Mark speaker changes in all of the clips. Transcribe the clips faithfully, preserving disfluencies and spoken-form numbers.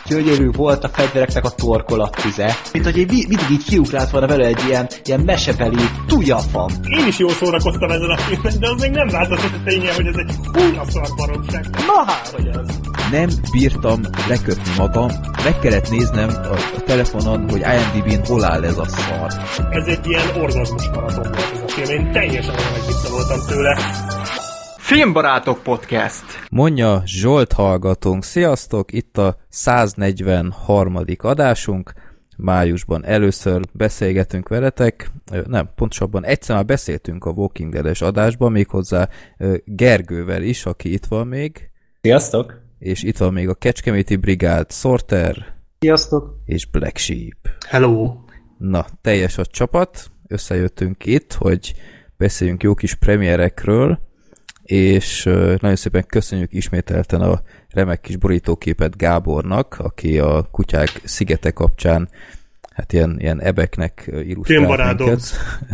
Speaker 1: gyönyörű volt a fegyvereknek a torkolattize. Mint hogy egy, mindig így kiugrált volna vele egy ilyen, ilyen mesebeli tujafam.
Speaker 2: Én is jól szórakoztam ezen a filmen, de az még nem változott a ténye, hogy ez egy húnya szar baromság. Na hát, hogy ez.
Speaker 3: Nem bírtam lekötni magam, meg kellett néznem a, a telefonon, hogy IMDb-n hol áll ez a szar.
Speaker 2: Ez egy ilyen orgazmus maraton volt ez a film, én teljesen olyan megvissza voltam tőle.
Speaker 1: Filmbarátok Podcast!
Speaker 3: Mondja Zsolt hallgatónk, sziasztok! Itt a száznegyvenharmadik adásunk. Májusban először beszélgetünk veletek, nem, pontosabban egyszer már beszéltünk a Walking Dead-es adásban, méghozzá Gergővel is, aki itt van még.
Speaker 4: Sziasztok!
Speaker 3: És itt van még a Kecskeméti Brigád, Sorter.
Speaker 5: Sziasztok!
Speaker 3: És Black Sheep.
Speaker 2: Hello!
Speaker 3: Na, teljes a csapat, összejöttünk itt, hogy beszéljünk jó kis premierekről, és nagyon szépen köszönjük ismételten a remek kis borítóképet Gábornak, aki a Kutyák szigete kapcsán hát ilyen, ilyen ebeknek illusztrált minket.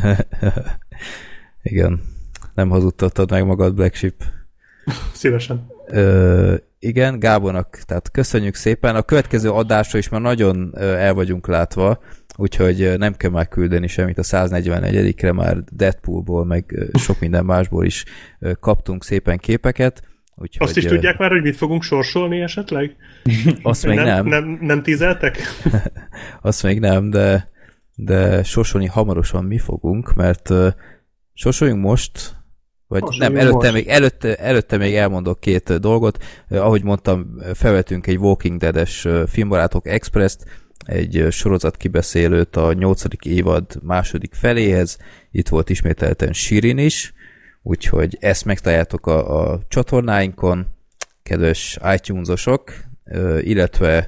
Speaker 3: Igen, nem hazudtattad meg magad, Black Sheep.
Speaker 2: Szívesen.
Speaker 3: Ö, igen, Gábornak, tehát köszönjük szépen. A következő adásra is már nagyon el vagyunk látva, úgyhogy nem kell már küldeni semmit a száznegyvennegyedikre, már Deadpoolból, meg sok minden másból is kaptunk szépen képeket. Úgyhogy,
Speaker 2: azt is tudják már, hogy mit fogunk sorsolni esetleg?
Speaker 3: Azt még
Speaker 2: nem.
Speaker 3: Nem,
Speaker 2: nem, nem tízeltek?
Speaker 3: Azt még nem, de, de sorsolni hamarosan mi fogunk, mert uh, sorsoljunk most, vagy most nem, előtte még, előtte, előtte még elmondok két dolgot. Uh, ahogy mondtam, felvettünk egy Walking Dead-es uh, Filmbarátok Express-t, egy uh, sorozat kibeszélőt a nyolcadik évad második feléhez. Itt volt ismételten Shirin is, úgyhogy ezt megtaláljátok a, a csatornáinkon, kedves iTunes-osok, uh, illetve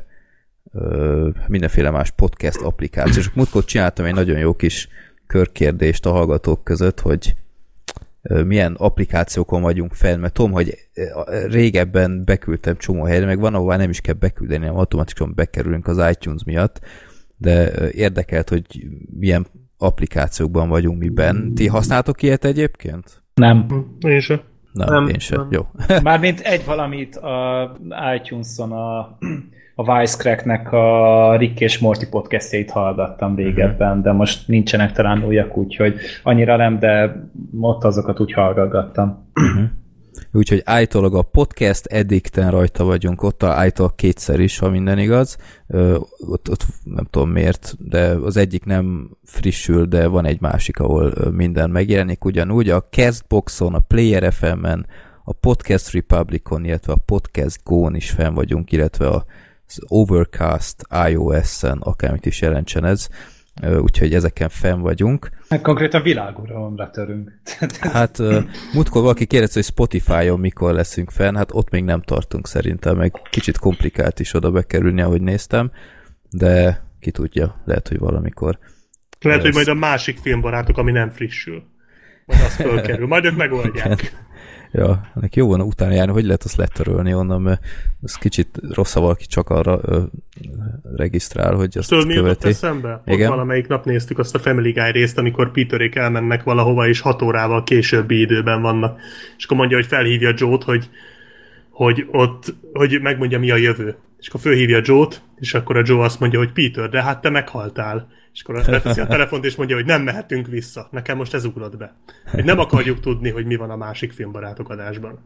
Speaker 3: uh, mindenféle más podcast applikációk. Múltkor csináltam egy nagyon jó kis körkérdést a hallgatók között, hogy uh, milyen applikációkon vagyunk fel, mert tudom, hogy régebben beküldtem csomó helyre, meg van, ahová nem is kell beküldeni, hanem automatikusan bekerülünk az iTunes miatt, de uh, érdekelt, hogy milyen applikációkban vagyunk miben. Ti használtok ilyet egyébként?
Speaker 4: Nem.
Speaker 2: Én sem.
Speaker 3: Nem,
Speaker 5: nem,
Speaker 3: én sem.
Speaker 5: Nem.
Speaker 3: Jó.
Speaker 4: Mármint egy valamit a iTunes-on a, a Wisecrack-nek a Rick és Morty podcastjait hallgattam régebben, uh-huh. de most nincsenek talán újak, úgyhogy annyira nem, de ott azokat úgy hallgattam.
Speaker 3: Uh-huh. Úgyhogy állítólag a Podcast Addicten rajta vagyunk, ott állítólag kétszer is, ha minden igaz. Ö, ott, ott nem tudom miért, de az egyik nem frissül, de van egy másik, ahol minden megjelenik ugyanúgy. A Castboxon, a Player ef em-en, a Podcast Republicon, illetve a Podcast Go-n is fenn vagyunk, illetve az Overcast iOS-en, akármit is jelentsen ez. Úgyhogy ezeken fenn vagyunk.
Speaker 4: Hát konkrétan világuralomra törünk.
Speaker 3: Hát uh, múltkor valaki kérdezte, hogy Spotify-on mikor leszünk fenn, hát ott még nem tartunk szerintem, meg kicsit komplikált is oda bekerülni, ahogy néztem, de ki tudja, lehet, hogy valamikor.
Speaker 2: Lehet, hogy majd a másik filmbarátok, ami nem frissül. Majd az fölkerül, majd ők megoldják.
Speaker 3: Ja, ennek jó volna utána járni, hogy lehet azt letörölni onnan, mert ez kicsit rossz, ha valaki csak arra ö, regisztrál, hogy azt
Speaker 2: Tudod, mi jutott
Speaker 3: követi.
Speaker 2: eszembe?
Speaker 3: Igen?
Speaker 2: Ott valamelyik nap néztük azt a Family Guy részt, amikor Peterék elmennek valahova, és hat órával későbbi időben vannak. És akkor mondja, hogy felhívja Joe-t, hogy, hogy ott, hogy megmondja, mi a jövő. És akkor fölhívja Joe-t, és akkor a Joe azt mondja, hogy Peter, de hát te meghaltál. És akkor leteszi a telefont, és mondja, hogy nem mehetünk vissza. Nekem most ez ugrott be. Hogy nem akarjuk tudni, hogy mi van a másik filmbarátok adásban.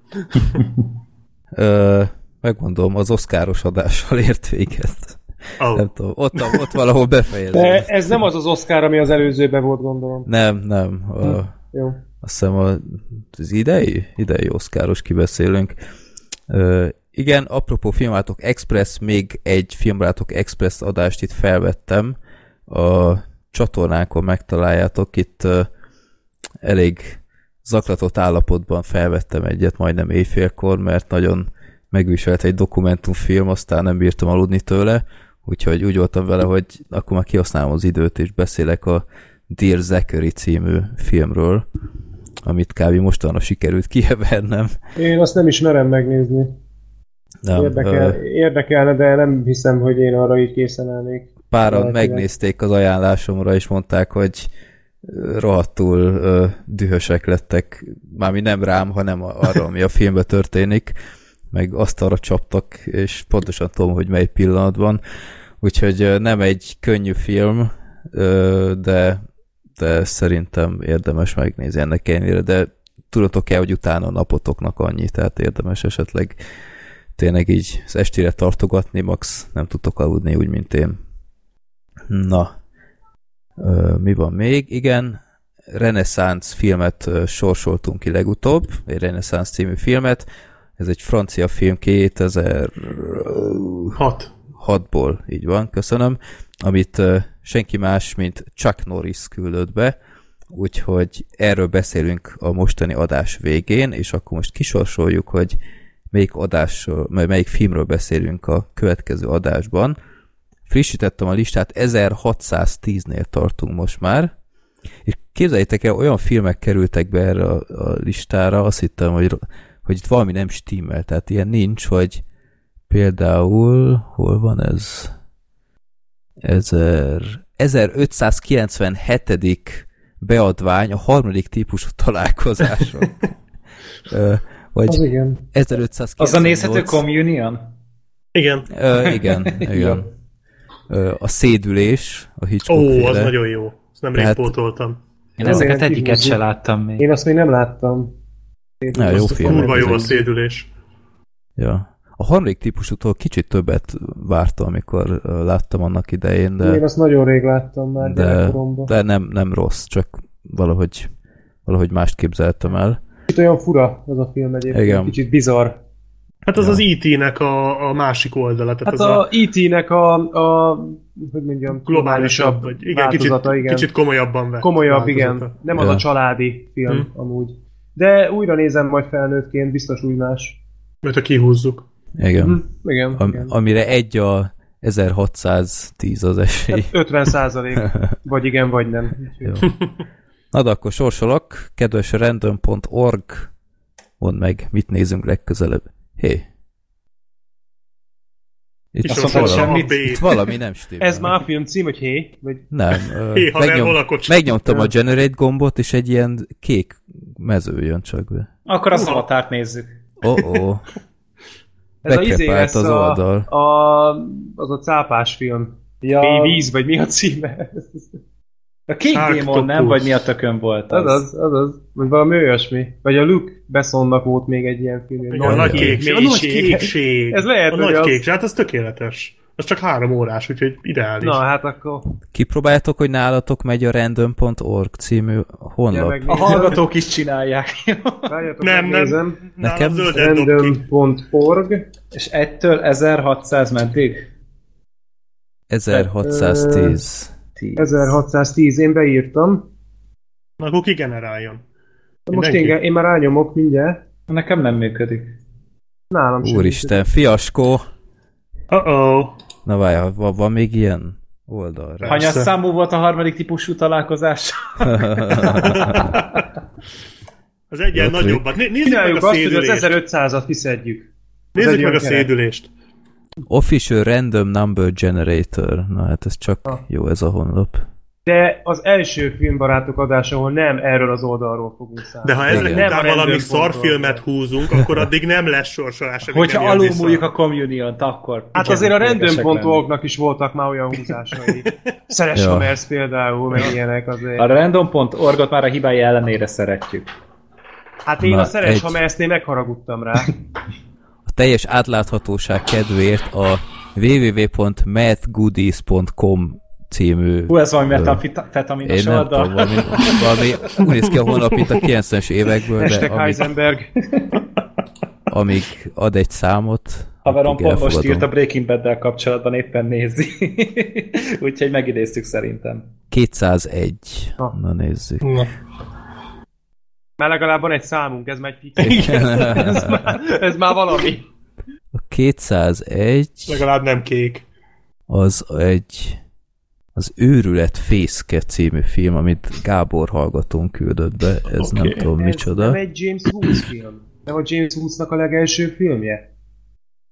Speaker 3: Ö, megmondom, az oszkáros adással ért véget.
Speaker 2: Oh.
Speaker 3: Nem tudom, ott, ott valahol befejezem.
Speaker 5: De ez nem az az Oscar, ami az előzőben volt, gondolom.
Speaker 3: Nem, nem. A,
Speaker 5: hm, jó.
Speaker 3: Azt hiszem a, az idei, idei oszkáros kibeszélünk. Ö, igen, apropó Filmbarátok Express, még egy Filmbarátok Express adást itt felvettem. A csatornánkon megtaláljátok, itt uh, elég zaklatott állapotban felvettem egyet majdnem éjfélkor, mert nagyon megviselt egy dokumentumfilm, aztán nem bírtam aludni tőle, úgyhogy úgy voltam vele, hogy akkor már kihasználom az időt, és beszélek a Dear Zachary című filmről, amit kb. Mostanra sikerült kievernem.
Speaker 5: Én azt nem is merem megnézni. Nem, Érdekel, uh, érdekelne, de nem hiszem, hogy én arra így készen állnék.
Speaker 3: Páran megnézték az ajánlásomra, és mondták, hogy rohadtul uh, dühösek lettek, mármint nem rám, hanem arra, ami a filmben történik. meg asztalra csaptak, és pontosan tudom, hogy mely pillanatban. Úgyhogy nem egy könnyű film, de, de szerintem érdemes megnézni ennek ellenére, de tudatok el, hogy utána a napotoknak annyi, tehát érdemes esetleg tényleg így az estére tartogatni, max nem tudtok aludni úgy, mint én. Na, mi van még? Igen, reneszánsz filmet sorsoltunk ki legutóbb, egy reneszánsz című filmet. Ez egy francia film kétezer-hatból, így van, köszönöm, amit senki más, mint Chuck Norris küldött be, úgyhogy erről beszélünk a mostani adás végén, és akkor most kisorsoljuk, hogy melyik adásról, melyik filmről beszélünk a következő adásban. Frissítettem a listát, ezerhatszáztíznél tartunk most már, és képzeljétek el, olyan filmek kerültek be erre a, a listára, azt hittem, hogy, hogy itt valami nem stimmel, tehát ilyen nincs, hogy például, hol van ez? ezerötszázkilencvenhetedik beadvány a harmadik típusú találkozáson. Vagy
Speaker 5: az igen.
Speaker 3: ezerötszázkilencvennyolc...
Speaker 4: Az a nézhető Communion?
Speaker 2: Igen.
Speaker 3: Ö, igen, igen. Ö, a szédülés, a Hitchcock
Speaker 2: Ó,
Speaker 3: féle.
Speaker 2: az nagyon jó. Ezt nemrég
Speaker 3: Tehát...
Speaker 2: pótoltam.
Speaker 4: Én ezeket egyiket se láttam még.
Speaker 5: Én azt még nem láttam.
Speaker 3: Na, jó film.
Speaker 2: Kurva jó a szédülés.
Speaker 3: Ja. A harmadik típusútól kicsit többet vártam, amikor láttam annak idején, de...
Speaker 5: Én azt nagyon rég láttam már
Speaker 3: de, de nem, nem rossz, csak valahogy, valahogy mást képzeltem el.
Speaker 5: Kicsit olyan fura az a film egyébként, igen. Kicsit bizarr.
Speaker 2: Hát az
Speaker 3: ja.
Speaker 2: az í té-nek a, a másik oldala. Tehát
Speaker 5: hát
Speaker 2: az
Speaker 5: a,
Speaker 2: a
Speaker 5: í té-nek a, a hogy mondjam,
Speaker 2: globálisabb, vagy igen, kicsit,
Speaker 5: igen.
Speaker 2: kicsit komolyabban vett.
Speaker 5: Komolyabb,
Speaker 2: változata.
Speaker 5: igen. Nem
Speaker 3: ja.
Speaker 5: az a családi film hmm. amúgy. De újra nézem majd felnőttként, biztos úgy más.
Speaker 2: Mert ha kihúzzuk.
Speaker 3: Igen.
Speaker 5: Mm, igen,
Speaker 3: Am,
Speaker 5: igen.
Speaker 3: Amire egy a ezerhatszáztíz az esély.
Speaker 5: Hát ötven százalék. Vagy igen, vagy nem.
Speaker 3: Jó. Na de akkor sorsolok. Kedves random pont org, mondd meg, mit nézünk legközelebb. Hé. Itt,
Speaker 2: itt,
Speaker 3: valami, itt valami nem stimmel.
Speaker 5: Ez már a film cím, hogy hé? Vagy...
Speaker 3: Nem.
Speaker 2: Hé,
Speaker 3: megnyom, megnyomtam a generate gombot, és egy ilyen kék mező jön csak be.
Speaker 4: Akkor az avatárt nézzük.
Speaker 3: Oh-oh.
Speaker 5: Ez a izé lesz
Speaker 3: az
Speaker 5: a,
Speaker 3: oldal.
Speaker 5: A, az a cápás film.
Speaker 4: Ja.
Speaker 5: Mély víz, vagy mi a címe?
Speaker 4: A Kék Démon, nem? Vagy mi a tökön volt az?
Speaker 5: Az az, az az. Vagy valami olyasmi. Vagy a Luke Bessonnak volt még egy ilyen film.
Speaker 2: Igen, a nagy kékség. A nagy kékség.
Speaker 5: Ez lehet,
Speaker 2: a nagy az... kékség. Hát az tökéletes. Az csak három órás, úgyhogy ideális.
Speaker 5: Na, hát akkor...
Speaker 3: Kipróbáljátok, hogy nálatok megy a random pont org című honlap.
Speaker 4: A hallgatók is csinálják.
Speaker 5: Várjatok,
Speaker 2: nem,
Speaker 5: megnézem.
Speaker 2: nem.
Speaker 3: Nekem
Speaker 5: random pont org.
Speaker 4: És egytől ezerhatszáz meddig?
Speaker 3: ezerhatszáztíz.
Speaker 5: ezerhatszáztíz, én beírtam.
Speaker 2: Na, akkor ki generáljon?
Speaker 5: Most én, én már rányomok mindjárt.
Speaker 4: Nekem nem működik.
Speaker 5: Nálam sem.
Speaker 3: Úristen, fiaskó.
Speaker 2: Uh-oh.
Speaker 3: Na várj, van, van még ilyen oldalra?
Speaker 4: Hanyas számú volt a harmadik típusú találkozás?
Speaker 2: Az egyen nagyobbat. Né- nézzük meg a
Speaker 5: azt,
Speaker 2: szédülést.
Speaker 5: hogy az ezerötszázat kiszedjük.
Speaker 2: Nézzük meg a szédülést.
Speaker 3: Official Random Number Generator. Na hát ez csak ah. jó ez a honlap.
Speaker 5: De az első filmbarátok adás, ahol nem erről az oldalról fogunk számolni.
Speaker 2: De ha ezek után valami szarfilmet húzunk, akkor addig nem lesz sorsolás.
Speaker 4: Hogyha alulmúljuk a Communion-t, akkor...
Speaker 5: Hát azért a random pont org-nak is voltak már olyan húzásai. Szeres ja. Hamersz például, meg ilyenek azért.
Speaker 4: A random pont org-ot már a hibái ellenére szeretjük.
Speaker 5: Hát én Na, a Szeres egy... Hamersznél megharagudtam rá.
Speaker 3: A teljes átláthatóság kedvéért a double-u double-u double-u pont mathgoodies pont com című...
Speaker 4: Hú, ez valami metamfetaminos oldal.
Speaker 3: Én nem tudom, valami, valami úgy néz ki a honlap, mint a kilencvenes évekből, de amíg,
Speaker 5: Heisenberg.
Speaker 3: amíg ad egy számot,
Speaker 4: haverom pont most írt a Breaking Bad-del kapcsolatban, éppen nézi. Úgyhogy megidéztük szerintem.
Speaker 3: kétszázegy. Na, Na nézzük. Na.
Speaker 5: Már legalább van egy számunk, ez már egy fix. ez, már, ez már valami.
Speaker 3: A kétszázegy...
Speaker 2: Legalább nem kék.
Speaker 3: Az egy... Az Őrület fészke című film, amit Gábor hallgatón küldött be, ez okay. nem tudom
Speaker 5: ez
Speaker 3: micsoda.
Speaker 5: Nem egy James Woods film. Nem a James Woodsnak a legelső filmje?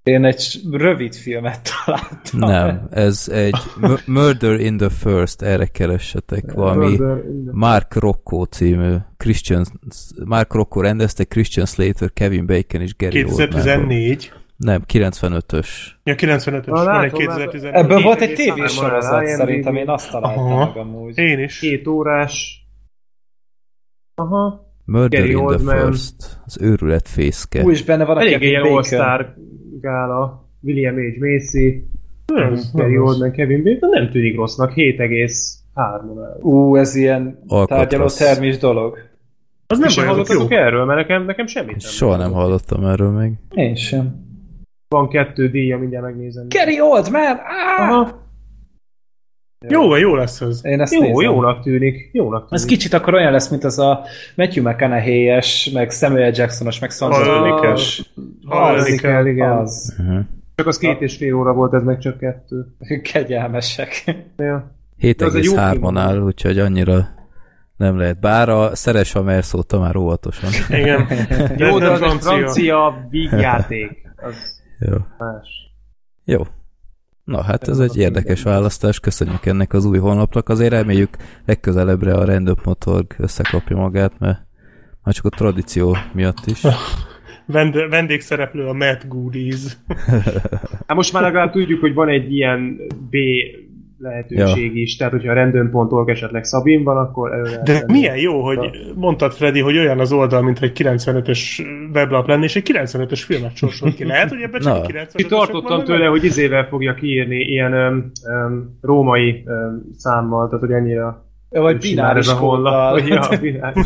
Speaker 4: Én egy rövid filmet találtam.
Speaker 3: Nem, ez egy Murder in the First, erre keressetek, valami Mark Rocco című, Christian, Mark Rocco rendezte, Christian Slater, Kevin Bacon és Gary Oldman.
Speaker 2: kétezer-tizennégy.
Speaker 3: Nem, kilencvenötös.
Speaker 2: Ja, kilencvenötös.
Speaker 5: Ah,
Speaker 2: van egy
Speaker 5: látom,
Speaker 2: kétezer-tizennégy.
Speaker 4: Ebből volt egy tévésorozat szerintem, én azt találtam
Speaker 2: Aha.
Speaker 4: meg amúgy.
Speaker 2: Én is.
Speaker 5: Két órás. Aha.
Speaker 3: Murder
Speaker 5: Gary
Speaker 3: in the
Speaker 5: Oldman.
Speaker 3: First, az őrület fészke.
Speaker 4: Ú, és benne van a
Speaker 5: Elég
Speaker 4: Kevin
Speaker 5: ilyen
Speaker 4: Bacon.
Speaker 5: All-Star gála. William H. Macy,
Speaker 2: Nem,
Speaker 5: Gary
Speaker 2: nem
Speaker 5: Oldman, Kevin Bacon, nem tűnik rossznak, hét egész három.
Speaker 4: Ú, ez ilyen
Speaker 3: Alkatraz.
Speaker 4: tárgyaló termés dolog.
Speaker 2: Az
Speaker 5: Nem
Speaker 2: nem
Speaker 5: sem
Speaker 2: baj, azok
Speaker 5: hallottatok
Speaker 2: jó.
Speaker 5: erről, mert nekem, nekem semmit nem.
Speaker 3: Soha nem hallottam erről még.
Speaker 4: Én sem.
Speaker 5: Van kettő díja, mindjárt megnézem.
Speaker 4: Gary Oldman! Ah!
Speaker 5: Aha.
Speaker 2: Jó, jó lesz ez.
Speaker 4: Én ezt
Speaker 5: Jó,
Speaker 4: nézem.
Speaker 5: jónak tűnik. Jónak tűnik.
Speaker 4: Ez kicsit akkor olyan lesz, mint az a Matthew McConaughey-es, meg Samuel Jacksonos, meg Sandra
Speaker 2: Hallani kell.
Speaker 4: Bullock-os.
Speaker 2: Hallani
Speaker 5: Az kell, igen.
Speaker 4: Az.
Speaker 3: Uh-huh.
Speaker 5: Csak az két és fél óra volt, ez meg csak kettő.
Speaker 4: Kegyelmesek.
Speaker 5: Ja.
Speaker 3: hét egész
Speaker 5: jó
Speaker 3: hármon
Speaker 5: film.
Speaker 3: áll, úgyhogy annyira nem lehet. Bár a Szeres a Merszóta már óvatosan.
Speaker 2: Igen.
Speaker 5: Jó, de
Speaker 2: nem
Speaker 5: az egy
Speaker 2: francia.
Speaker 5: francia vígjáték. Az
Speaker 3: Jó.
Speaker 5: más.
Speaker 3: Jó. Na, hát ez egy érdekes választás, köszönjük ennek az új honlapnak, azért reméljük legközelebbre a Random dot org összekapja magát, mert már csak a tradíció miatt is.
Speaker 2: Vend- vendégszereplő a Matt Goodies.
Speaker 5: Hát most már legalább tudjuk, hogy van egy ilyen B lehetőség ja. is, tehát hogyha a random pont org esetleg Szabin van, akkor elő lehet
Speaker 2: De
Speaker 5: tenni.
Speaker 2: milyen jó, hogy mondtad, Freddy, hogy olyan az oldal, mint egy kilencvenötös weblap lenni, és egy kilencvenötös filmet sorsolt ki. Lehet, hogy ebben csak
Speaker 3: Na.
Speaker 2: kilencvenötösök
Speaker 5: Ki tartottam
Speaker 2: vannak?
Speaker 5: tőle, hogy izével fogja kiírni ilyen öm, öm, római öm, számmal, tehát hogy ennyire
Speaker 4: Vagy bináris kóddal.
Speaker 5: Ja, bináris.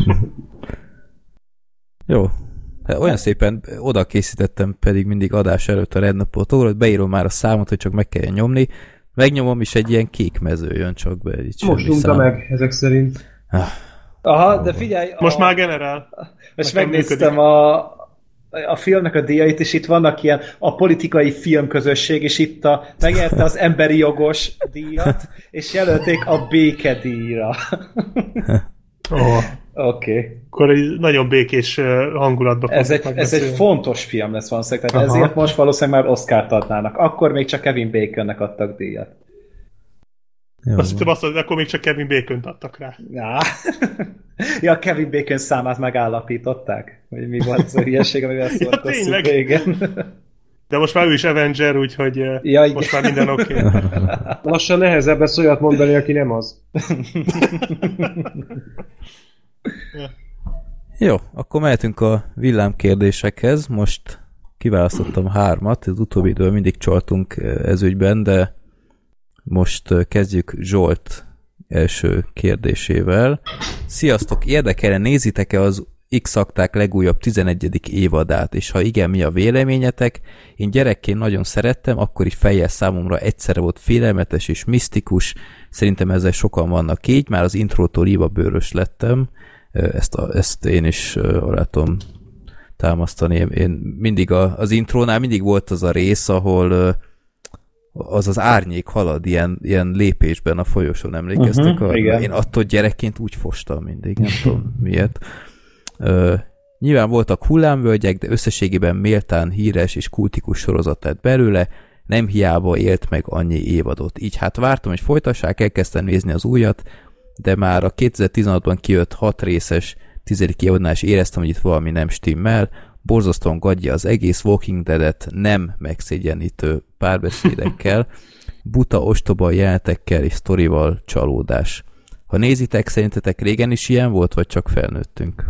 Speaker 3: Jó. Hát olyan szépen oda készítettem pedig mindig adás előtt a Random dot org-ot, beírom már a számot, hogy csak meg kelljen nyomni. Megnyomom, és egy ilyen kék mező jön csak be. Így
Speaker 5: Most
Speaker 3: semmi
Speaker 5: nyomta
Speaker 3: szám.
Speaker 5: meg, ezek szerint.
Speaker 3: Ah,
Speaker 4: Aha, de figyelj.
Speaker 2: Most
Speaker 4: a...
Speaker 2: már generál.
Speaker 4: Most
Speaker 2: Nekem
Speaker 4: megnéztem a, a filmnek a díjait, és itt vannak ilyen a politikai filmközösség, és itt a, megnyerte az emberi jogos díjat, és jelölték a békedíjra.
Speaker 2: Oh.
Speaker 4: Oké. Okay.
Speaker 2: Akkor egy nagyon békés hangulatba
Speaker 4: Ez egy,
Speaker 2: fogjuk
Speaker 4: ez egy
Speaker 2: megbeszélni.
Speaker 4: fontos film lesz valószínűleg, tehát
Speaker 2: Aha.
Speaker 4: ezért most valószínűleg már Oscart adnának. Akkor még csak Kevin Baconnek adtak díjat.
Speaker 3: jó.
Speaker 2: Azt hittem azt, hogy akkor még csak Kevin Bacont adtak rá.
Speaker 4: Ja. ja, Kevin Bacon számát megállapították, hogy mi volt az a hülyeség, amivel szórakoztunk
Speaker 2: tényleg?
Speaker 4: régen.
Speaker 2: De most már ő is Avenger, úgyhogy
Speaker 4: Ja,
Speaker 2: ja,
Speaker 4: igen.
Speaker 2: most már minden oké. Okay.
Speaker 5: Lassan nehezebb lesz olyat mondani, aki nem az.
Speaker 3: Jó, akkor mehetünk a villámkérdésekhez. Most kiválasztottam hármat, az utóbbi időben mindig csaltunk ez ügyben, de most kezdjük Zsolt első kérdésével. Sziasztok, érdekelne, nézitek-e az X-akták legújabb tizenegyedik évadát, és ha igen, mi a véleményetek? Én gyerekként nagyon szerettem, akkor is fejjel számomra egyszerre volt félelmetes és misztikus, szerintem ezzel sokan vannak így, már az intrótól líbabőrös lettem, ezt, a, ezt én is alá tudom támasztani. Én mindig a, az intrónál mindig volt az a rész, ahol az az árnyék halad ilyen, ilyen lépésben a folyosón, emlékeztek?
Speaker 4: Uh-huh, igen.
Speaker 3: Én attól gyerekként úgy fostam mindig, nem tudom miért. Uh, nyilván voltak hullámvölgyek, de összességében méltán híres és kultikus sorozat lett belőle, nem hiába élt meg annyi évadot. Így hát vártam, hogy folytassák, elkezdtem nézni az újat, de már a kétezer-tizenhatban kijött hat részes tizedik évadnál is éreztem, hogy itt valami nem stimmel, borzasztóan gadja az egész Walking Dead-et nem megszégyenítő párbeszédekkel, buta ostoba jelenetekkel és sztorival csalódás. Ha nézitek, szerintetek régen is ilyen volt, vagy csak felnőttünk?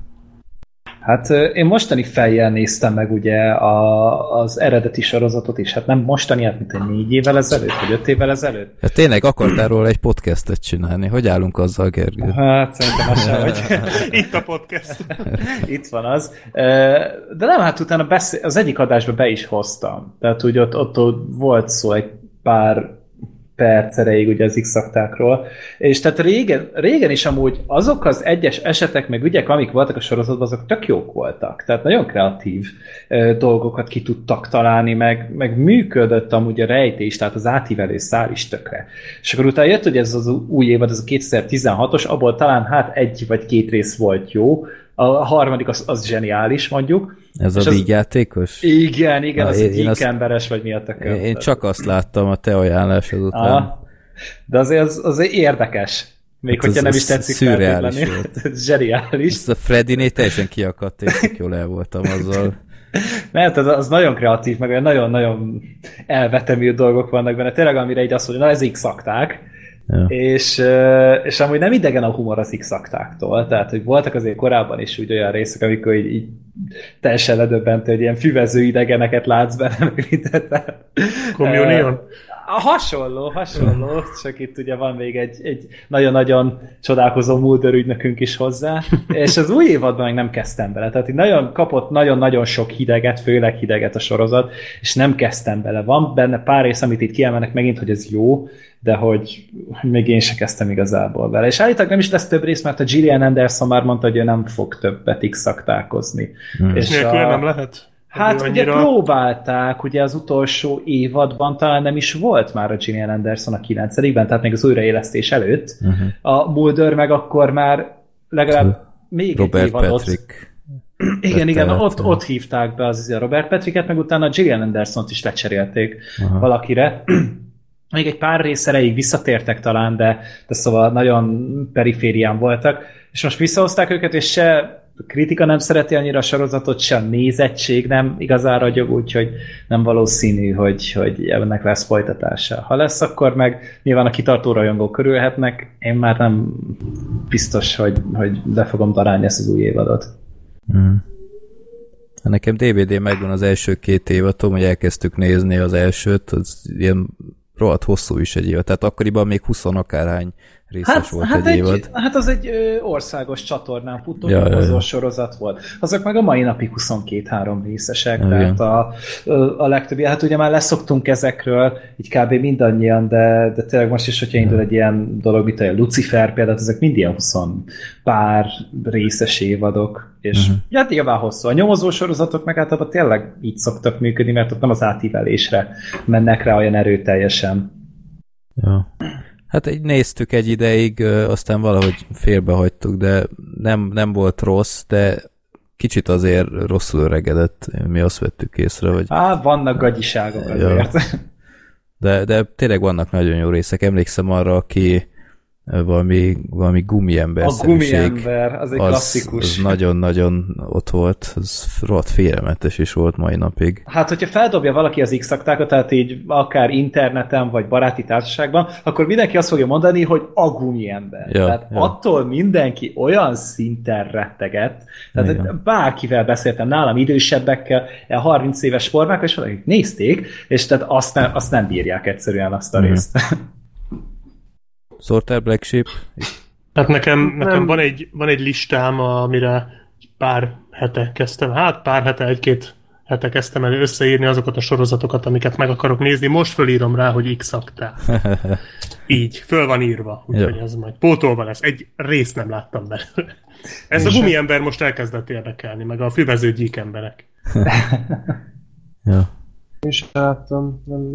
Speaker 4: Hát én mostani fejjel néztem meg ugye a, az eredeti sorozatot is, hát nem mostani, hát mint egy négy évvel ezelőtt, vagy öt évvel ezelőtt.
Speaker 3: Hát tényleg akartál róla egy podcastet csinálni. Hogy állunk azzal, Gergő?
Speaker 4: Hát szerintem az sem, hogy...
Speaker 2: Itt a podcast.
Speaker 4: Itt van az. De nem, hát utána beszél, az egyik adásba be is hoztam. Tehát úgy ott, ott, ott volt szó egy pár perc erejéig ugye az X-aktákról, és tehát régen, régen is amúgy azok az egyes esetek, meg ügyek, amik voltak a sorozatban, azok tök jók voltak. Tehát nagyon kreatív e, dolgokat ki tudtak találni, meg, meg működött amúgy a rejtés, tehát az átívelő szál is tökre. És akkor utána jött, hogy ez az új évad, ez a kétezer-tizenhatos, abból talán hát egy vagy két rész volt jó, A harmadik az, az zseniális, mondjuk.
Speaker 3: Ez és a vígjátékos?
Speaker 4: Igen, igen, az egy emberes, vagy mi a
Speaker 3: tököm. Én csak azt láttam a te ajánlásod után. Ah,
Speaker 4: de azért az, az érdekes. Még hát hogyha az, nem is tetszik
Speaker 3: szürreális volt.
Speaker 4: Ez zseniális.
Speaker 3: Ezt a Freddy-nél teljesen kiakadt, és jól el voltam azzal.
Speaker 4: Mert az, az nagyon kreatív, meg olyan nagyon-nagyon elvetemű dolgok vannak benne. Tényleg, amire így azt mondja, na ez X-akták. Ja. És, és amúgy nem idegen a humor az X-aktáktól. Tehát, hogy voltak azért korábban is úgy olyan részek, amikor így, így teljesen ledöbbentő, hogy ilyen füvező idegeneket látsz benne.
Speaker 2: Communion?
Speaker 4: Hasonló, hasonló, csak itt ugye van még egy, egy nagyon-nagyon csodálkozó Mulder ügynökünk is hozzá, és az új évadban meg nem kezdtem bele, tehát így nagyon kapott nagyon-nagyon sok hideget, főleg hideget a sorozat, és nem kezdtem bele. Van benne pár rész, amit itt kiemelnek megint, hogy ez jó, de hogy még én se kezdtem igazából vele. És állítólag nem is lesz több rész, mert a Gillian Anderson már mondta, hogy ő nem fog többet X-aktálkozni.
Speaker 2: Hmm. És nélkül a... nem lehet?
Speaker 4: Hát ugye annyira... próbálták, ugye az utolsó évadban talán nem is volt már a Gillian Anderson a kilencedikben, tehát még az újraélesztés előtt. Uh-huh. A Mulder meg akkor már legalább még
Speaker 3: Robert
Speaker 4: egy évadot...
Speaker 3: Patrick.
Speaker 4: Igen, igen, ott, ott hívták be az a Robert Patricket, meg utána a Gillian Andersont is lecserélték uh-huh. valakire. Még egy pár rész erejéig visszatértek talán, de, de szóval nagyon periférián voltak. És most visszahozták őket, és se a kritika nem szereti annyira a sorozatot, se a nézettség nem igazán ragyog, úgyhogy nem valószínű, hogy, hogy ennek lesz folytatása. Ha lesz, akkor meg nyilván a kitartó rajongók körülhetnek, én már nem biztos, hogy, hogy le fogom darálni ezt az új évadot.
Speaker 3: Hmm. Nekem dé vé dé megvan az első két évad, tudom, hogy elkezdtük nézni az elsőt, az ilyen rohadt hosszú is egy évad, tehát akkoriban még húsz akárhány részes hát, volt
Speaker 4: hát
Speaker 3: egy, egy évad.
Speaker 4: Hát az egy ö, országos csatornán futó ja, ja, ja. sorozat volt. Azok meg a mai napig huszonkettő-három részesek, ja, tehát a, a legtöbb, hát ugye már leszoktunk ezekről, így kb. Mindannyian, de, de tényleg most is, hogyha indul egy ilyen dolog, mint a Lucifer például, ezek mind ilyen huszon pár részes évadok, és uh-huh. hát nyilván hosszú. A nyomozó sorozatok meg általában tényleg így szoktak működni, mert ott nem az átívelésre mennek rá olyan erőteljesen.
Speaker 3: Ja. Hát így néztük egy ideig, aztán valahogy félbehagytuk, de nem, nem volt rossz, de kicsit azért rosszul öregedett, mi azt vettük észre, hogy...
Speaker 4: Á, vannak gagyiságok azért. Ja.
Speaker 3: De, de tényleg vannak nagyon jó részek. Emlékszem arra, aki valami, valami gumiember
Speaker 4: A gumiember, az egy az, klasszikus.
Speaker 3: Az nagyon-nagyon ott volt, az rohadt félelmetes is volt mai napig.
Speaker 4: Hát, hogyha feldobja valaki az X-aktákat, tehát így akár interneten, vagy baráti társaságban, akkor mindenki azt fogja mondani, hogy a gumiember. Ja, tehát ja. attól mindenki olyan szinten retteget, tehát igen. bárkivel beszéltem, nálam idősebbekkel, harminc éves formákkal, és valakik nézték, és tehát azt nem, azt nem bírják egyszerűen azt a mm. részt.
Speaker 3: Szóltál Black Sheep?
Speaker 2: Hát nekem, nekem van, egy, van egy listám, amire pár hete kezdtem, hát pár hete, egy-két hete kezdtem el összeírni azokat a sorozatokat, amiket meg akarok nézni. Most fölírom rá, hogy X-aktál. Így, föl van írva. Úgyhogy ez majd pótolva lesz. Egy részt nem láttam belőle. Ez a gumiember most elkezdett érdekelni, meg a füvező gyík emberek.
Speaker 3: Ja.
Speaker 5: És láttam. Nem...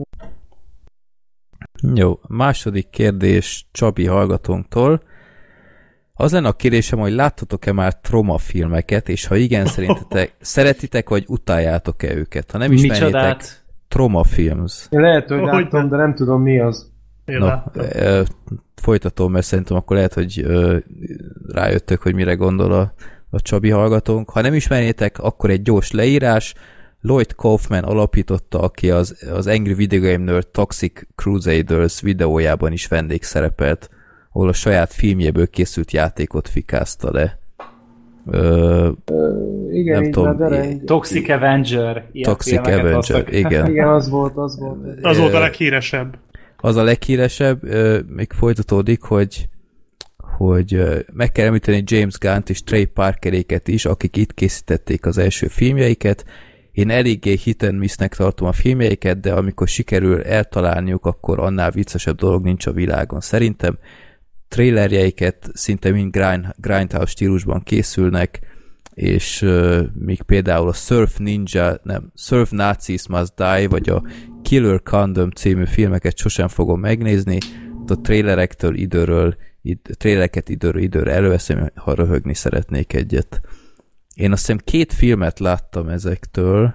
Speaker 3: Jó, második kérdés Csabi hallgatónktól. Az lenne a kérdésem, hogy láttatok-e már Troma filmeket, és ha igen, szerintetek szeretitek, vagy utáljátok-e őket? Ha nem ismernétek, Troma Films.
Speaker 5: Lehet, hogy láttam, de nem tudom mi az.
Speaker 3: No, e, folytatom, mert szerintem akkor lehet, hogy e, rájöttök, hogy mire gondol a, a Csabi hallgatónk. Ha nem ismernétek, akkor egy gyors leírás. Lloyd Kaufman alapította, aki az, az Angry Video Game Nerd Toxic Crusaders videójában is vendégszerepelt, ahol a saját filmjéből készült játékot fikázta le. Ö,
Speaker 5: Ö, igen, nem tudom.
Speaker 4: I- Toxic Avenger.
Speaker 3: Toxic Avenger, hoztak. igen.
Speaker 5: Igen, az volt, az volt.
Speaker 2: Az volt a leghíresebb.
Speaker 3: Az a leghíresebb, még folytatódik, hogy hogy meg kell említeni James Gunn-t és Trey Parkeréket is, akik itt készítették az első filmjeiket. Én eléggé hit and miss-nek tartom a filmjeiket, de amikor sikerül eltalálniuk, akkor annál viccesebb dolog nincs a világon. Szerintem trailerjeiket szinte mind grind, grindhouse stílusban készülnek, és uh, míg például a Surf Ninja, nem, Surf Nazis Must Die, vagy a Killer Condom című filmeket sosem fogom megnézni, a trailerektől időről, id, trailereket időről időre előveszem, ha röhögni szeretnék egyet. én azt hiszem két filmet láttam ezektől,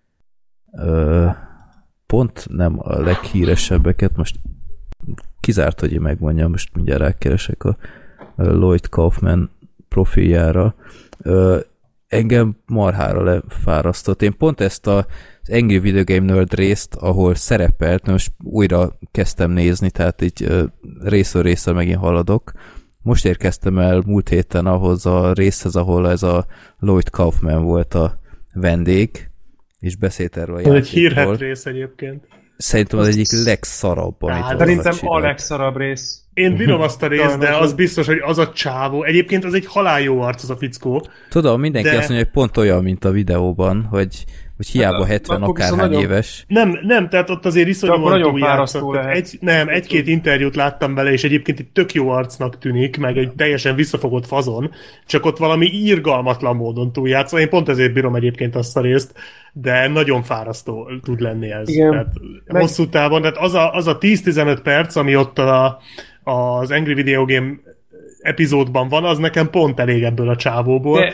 Speaker 3: ö, pont nem a leghíresebbeket, most kizárt, hogy én megmondjam, most mindjárt rákeresek a Lloyd Kaufman profiljára. Ö, engem marhára lefárasztott. Én pont ezt a, az Angry Video Game Nerd részt, ahol szerepelt, most újra kezdtem nézni, tehát így ö, részről részre megint haladok. Most érkeztem el múlt héten ahhoz a részhez, ahol ez a Lloyd Kaufman volt a vendég, és beszélt erről a
Speaker 2: játékról. Ez egy hírhet rész egyébként.
Speaker 3: Szerintem az egyik legszarabb, amit
Speaker 5: hát, szerintem a legszarabb rész.
Speaker 2: Én bírom azt a részt, de az biztos, hogy az a csávó. Egyébként az egy halálljó arc, az a fickó.
Speaker 3: Tudom, mindenki de... azt mondja, hogy pont olyan, mint a videóban, hogy, hogy hiába hetven akárhány nagyon... éves.
Speaker 2: Nem, nem, tehát ott azért iszonyúan túljátszott. Egy, nem, egy-két interjút láttam vele, és egyébként itt tök jó arcnak tűnik, meg egy teljesen visszafogott fazon, csak ott valami irgalmatlan módon túljátszva. Én pont ezért bírom egyébként azt a részt, de nagyon fárasztó tud lenni ez. Tehát meg... hosszú távon, tehát az a, az a tíz-tizenöt perc, ami ott a, az Angry Video Game epizódban van, az nekem pont elég ebből a csávóból. De,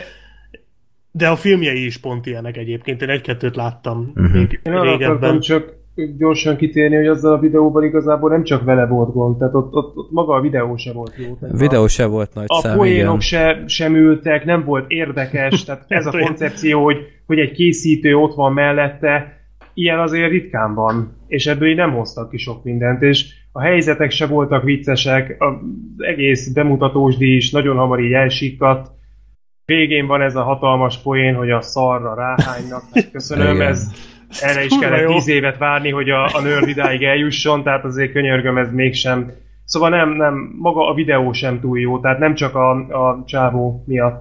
Speaker 2: de a filmjei is pont ilyenek egyébként. Én egy-kettőt láttam uh-huh. még
Speaker 5: Én régebben. Csak gyorsan kitérni, hogy azzal a videóban igazából nem csak vele volt gond, tehát ott, ott, ott maga a videó se volt jó.
Speaker 3: A videó se volt nagy
Speaker 5: a
Speaker 3: szám,
Speaker 5: A poénok se, sem ültek, nem volt érdekes, tehát ez a koncepció, hogy, hogy egy készítő ott van mellette, ilyen azért ritkán van, és ebből így nem hoztak ki sok mindent, és a helyzetek se voltak viccesek, az egész bemutatós díj is nagyon hamar így elsikkadt. Végén van ez a hatalmas poén, hogy a szarra ráhánynak. Köszönöm, ez, erre is kellett tíz évet várni, hogy a, a nerd idáig eljusson, tehát azért könyörgöm, ez mégsem. Szóval nem, nem, maga a videó sem túl jó, tehát nem csak a, a csávó miatt.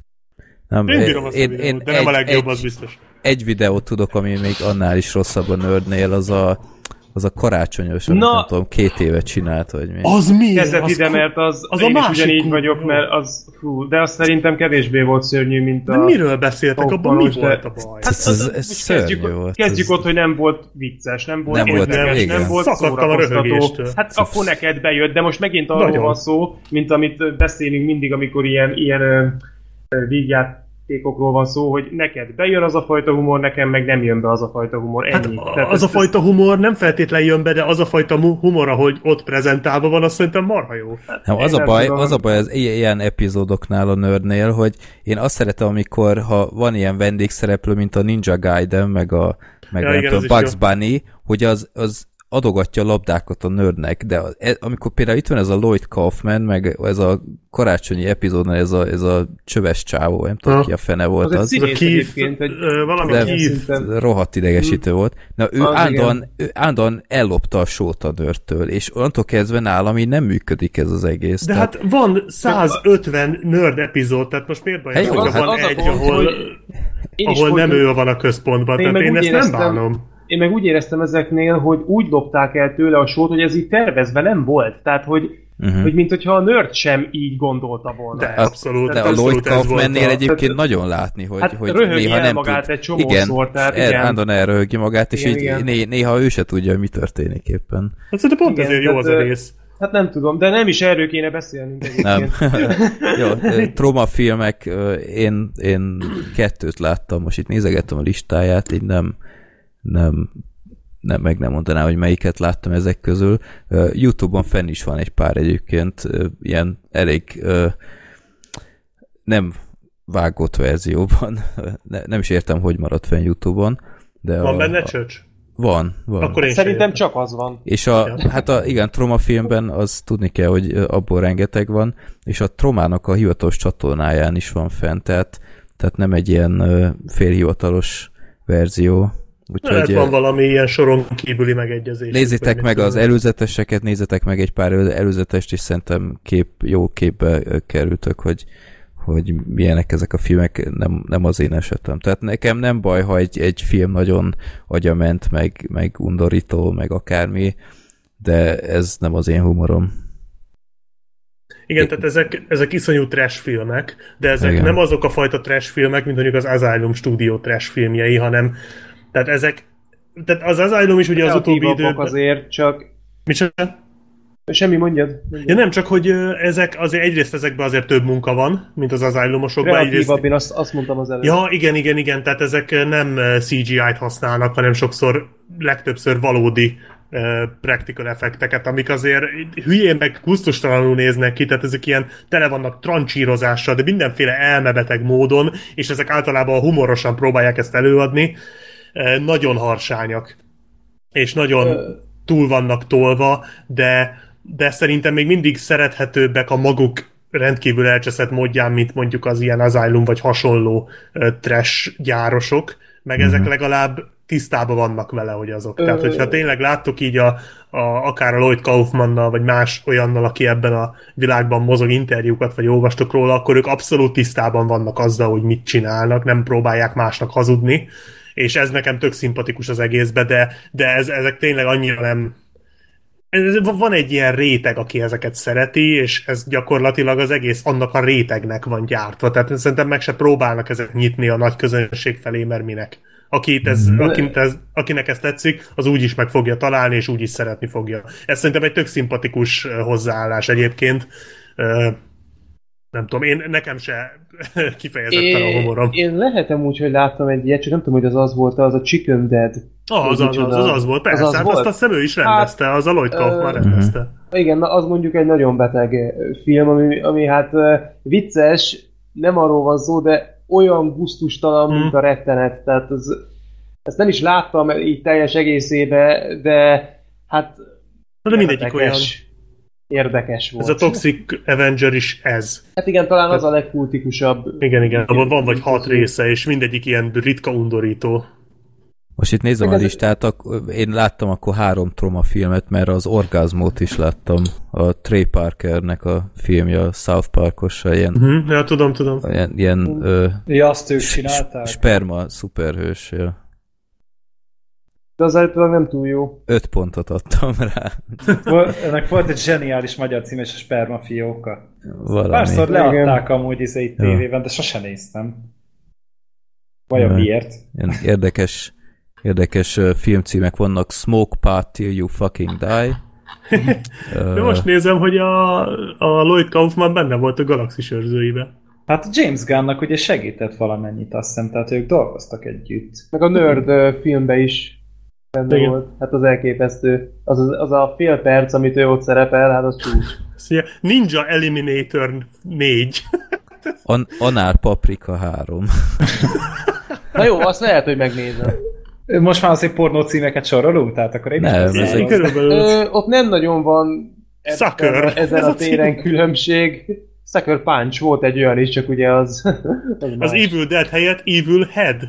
Speaker 2: Nem, én bírom azt én, a videót, én de nem egy, a legjobb, egy, az biztos.
Speaker 3: Egy videót tudok, ami még annál is rosszabb a nerdnél, az a az a karácsonyos, amit nem tudom, két évet csinált, vagy mi.
Speaker 2: Az mi?
Speaker 5: Kezdett az ide, mert az, az én is ugyanígy vagyok, mert az, fú, de az szerintem kevésbé volt szörnyű, mint a...
Speaker 2: De miről beszéltek? Abban mi de... volt a baj?
Speaker 3: Hát, az, az, ez szörnyű
Speaker 5: kezdjük,
Speaker 3: volt.
Speaker 5: Kezdjük ott, hogy nem volt vicces, nem volt
Speaker 3: nem
Speaker 5: érdekes,
Speaker 3: volt,
Speaker 5: nem volt szórakoztató. Hát akkor neked bejött, de most megint arról Nagyon. van szó, mint amit beszélünk mindig, amikor ilyen, ilyen vígját játékokról van szó, hogy neked bejön az a fajta humor, nekem meg nem jön be az a fajta humor. Ennyi.
Speaker 2: Hát Tehát az ez, a fajta humor nem feltétlenül jön be, de az a fajta humor, ahogy ott prezentálva van, azt szerintem marha jó.
Speaker 3: Nem, az, a baj, az a baj az ilyen epizódoknál a nerdnél, hogy én azt szeretem, amikor ha van ilyen vendégszereplő, mint a Ninja Gaiden, meg a meg ja, igen, tudom, Bugs Bunny, hogy az, az adogatja a labdákat a nerdnek, de amikor például itt van ez a Lloyd Kaufman, meg ez a karácsonyi epizódnál ez a, ez a csöves csávó, nem tudom, ki a fene volt az.
Speaker 5: Az egy színész egyébként,
Speaker 2: valami Keith.
Speaker 3: Rohadt idegesítő volt. Na, ő állandóan, ő állandóan ellopta a sót a nerdtől, és onnantól kezdve nálam így nem működik ez az egész.
Speaker 2: De
Speaker 3: tehát...
Speaker 2: hát van százötven nerd epizód, tehát most miért baj,
Speaker 3: hey,
Speaker 2: hogy
Speaker 3: hát
Speaker 2: van egy, pont, ahol, ahol nem ő van a központban,
Speaker 5: én
Speaker 2: tehát én ezt
Speaker 5: éreztem,
Speaker 2: nem bánom.
Speaker 5: Én meg úgy éreztem ezeknél, hogy úgy lopták el tőle a sót, hogy ez így tervezve nem volt. Tehát, hogy, uh-huh. hogy mint hogyha a nerd sem így gondolta volna.
Speaker 2: De abszolút.
Speaker 3: De a Lloyd Kaufmannél egyébként nagyon látni, hogy,
Speaker 5: hát
Speaker 3: hogy
Speaker 5: néha nem
Speaker 3: magát
Speaker 5: tud. Egy csomószor, tehát
Speaker 3: igen. Állandóan elröhögi magát, és igen, így igen. néha ő se tudja, hogy mi történik éppen.
Speaker 2: Hát szerintem pont igen, ezért jó az a rész.
Speaker 5: Hát nem tudom, de nem is erről kéne beszélnünk egyébként.
Speaker 3: Nem. Jó, traumafilmek, én, én kettőt láttam, most itt nézegettem a listáját, így nem nem, nem, meg nem mondanám, hogy melyiket láttam ezek közül. Uh, YouTube-on fenn is van egy pár egyébként, uh, ilyen elég uh, nem vágott verzióban. ne, nem is értem, hogy maradt fenn YouTube-on. De
Speaker 2: van
Speaker 3: a,
Speaker 2: benne csöcs?
Speaker 3: Van, van.
Speaker 5: Akkor én Szerintem csak az van.
Speaker 3: És a, hát a, igen, Troma filmben az tudni kell, hogy abból rengeteg van, és a Tromának a hivatalos csatornáján is van fent, tehát, tehát nem egy ilyen uh, félhivatalos verzió.
Speaker 2: Úgyhogy lehet van valami ilyen soron kívüli megegyezés.
Speaker 3: Nézzétek meg az előzeteseket, nézzetek meg egy pár előzetest, és szerintem kép, jó képbe kerültök, hogy, hogy milyenek ezek a filmek, nem, nem az én esetem. Tehát nekem nem baj, ha egy, egy film nagyon agyament, meg, meg undorító, meg akármi, de ez nem az én humorom.
Speaker 2: Igen, é- tehát ezek, ezek iszonyú trash filmek, de ezek igen. nem azok a fajta trash filmek, mint mondjuk az Asylum Studio trash filmjei, hanem tehát ezek, tehát az Asylum is ugye az utóbbi időben...
Speaker 5: azért, csak...
Speaker 2: Micsoda?
Speaker 5: Semmi, mondjad. mondjad.
Speaker 2: Ja nem, csak hogy ezek, azért egyrészt ezekben azért több munka van, mint az azylumosokban.
Speaker 5: Kreatívabb, egyrészt... én azt, azt mondtam az előtt.
Speaker 2: Ja, igen, igen, igen, tehát ezek nem cé gé í-t használnak, hanem sokszor, legtöbbször valódi uh, practical effekteket, amik azért hülyén meg gusztustalanul néznek ki, tehát ezek ilyen tele vannak trancsírozással, de mindenféle elmebeteg módon, és ezek általában humorosan próbálják ezt előadni. Uh, nagyon harsányak. És nagyon uh... túl vannak tolva, de de szerintem még mindig szerethetőbbek a maguk rendkívül elcseszett módján, mint mondjuk az ilyen Asylum vagy hasonló uh, trash gyárosok, meg mm-hmm. ezek legalább tisztában vannak vele, hogy azok. Ö... Tehát, hogyha tényleg láttok így a, a, akár a Lloyd Kaufmannal, vagy más olyannal, aki ebben a világban mozog, interjúkat, vagy olvastok róla, akkor ők abszolút tisztában vannak azzal, hogy mit csinálnak, nem próbálják másnak hazudni, és ez nekem tök szimpatikus az egészbe, de, de ez, ezek tényleg annyira nem... Van egy ilyen réteg, aki ezeket szereti, és ez gyakorlatilag az egész annak a rétegnek van gyártva. Tehát szerintem meg se próbálnak ezek nyitni a nagy közönség felé, mert minek. Akit ez, akinek, ez, akinek ez tetszik, az úgy is meg fogja találni, és úgy is szeretni fogja. Ez szerintem egy tök szimpatikus hozzáállás egyébként. Nem tudom, én nekem se kifejezetten a humorom.
Speaker 5: Én lehetem úgy, hogy láttam egy ilyet, csak nem tudom, hogy az az volt, az a Chicken Dead.
Speaker 2: Ah, az, az, az, az az volt, persze, az az hát volt? Azt a szemő is rendezte, hát, az a Lloyd Kaufman uh, rendezte.
Speaker 5: Igen, az mondjuk egy nagyon beteg film, ami, ami hát vicces, nem arról van szó, de olyan gusztustalan, hmm. mint a rettenet. Tehát az, ezt nem is láttam így teljes egészébe, de hát
Speaker 2: de mindegyik olyan
Speaker 5: érdekes volt.
Speaker 2: Ez a Toxic Avenger is ez.
Speaker 5: Hát igen, talán az a legkultikusabb.
Speaker 2: Igen, igen, abban van vagy hat része, és mindegyik ilyen ritka undorító.
Speaker 3: Most itt nézem a listát, én láttam akkor három Troma filmet, mert az Orgazmót is láttam, a Trey Parkernek a filmje, a South Parkos, ilyen...
Speaker 2: Uh-huh, ja, tudom, tudom.
Speaker 3: Ilyen, ilyen ö,
Speaker 4: ja, azt ők csinálták.
Speaker 3: Sperma szuperhős, ja.
Speaker 5: De az általában nem túl jó.
Speaker 3: Öt pontot adtam rá.
Speaker 4: Ennek volt egy zseniális magyar cím, és a Sperma fióka.
Speaker 3: Valami.
Speaker 4: Párszor leadták amúgy izé itt tévében, de sose néztem. Vajon miért?
Speaker 3: Ilyen érdekes, érdekes filmcímek vannak. Smoke Pot Till You Fucking Die.
Speaker 2: De most nézem, hogy a, a Lloyd Kaufman benne volt a Galaxis őrzőibe.
Speaker 4: Hát James Gunnnak ugye segített valamennyit, azt hiszem, tehát ők dolgoztak együtt.
Speaker 5: Meg a Nerd filmbe is benne igen. volt. Hát az elképesztő. Az, az, az a fél perc, amit ő ott szerepel, hát az csúcs.
Speaker 2: Ninja Eliminator négy.
Speaker 3: An- Anál Paprika három.
Speaker 5: Na jó, azt lehet, hogy megnézem.
Speaker 4: Most már azért pornó címeket sorolunk, tehát akkor én
Speaker 3: nem,
Speaker 4: is
Speaker 3: ez
Speaker 5: körülbelül... Ö, ott nem nagyon van
Speaker 2: Sucker.
Speaker 5: ezen a téren különbség. Sucker Punch volt egy olyan is, csak ugye az...
Speaker 2: az az Evil Dead helyett Evil Head.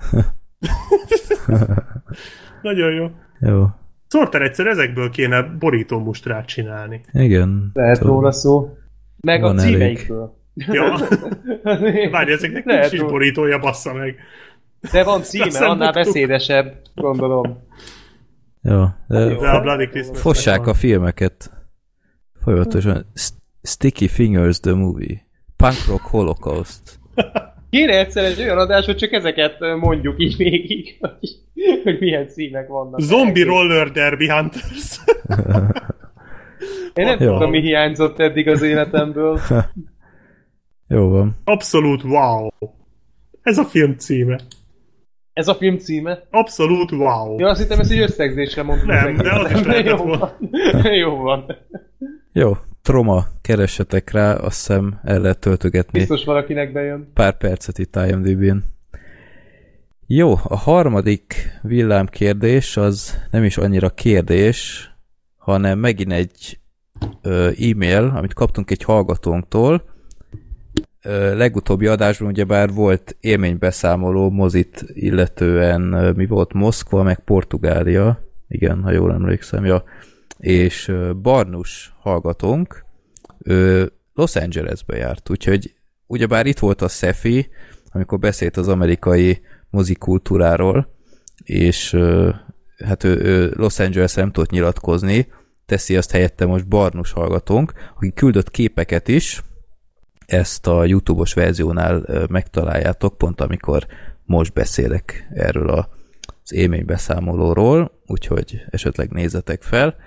Speaker 2: Nagyon jó.
Speaker 3: Jó.
Speaker 2: Sorter egyszer ezekből kéne borítómustrát csinálni.
Speaker 3: Igen.
Speaker 5: Lehet róla szó. Meg van a címeikből.
Speaker 2: Ja. Várj, ezeknek nincs is borítója, bassza meg.
Speaker 5: De van címe, annál beszédesebb, gondolom.
Speaker 3: Jó. De
Speaker 2: de a Bloody Christmas
Speaker 3: fossák a filmeket. Folyamatosan. Sticky Fingers the Movie. Punk Rock Holocaust.
Speaker 5: Kéne egyszer egy olyan adás, hogy csak ezeket mondjuk így végig, hogy, hogy milyen címek vannak.
Speaker 2: Zombie Roller Derby Hunters.
Speaker 5: Én nem jó. tudom, mi hiányzott eddig az életemből.
Speaker 3: Jó van.
Speaker 2: Abszolút wow. Ez a film címe.
Speaker 5: Ez a film címe?
Speaker 2: Abszolút wow.
Speaker 5: Ja, azt hittem, ezt így összegzésre mondtuk.
Speaker 2: Nem, de az is lehetett volna.
Speaker 5: Jó van.
Speaker 3: Jó. Troma, keressetek rá, azt hiszem el lehet töltögetni.
Speaker 5: Biztos valakinek bejön.
Speaker 3: Pár percet itt I M D B-n. Jó, a harmadik villámkérdés az nem is annyira kérdés, hanem megint egy ö, e-mail, amit kaptunk egy hallgatónktól. Ö, legutóbbi adásban ugyebár volt élménybeszámoló mozit illetően, ö, mi volt Moszkva, meg Portugália. Igen, ha jól emlékszem, ja. És Barnus hallgatónk, ő Los Angelesbe járt, úgyhogy ugyebár itt volt a Szefi, amikor beszélt az amerikai mozikultúráról, és hát ő, ő Los Angeles-re nem tudott nyilatkozni, teszi azt helyette most Barnus hallgatónk, aki küldött képeket is, ezt a YouTube-os verziónál megtaláljátok, pont amikor most beszélek erről az élménybeszámolóról, úgyhogy esetleg nézzetek fel.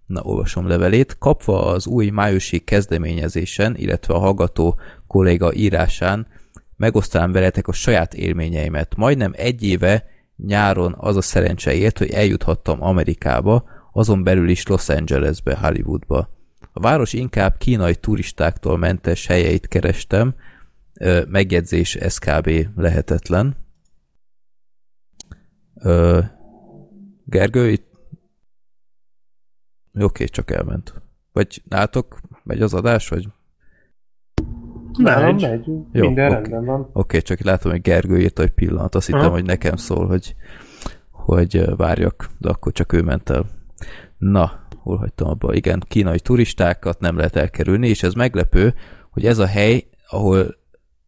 Speaker 3: Na, olvasom levelét. Kapva az új májusi kezdeményezésen, illetve a hallgató kolléga írásán megosztanám veletek a saját élményeimet. Majdnem egy éve nyáron az a szerencse ért, hogy eljuthattam Amerikába, azon belül is Los Angelesbe, Hollywoodba. A város inkább kínai turistáktól mentes helyeit kerestem, megjegyzés ez kb. Lehetetlen. Ö, Gergő, itt... Oké, csak elment. Vagy nálatok megy az adás, vagy...
Speaker 5: Nálam megy.
Speaker 3: Jó,
Speaker 5: Minden
Speaker 3: oké.
Speaker 5: rendben van.
Speaker 3: Oké, csak látom, hogy Gergő írta egy pillanat. Azt hittem,
Speaker 5: Aha.
Speaker 3: hogy nekem szól, hogy, hogy várjak, de akkor csak ő ment el. Na, hol hagytam abba? Igen, kínai turistákat nem lehet elkerülni, és ez meglepő, hogy ez a hely, ahol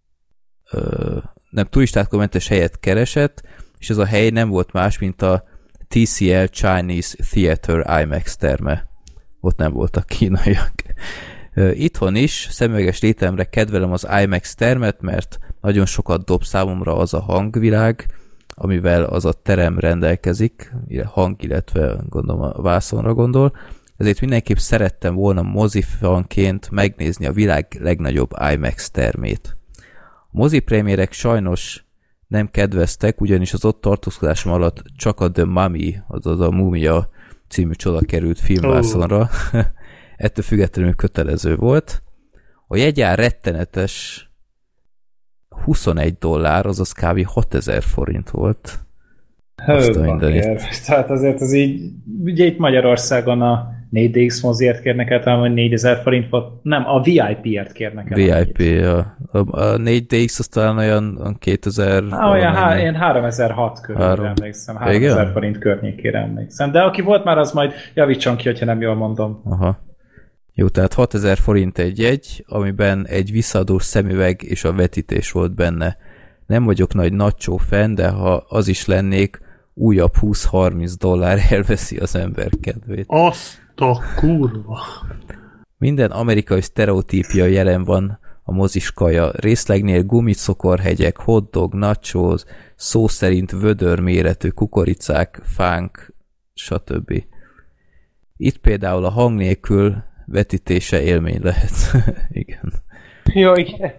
Speaker 3: ö, nem turistákkal mentes helyet keresett, és ez a hely nem volt más, mint a té cé el Chinese Theater IMAX terme. Ott nem voltak kínaiak. Itthon is szemüveges létemre kedvelem az IMAX termet, mert nagyon sokat dob számomra az a hangvilág, amivel az a terem rendelkezik, hang, illetve gondolom a vászonra gondol. Ezért mindenképp szerettem volna mozifanként megnézni a világ legnagyobb IMAX termét. A mozipremiérek sajnos nem kedveztek, ugyanis az ott tartózkodásom alatt csak a The Mummy, azaz a Mumia című csoda került filmvászonra. Oh. Ettől függetlenül kötelező volt. A jegyár rettenetes huszonegy dollár, azaz kb. hatezer forint volt.
Speaker 4: Hőbakér. Tehát azért az így, ugye itt Magyarországon a négy dé iksz moziért kérnek el, talán, hogy négyezer forint volt. Nem, a vé i pé-ért kérnek el.
Speaker 3: vé i pé, a, a, a négy dé iksz az talán olyan kétezer...
Speaker 4: Há, olyan há, én háromezer-hat körülre Három. emlékszem. háromezer forint környékére emlékszem. De aki volt már, az majd javítson ki, hogyha nem jól mondom.
Speaker 3: Aha. Jó, tehát hatezer forint egy jegy, amiben egy visszaadós szemüveg és a vetítés volt benne. Nem vagyok nagy nacho fan, de ha az is lennék, újabb húsz-harminc dollár elveszi az ember kedvét.
Speaker 2: Azt a kurva!
Speaker 3: Minden amerikai sztereotípia jelen van a mozis kaja. Részlegnél gumicukorhegyek, hotdog, nachos, szó szerint vödör méretű kukoricák, fánk, stb. Itt például a hang nélkül vetítése élmény lehet. Igen.
Speaker 5: Jó, igen.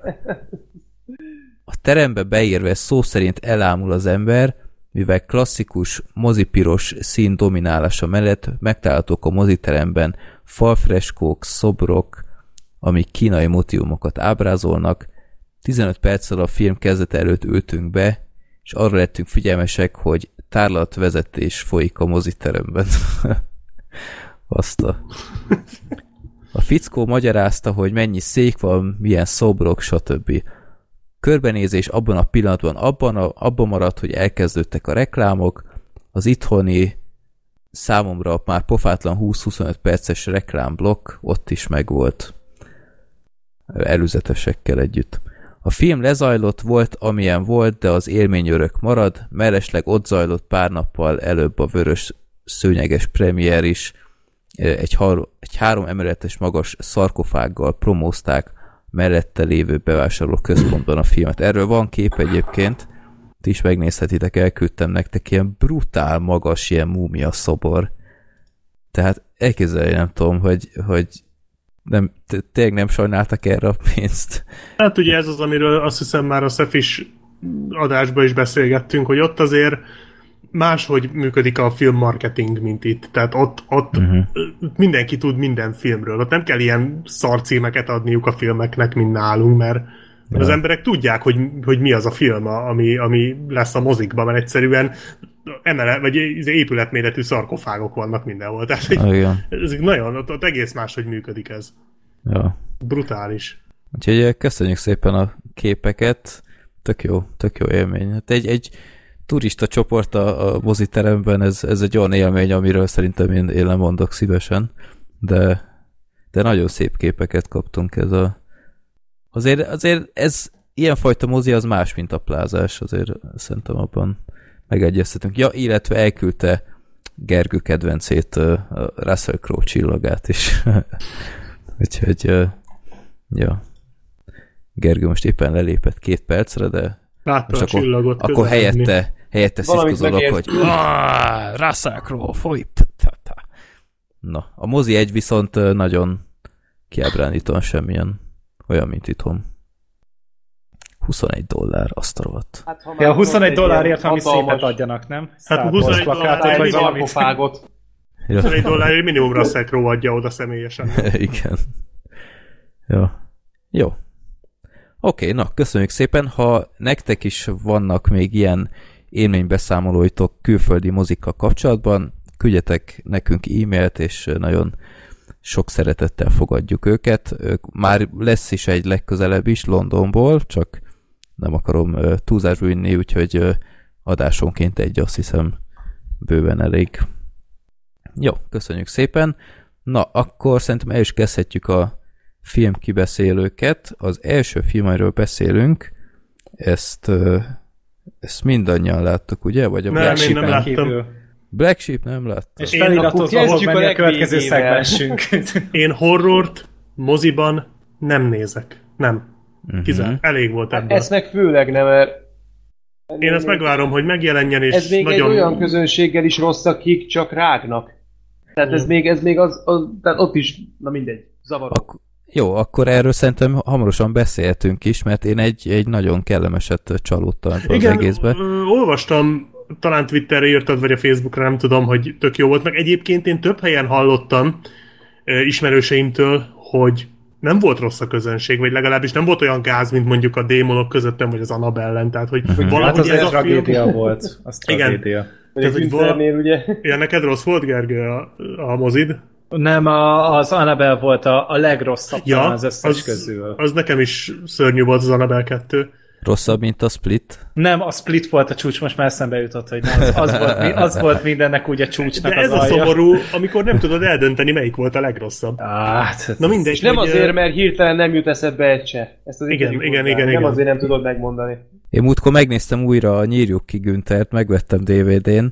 Speaker 3: A terembe beérve szó szerint elámul az ember, mivel klasszikus mozipiros szín dominálása mellett megtalálhatók a moziteremben falfreskók, szobrok, amik kínai motívumokat ábrázolnak. tizenöt perccel a film kezdete előtt ültünk be, és arra lettünk figyelmesek, hogy tárlatvezetés folyik a moziteremben. Azt a... A fickó magyarázta, hogy mennyi szék van, milyen szobrok, stb. Körbenézés abban a pillanatban abban, a, abban maradt, hogy elkezdődtek a reklámok, az itthoni számomra már pofátlan húsz-huszonöt perces reklámblokk ott is megvolt előzetesekkel együtt. A film lezajlott, volt amilyen volt, de az élmény örök marad, mellesleg ott zajlott pár nappal előbb a vörös szőnyeges premier is, egy, har- egy három emeletes magas szarkofággal promózták mellette lévő bevásárló központban a filmet. Erről van kép egyébként, ti is megnézhetitek, elküldtem nektek, ilyen brutál magas, ilyen múmia szobor. Tehát elképzelni nem tudom, hogy, hogy nem, tényleg nem sajnáltak erre a pénzt.
Speaker 2: Hát ugye ez az, amiről azt hiszem már a Szefis adásban is beszélgettünk, hogy ott azért máshogy működik a filmmarketing, mint itt. Tehát ott, ott uh-huh. mindenki tud minden filmről. Ott nem kell ilyen szarcímeket adniuk a filmeknek, mint nálunk, mert ja. az emberek tudják, hogy, hogy mi az a film, ami, ami lesz a mozikban, mert egyszerűen emele, vagy épületméretű szarkofágok vannak mindenhol. Tehát
Speaker 3: ah,
Speaker 2: ez nagyon, ott, ott egész máshogy működik ez.
Speaker 3: Ja.
Speaker 2: Brutális.
Speaker 3: Úgyhogy köszönjük szépen a képeket. Tök jó, tök jó élmény. Hát egy, egy turista csoport a, a moziteremben, ez, ez egy olyan élmény, amiről szerintem én, én nem mondok szívesen, de, de nagyon szép képeket kaptunk. Ez a, azért, azért ez ilyenfajta mozi az más, mint a plázás, azért szerintem abban megegyeztetünk. Ja, illetve elküldte Gergő kedvencét, a Russell Crowe csillagát is. Úgyhogy ja. Gergő most éppen lelépett két percre, de
Speaker 2: Látta a csillagot.
Speaker 3: Akkor helyette, helyette sziszkozolok, hogy Russell Crowe, folyt. Na, a mozi egy viszont nagyon kiábrándítóan semmilyen olyan, mint itthon. huszonegy dollár, azt a rovat.
Speaker 4: Hát, ja, huszonegy dollárért, ami szépet adjanak, nem?
Speaker 2: Hát huszonegy dollárért,
Speaker 4: vagy valamit.
Speaker 2: huszonegy dollárért minimum Russell Crowe adja oda személyesen.
Speaker 3: Igen. Jó. Jó. Oké, na, köszönjük szépen. Ha nektek is vannak még ilyen élménybeszámolóitok külföldi mozikkal kapcsolatban, küldjetek nekünk e-mailt, és nagyon sok szeretettel fogadjuk őket. Már lesz is egy legközelebb is Londonból, csak nem akarom túlzásba vinni, úgyhogy adásonként egy, azt hiszem, bőven elég. Jó, köszönjük szépen. Na, akkor szerintem el is kezdhetjük a filmkibeszélőket. Az első film, amiről beszélünk, ezt, ezt mindannyian láttuk, ugye? Vagy a
Speaker 2: nem,
Speaker 3: Black
Speaker 2: én nem láttam.
Speaker 3: Black Sheep nem lát.
Speaker 4: És feliratozva fog menni a következő szegmensünk.
Speaker 2: Én horrort moziban nem nézek. Nem. Uh-huh. Kizár. Elég volt ebből.
Speaker 5: Ez meg főleg nem, mert...
Speaker 2: Én ezt megvárom, hogy megjelenjen, és
Speaker 5: ez még
Speaker 2: nagyon...
Speaker 5: egy olyan közönséggel is rossz, akik csak rágnak. Tehát ez még, ez még az, az tehát ott is, na mindegy, zavaró.
Speaker 3: Ak- jó, akkor erről szerintem hamarosan beszélhetünk is, mert én egy, egy nagyon kellemeset csalódtam az
Speaker 2: Igen,
Speaker 3: egészbe.
Speaker 2: Ö, olvastam, talán Twitterre írtad, vagy a Facebookra, nem tudom, hogy tök jó volt. Meg egyébként én több helyen hallottam ö, ismerőseimtől, hogy nem volt rossz a közönség, vagy legalábbis nem volt olyan gáz, mint mondjuk a démonok közöttem, vagy az Annabellen, tehát hogy
Speaker 4: uh-huh.
Speaker 2: valahogy
Speaker 4: hát az
Speaker 2: ez a
Speaker 4: tragédia
Speaker 2: film...
Speaker 4: volt. Az tragédia.
Speaker 2: Tehát, hogy vala... ugye? Ja, neked rossz volt, Gergő, a, a mozid?
Speaker 4: Nem, a, az Annabelle volt a, a legrosszabb
Speaker 2: ja,
Speaker 4: az összes
Speaker 2: az,
Speaker 4: közül.
Speaker 2: Az nekem is szörnyű volt az Annabelle kettő.
Speaker 3: Rosszabb, mint a Split?
Speaker 4: Nem, a Split volt a csúcs, most már eszembe jutott, hogy nem, az, az, volt, az volt mindennek úgy a csúcsnak.
Speaker 2: De ez
Speaker 4: az
Speaker 2: a szomorú, amikor nem tudod eldönteni, melyik volt a legrosszabb.
Speaker 4: Hát,
Speaker 2: na mindegy.
Speaker 5: És nem
Speaker 2: hogy,
Speaker 5: azért, mert hirtelen nem jut eszedbe egy se. Ezt az
Speaker 2: igen, igen, igen, igen,
Speaker 5: nem
Speaker 2: igen.
Speaker 5: azért nem tudod megmondani.
Speaker 3: Én múltkor megnéztem újra a Nyírjuk ki Güntert, megvettem dé vé dén,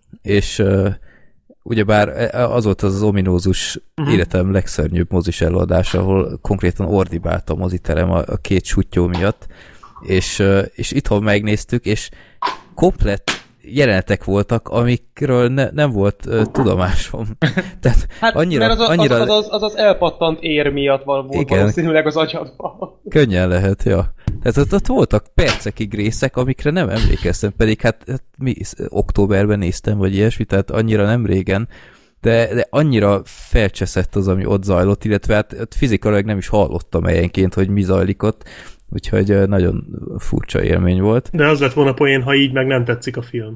Speaker 3: és uh, ugyebár az volt az, az ominózus uh-huh. életem legszörnyűbb mozis előadás, ahol konkrétan ordibált a moziterem a, a két sutyó miatt, és, uh, és itthon megnéztük, és komplett jelenetek voltak, amikről ne, nem volt uh, tudomásom. Tehát
Speaker 5: hát,
Speaker 3: annyira,
Speaker 5: mert az,
Speaker 3: annyira...
Speaker 5: az, az, az az elpattant ér miatt van, volt
Speaker 3: igen.
Speaker 5: Valószínűleg az agyadban.
Speaker 3: Könnyen lehet, ja. Tehát ott, ott voltak percekig részek, amikre nem emlékeztem, pedig hát, hát mi októberben néztem, vagy ilyesmi, tehát annyira nem régen, de, de annyira felcseszett az, ami ott zajlott, illetve hát, hát fizikailag nem is hallottam helyenként, hogy mi zajlik ott, úgyhogy nagyon furcsa élmény volt.
Speaker 2: De az lett volna poén, ha így meg nem tetszik a film.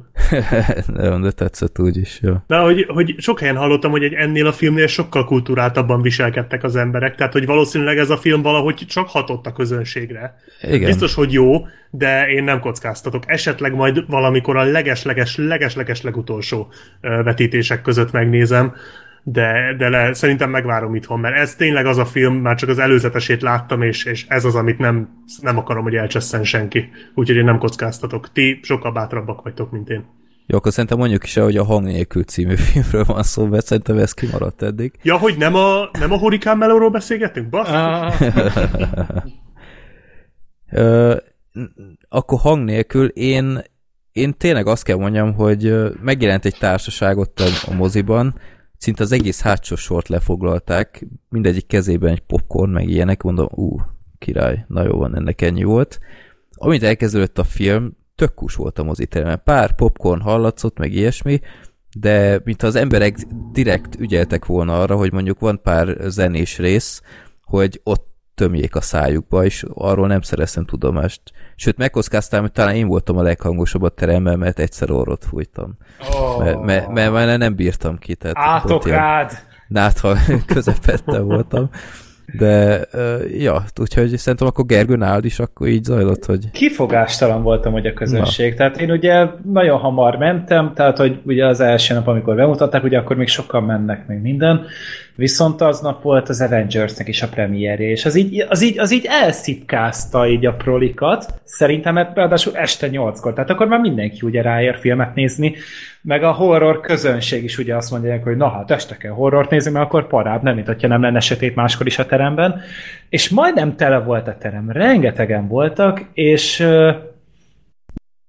Speaker 3: Nem, de tetszett úgyis, jó.
Speaker 2: De hogy, hogy sok helyen hallottam, hogy egy ennél a filmnél sokkal kultúráltabban viselkedtek az emberek, tehát hogy valószínűleg ez a film valahogy csak hatott a közönségre.
Speaker 3: Igen.
Speaker 2: Biztos, hogy jó, de én nem kockáztatok. Esetleg majd valamikor a leges-leges, leges-leges legutolsó vetítések között megnézem, de, de le, szerintem megvárom itthon, mert ez tényleg az a film, már csak az előzetesét láttam, és, és ez az, amit nem, nem akarom, hogy elcsesszen senki. Úgyhogy én nem kockáztatok. Ti sokkal bátrabbak vagytok, mint én.
Speaker 3: Jó, akkor szerintem mondjuk is el, hogy a Hang nélkül című filmről van szó, mert szerintem ez kimaradt eddig.
Speaker 2: Ja, hogy nem a, nem a Hurricane Melóról beszélgetünk? Basszus!
Speaker 3: Akkor Hang nélkül én, én tényleg azt kell mondjam, hogy megjelent egy társaság ott a moziban, szinte az egész hátsó sort lefoglalták, mindegyik kezében egy popcorn, meg ilyenek, mondom, ú, király, na jó van, ennek ennyi volt. Amint elkezdődött a film, tök kus volt a moziteremben. Pár popcorn hallatszott, meg ilyesmi, de mintha az emberek direkt ügyeltek volna arra, hogy mondjuk van pár zenés rész, hogy ott tömjék a szájukba, és arról nem szereztem tudomást. Sőt, megkockáztam, hogy talán én voltam a leghangosabb a teremben, mert egyszer orrot fújtam. Oh. Mert me, me, me, nem bírtam ki.
Speaker 4: Átok rád!
Speaker 3: Nátha közepette voltam. De, uh, ja, úgyhogy szerintem akkor Gergő nálad is akkor így zajlott, hogy...
Speaker 4: Kifogástalan voltam, hogy a közönség. Na. Tehát én ugye nagyon hamar mentem, tehát hogy ugye az első nap, amikor bemutatták, ugye akkor még sokan mennek, még minden. Viszont aznap volt az Avengersnek is a premierje, és az így, az így, az így elszipkázta így a prolikat. Szerintem ráadásul este nyolckor, tehát akkor már mindenki ugye ráér filmet nézni, meg a horror közönség is ugye azt mondják, hogy na hát este kell horrort nézni, mert akkor parább, nem, mint hogyha nem lenne sötét máskor is a teremben. És majdnem tele volt a terem, rengetegen voltak, és uh,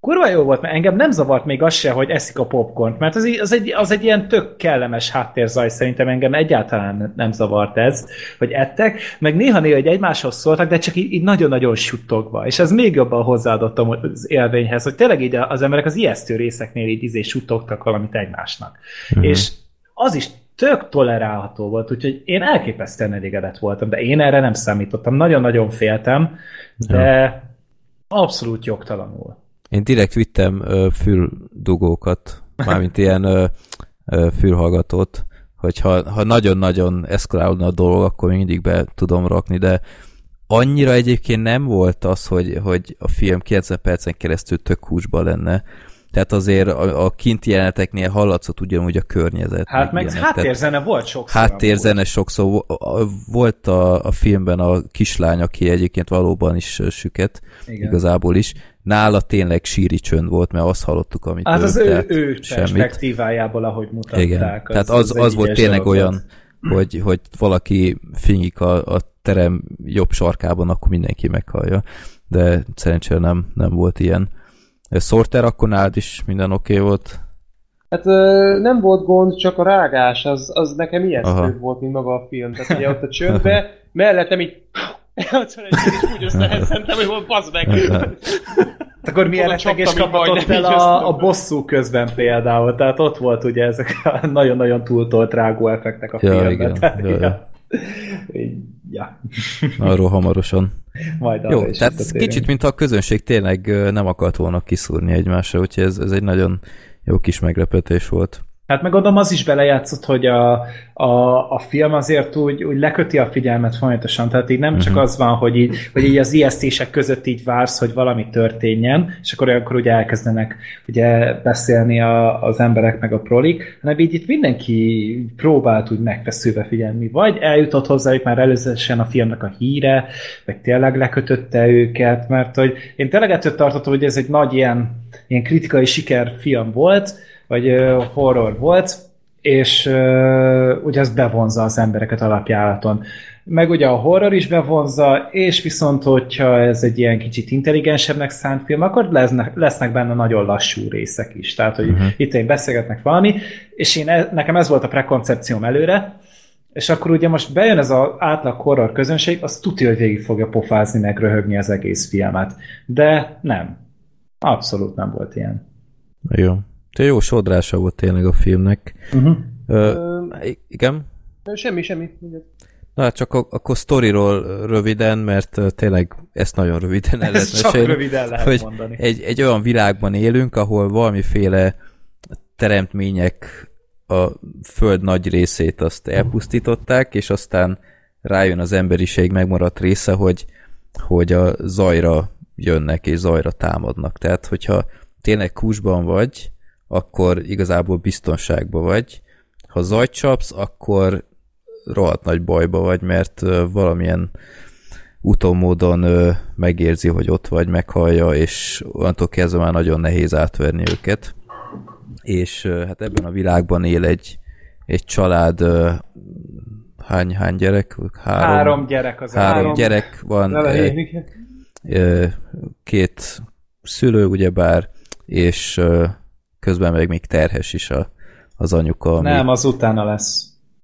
Speaker 4: kurva jó volt, mert engem nem zavart még az se, hogy eszik a popcornt, mert az, az, egy, az egy ilyen tök kellemes háttérzaj, szerintem engem egyáltalán nem zavart ez, hogy ettek, meg néha-néha egy egymáshoz szóltak, de csak így, így nagyon-nagyon suttogva, és ez még jobban hozzáadottam az élvényhez, hogy tényleg így az emberek az ijesztő részeknél így izé suttogtak valamit egymásnak. Mm-hmm. És az is tök tolerálható volt, úgyhogy én elképesztően elégedett voltam, de én erre nem számítottam. Nagyon-nagyon féltem, de ja. abszolút jogtalanul.
Speaker 3: Én direkt vittem ö, füldugókat, mármint ilyen ö, ö, fülhallgatót, hogyha ha nagyon-nagyon eszkalálódna a dolog, akkor mindig be tudom rakni, de annyira egyébként nem volt az, hogy, hogy a film kilencven percen keresztül tök húsba lenne. Tehát azért a, a kinti jeleneteknél hallatszott ugyanúgy a környezet.
Speaker 4: Hát meg háttérzene volt sokszor.
Speaker 3: Háttérzene sokszor. Volt a, a filmben a kislány, aki egyébként valóban is süket, igen. Igazából is. Nála tényleg síri csönd volt, mert azt hallottuk, amit
Speaker 4: hát
Speaker 3: ő,
Speaker 4: az ő, ő perspektívájából, ahogy mutatták.
Speaker 3: Igen.
Speaker 4: Az,
Speaker 3: tehát az, az, az volt tényleg olyan, hogy, hogy valaki fingik a, a terem jobb sarkában, akkor mindenki meghallja. De szerencsére nem, nem volt ilyen. Sorter, akkor nálad is minden oké okay volt?
Speaker 5: Hát ö, nem volt gond, csak a rágás, az, az nekem ijesztő volt, mint maga a film. Tehát ugye ott a csöndbe, mellettem így és úgy összehesszentem, hogy volt bazd meg.
Speaker 4: Akkor milyen rettegés kaphatott el a, a bosszú közben például, tehát ott volt ugye ezek a nagyon-nagyon túltolt rágó effektek a filmben. Ja, igen. Tehát, ja, ja. Ja.
Speaker 3: Arról hamarosan.
Speaker 4: Majd
Speaker 3: jó, tehát kicsit, mint a közönség tényleg nem akart volna kiszúrni egymásra, úgyhogy ez, ez egy nagyon jó kis meglepetés volt.
Speaker 4: Hát meg gondolom az is belejátszott, hogy a, a, a film azért úgy, úgy leköti a figyelmet folyamatosan, tehát így nem uh-huh. csak az van, hogy így, hogy így az ijesztések között így vársz, hogy valami történjen, és akkor olyankor ugye elkezdenek ugye beszélni a, az emberek meg a prolik, hanem így itt mindenki próbált úgy megfeszülve figyelni, vagy eljutott hozzájuk már előzetesen a filmnek a híre, vagy tényleg lekötötte őket, mert hogy én tényleg ettől tartottam, hogy ez egy nagy ilyen, ilyen kritikai sikerfilm volt, vagy uh, horror volt, és uh, ugye az bevonza az embereket alapjáraton. Meg ugye a horror is bevonza, és viszont, hogyha ez egy ilyen kicsit intelligensebbnek szánt film, akkor lesznek, lesznek benne nagyon lassú részek is. Tehát, hogy uh-huh. itt én beszélgetnek valami, és én, nekem ez volt a prekoncepcióm előre, és akkor ugye most bejön ez az átlag horror közönség, az tudja, hogy végig fogja pofázni, meg röhögni az egész filmet. De nem. Abszolút nem volt ilyen.
Speaker 3: Jó. Te jó sodrása volt tényleg a filmnek. Uh-huh. Ö, igen?
Speaker 5: Semmi, semmi.
Speaker 3: Na hát csak akkor sztoriról röviden, mert tényleg ezt nagyon röviden el lehet mesélni.
Speaker 4: Csak röviden lehet hogy mondani.
Speaker 3: Egy, egy olyan világban élünk, ahol valamiféle teremtmények a föld nagy részét azt elpusztították, és aztán rájön az emberiség megmaradt része, hogy, hogy a zajra jönnek és zajra támadnak. Tehát, hogyha tényleg kúsban vagy, akkor igazából biztonságban vagy. Ha zajt csapsz, akkor rohadt nagy bajba vagy, mert valamilyen úton, módon megérzi, hogy ott vagy, meghallja, és onnantól kezdve már nagyon nehéz átverni őket. És hát ebben a világban él egy, egy család, hány, hány gyerek?
Speaker 4: Három, három gyerek az
Speaker 3: három, három gyerek van. Két szülő, ugyebár, és közben meg még terhes is a, az anyuka. Ami...
Speaker 4: Nem, az utána lesz.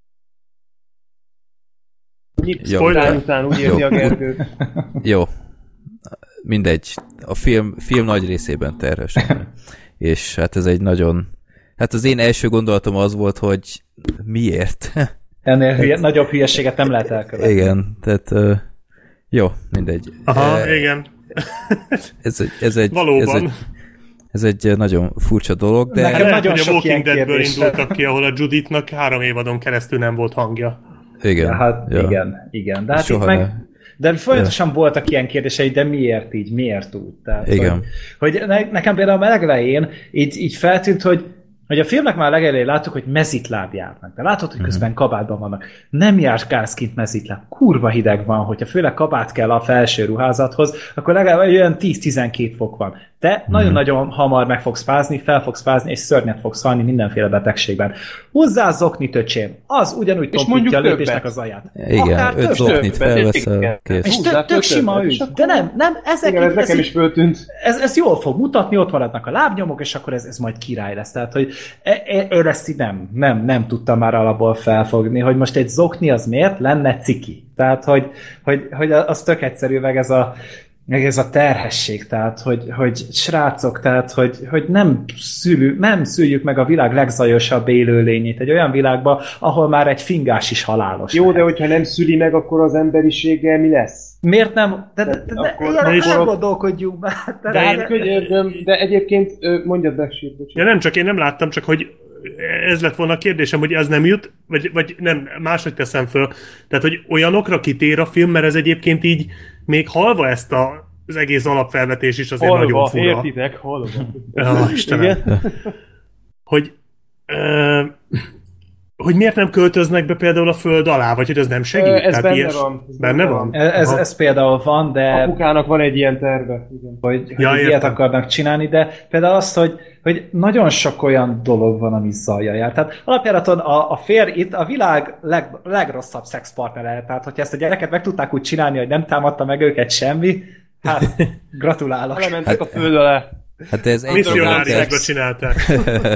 Speaker 5: Spoiler után úgy érzi a Gergő.
Speaker 3: Jó. Mindegy. A film, film nagy részében terhes. És hát ez egy nagyon... Hát az én első gondolatom az volt, hogy miért?
Speaker 4: Ennél hülye, nagyobb hülyeséget nem lehet elkövetni.
Speaker 3: Igen, tehát uh, jó, mindegy.
Speaker 2: Aha, uh, igen.
Speaker 3: Ez egy, ez egy,
Speaker 2: Valóban.
Speaker 3: Ez egy, ez egy nagyon furcsa dolog, de...
Speaker 2: Nekem lehet, nagyon hogy a Walking Deadből indultak ki, ahol a Judithnak három évadon keresztül nem volt hangja.
Speaker 3: Igen.
Speaker 4: Ja, hát ja. igen, igen. De hát itt meg... De folyamatosan ja. voltak ilyen kérdései, de miért így, miért úgy? Tehát,
Speaker 3: igen.
Speaker 4: Hogy, hogy ne, nekem például a legelején így, így feltűnt, hogy hogy a filmnek már legelején láttuk, hogy mezitláb járnak. De látod, hogy közben kabátban vannak. Nem járkálsz kint mezitláb. Kurva hideg van, hogyha főleg kabát kell a felső ruházathoz, akkor legalább olyan tíz-tizenkét fok van. te hmm. nagyon-nagyon hamar meg fogsz fázni, fel fogsz fázni, és szörnyet fogsz halni mindenféle betegségben. Hozzá zoknit, öcsém, az ugyanúgy tompítja a lépésnek az aját.
Speaker 3: Igen, öt zoknit felveszel, kész.
Speaker 4: És tök, tök sima ügy, de nem, nem, ezek...
Speaker 5: Igen, ez nekem is föltűnt.
Speaker 4: Ez, ez jól fog mutatni, ott maradnak a lábnyomok, és akkor ez, ez majd király lesz. Tehát, hogy én ezt így nem, nem, nem tudtam már alapból felfogni, hogy most egy zokni az miért lenne ciki. Tehát, hogy, hogy, hogy az tök egyszerű, meg ez a meg ez a terhesség, tehát, hogy, hogy srácok, tehát, hogy, hogy nem, szülő, nem szüljük meg a világ legzajosabb élőlényét egy olyan világba, ahol már egy fingás is halálos.
Speaker 5: Jó, lehet. De hogyha nem szüli meg, akkor az emberiséggel mi lesz?
Speaker 4: Miért nem? De, de, de, de akkor, ilyen nem gondolkodjunk már.
Speaker 5: De, de, hát, de, de egyébként mondjad be, sírt,
Speaker 2: ja, nem, csak én nem láttam, csak hogy ez lett volna a kérdésem, hogy ez nem jut, vagy, vagy nem, máshogy teszem föl. Tehát, hogy olyanokra kitér a film, mert ez egyébként így még halva ezt a, az egész alapfelvetés is azért halva, nagyon fura.
Speaker 5: Értitek, halva.
Speaker 2: Ja, Istenem. Hogy, ö, hogy miért nem költöznek be például a föld alá, vagy hogy ez nem segít?
Speaker 5: Ez
Speaker 2: Tehát
Speaker 5: benne
Speaker 2: ilyes,
Speaker 5: van. Ez
Speaker 2: benne van?
Speaker 4: van? Ez, ez például van, de...
Speaker 5: Apukának van egy ilyen terve. Igen.
Speaker 4: Hogy, ja, hogy ilyet akarnak csinálni, de például az, hogy, hogy nagyon sok olyan dolog van, ami zajjal jár. Tehát alapjáraton a, a férj itt a világ leg, legrosszabb szexpartnere. Tehát, hogyha ezt a gyereket meg tudták úgy csinálni, hogy nem támadta meg őket semmi, hát gratulálok.
Speaker 5: Elementek a föld alá.
Speaker 3: Hát ez egy
Speaker 2: misszionáriákba csinálták.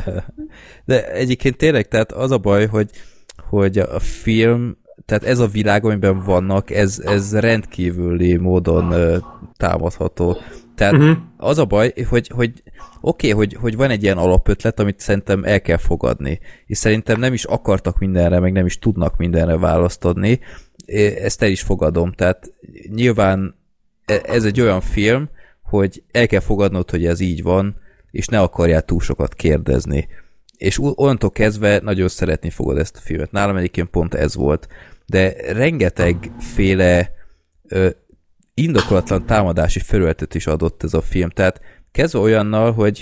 Speaker 3: De egyébként tényleg, tehát az a baj, hogy, hogy a film, tehát ez a világ, amiben vannak, ez, ez rendkívüli módon uh, támadható. Tehát uh-huh. az a baj, hogy, hogy oké, okay, hogy, hogy van egy ilyen alapötlet, amit szerintem el kell fogadni. És szerintem nem is akartak mindenre, meg nem is tudnak mindenre választ adni. Ezt el is fogadom. Tehát nyilván ez egy olyan film, hogy el kell fogadnod, hogy ez így van, és ne akarjál túl sokat kérdezni. És onnantól kezdve nagyon szeretni fogod ezt a filmet. Nálam egyébként pont ez volt. De rengetegféle ö, indokolatlan támadási felületet is adott ez a film. Tehát kezdve olyannal, hogy,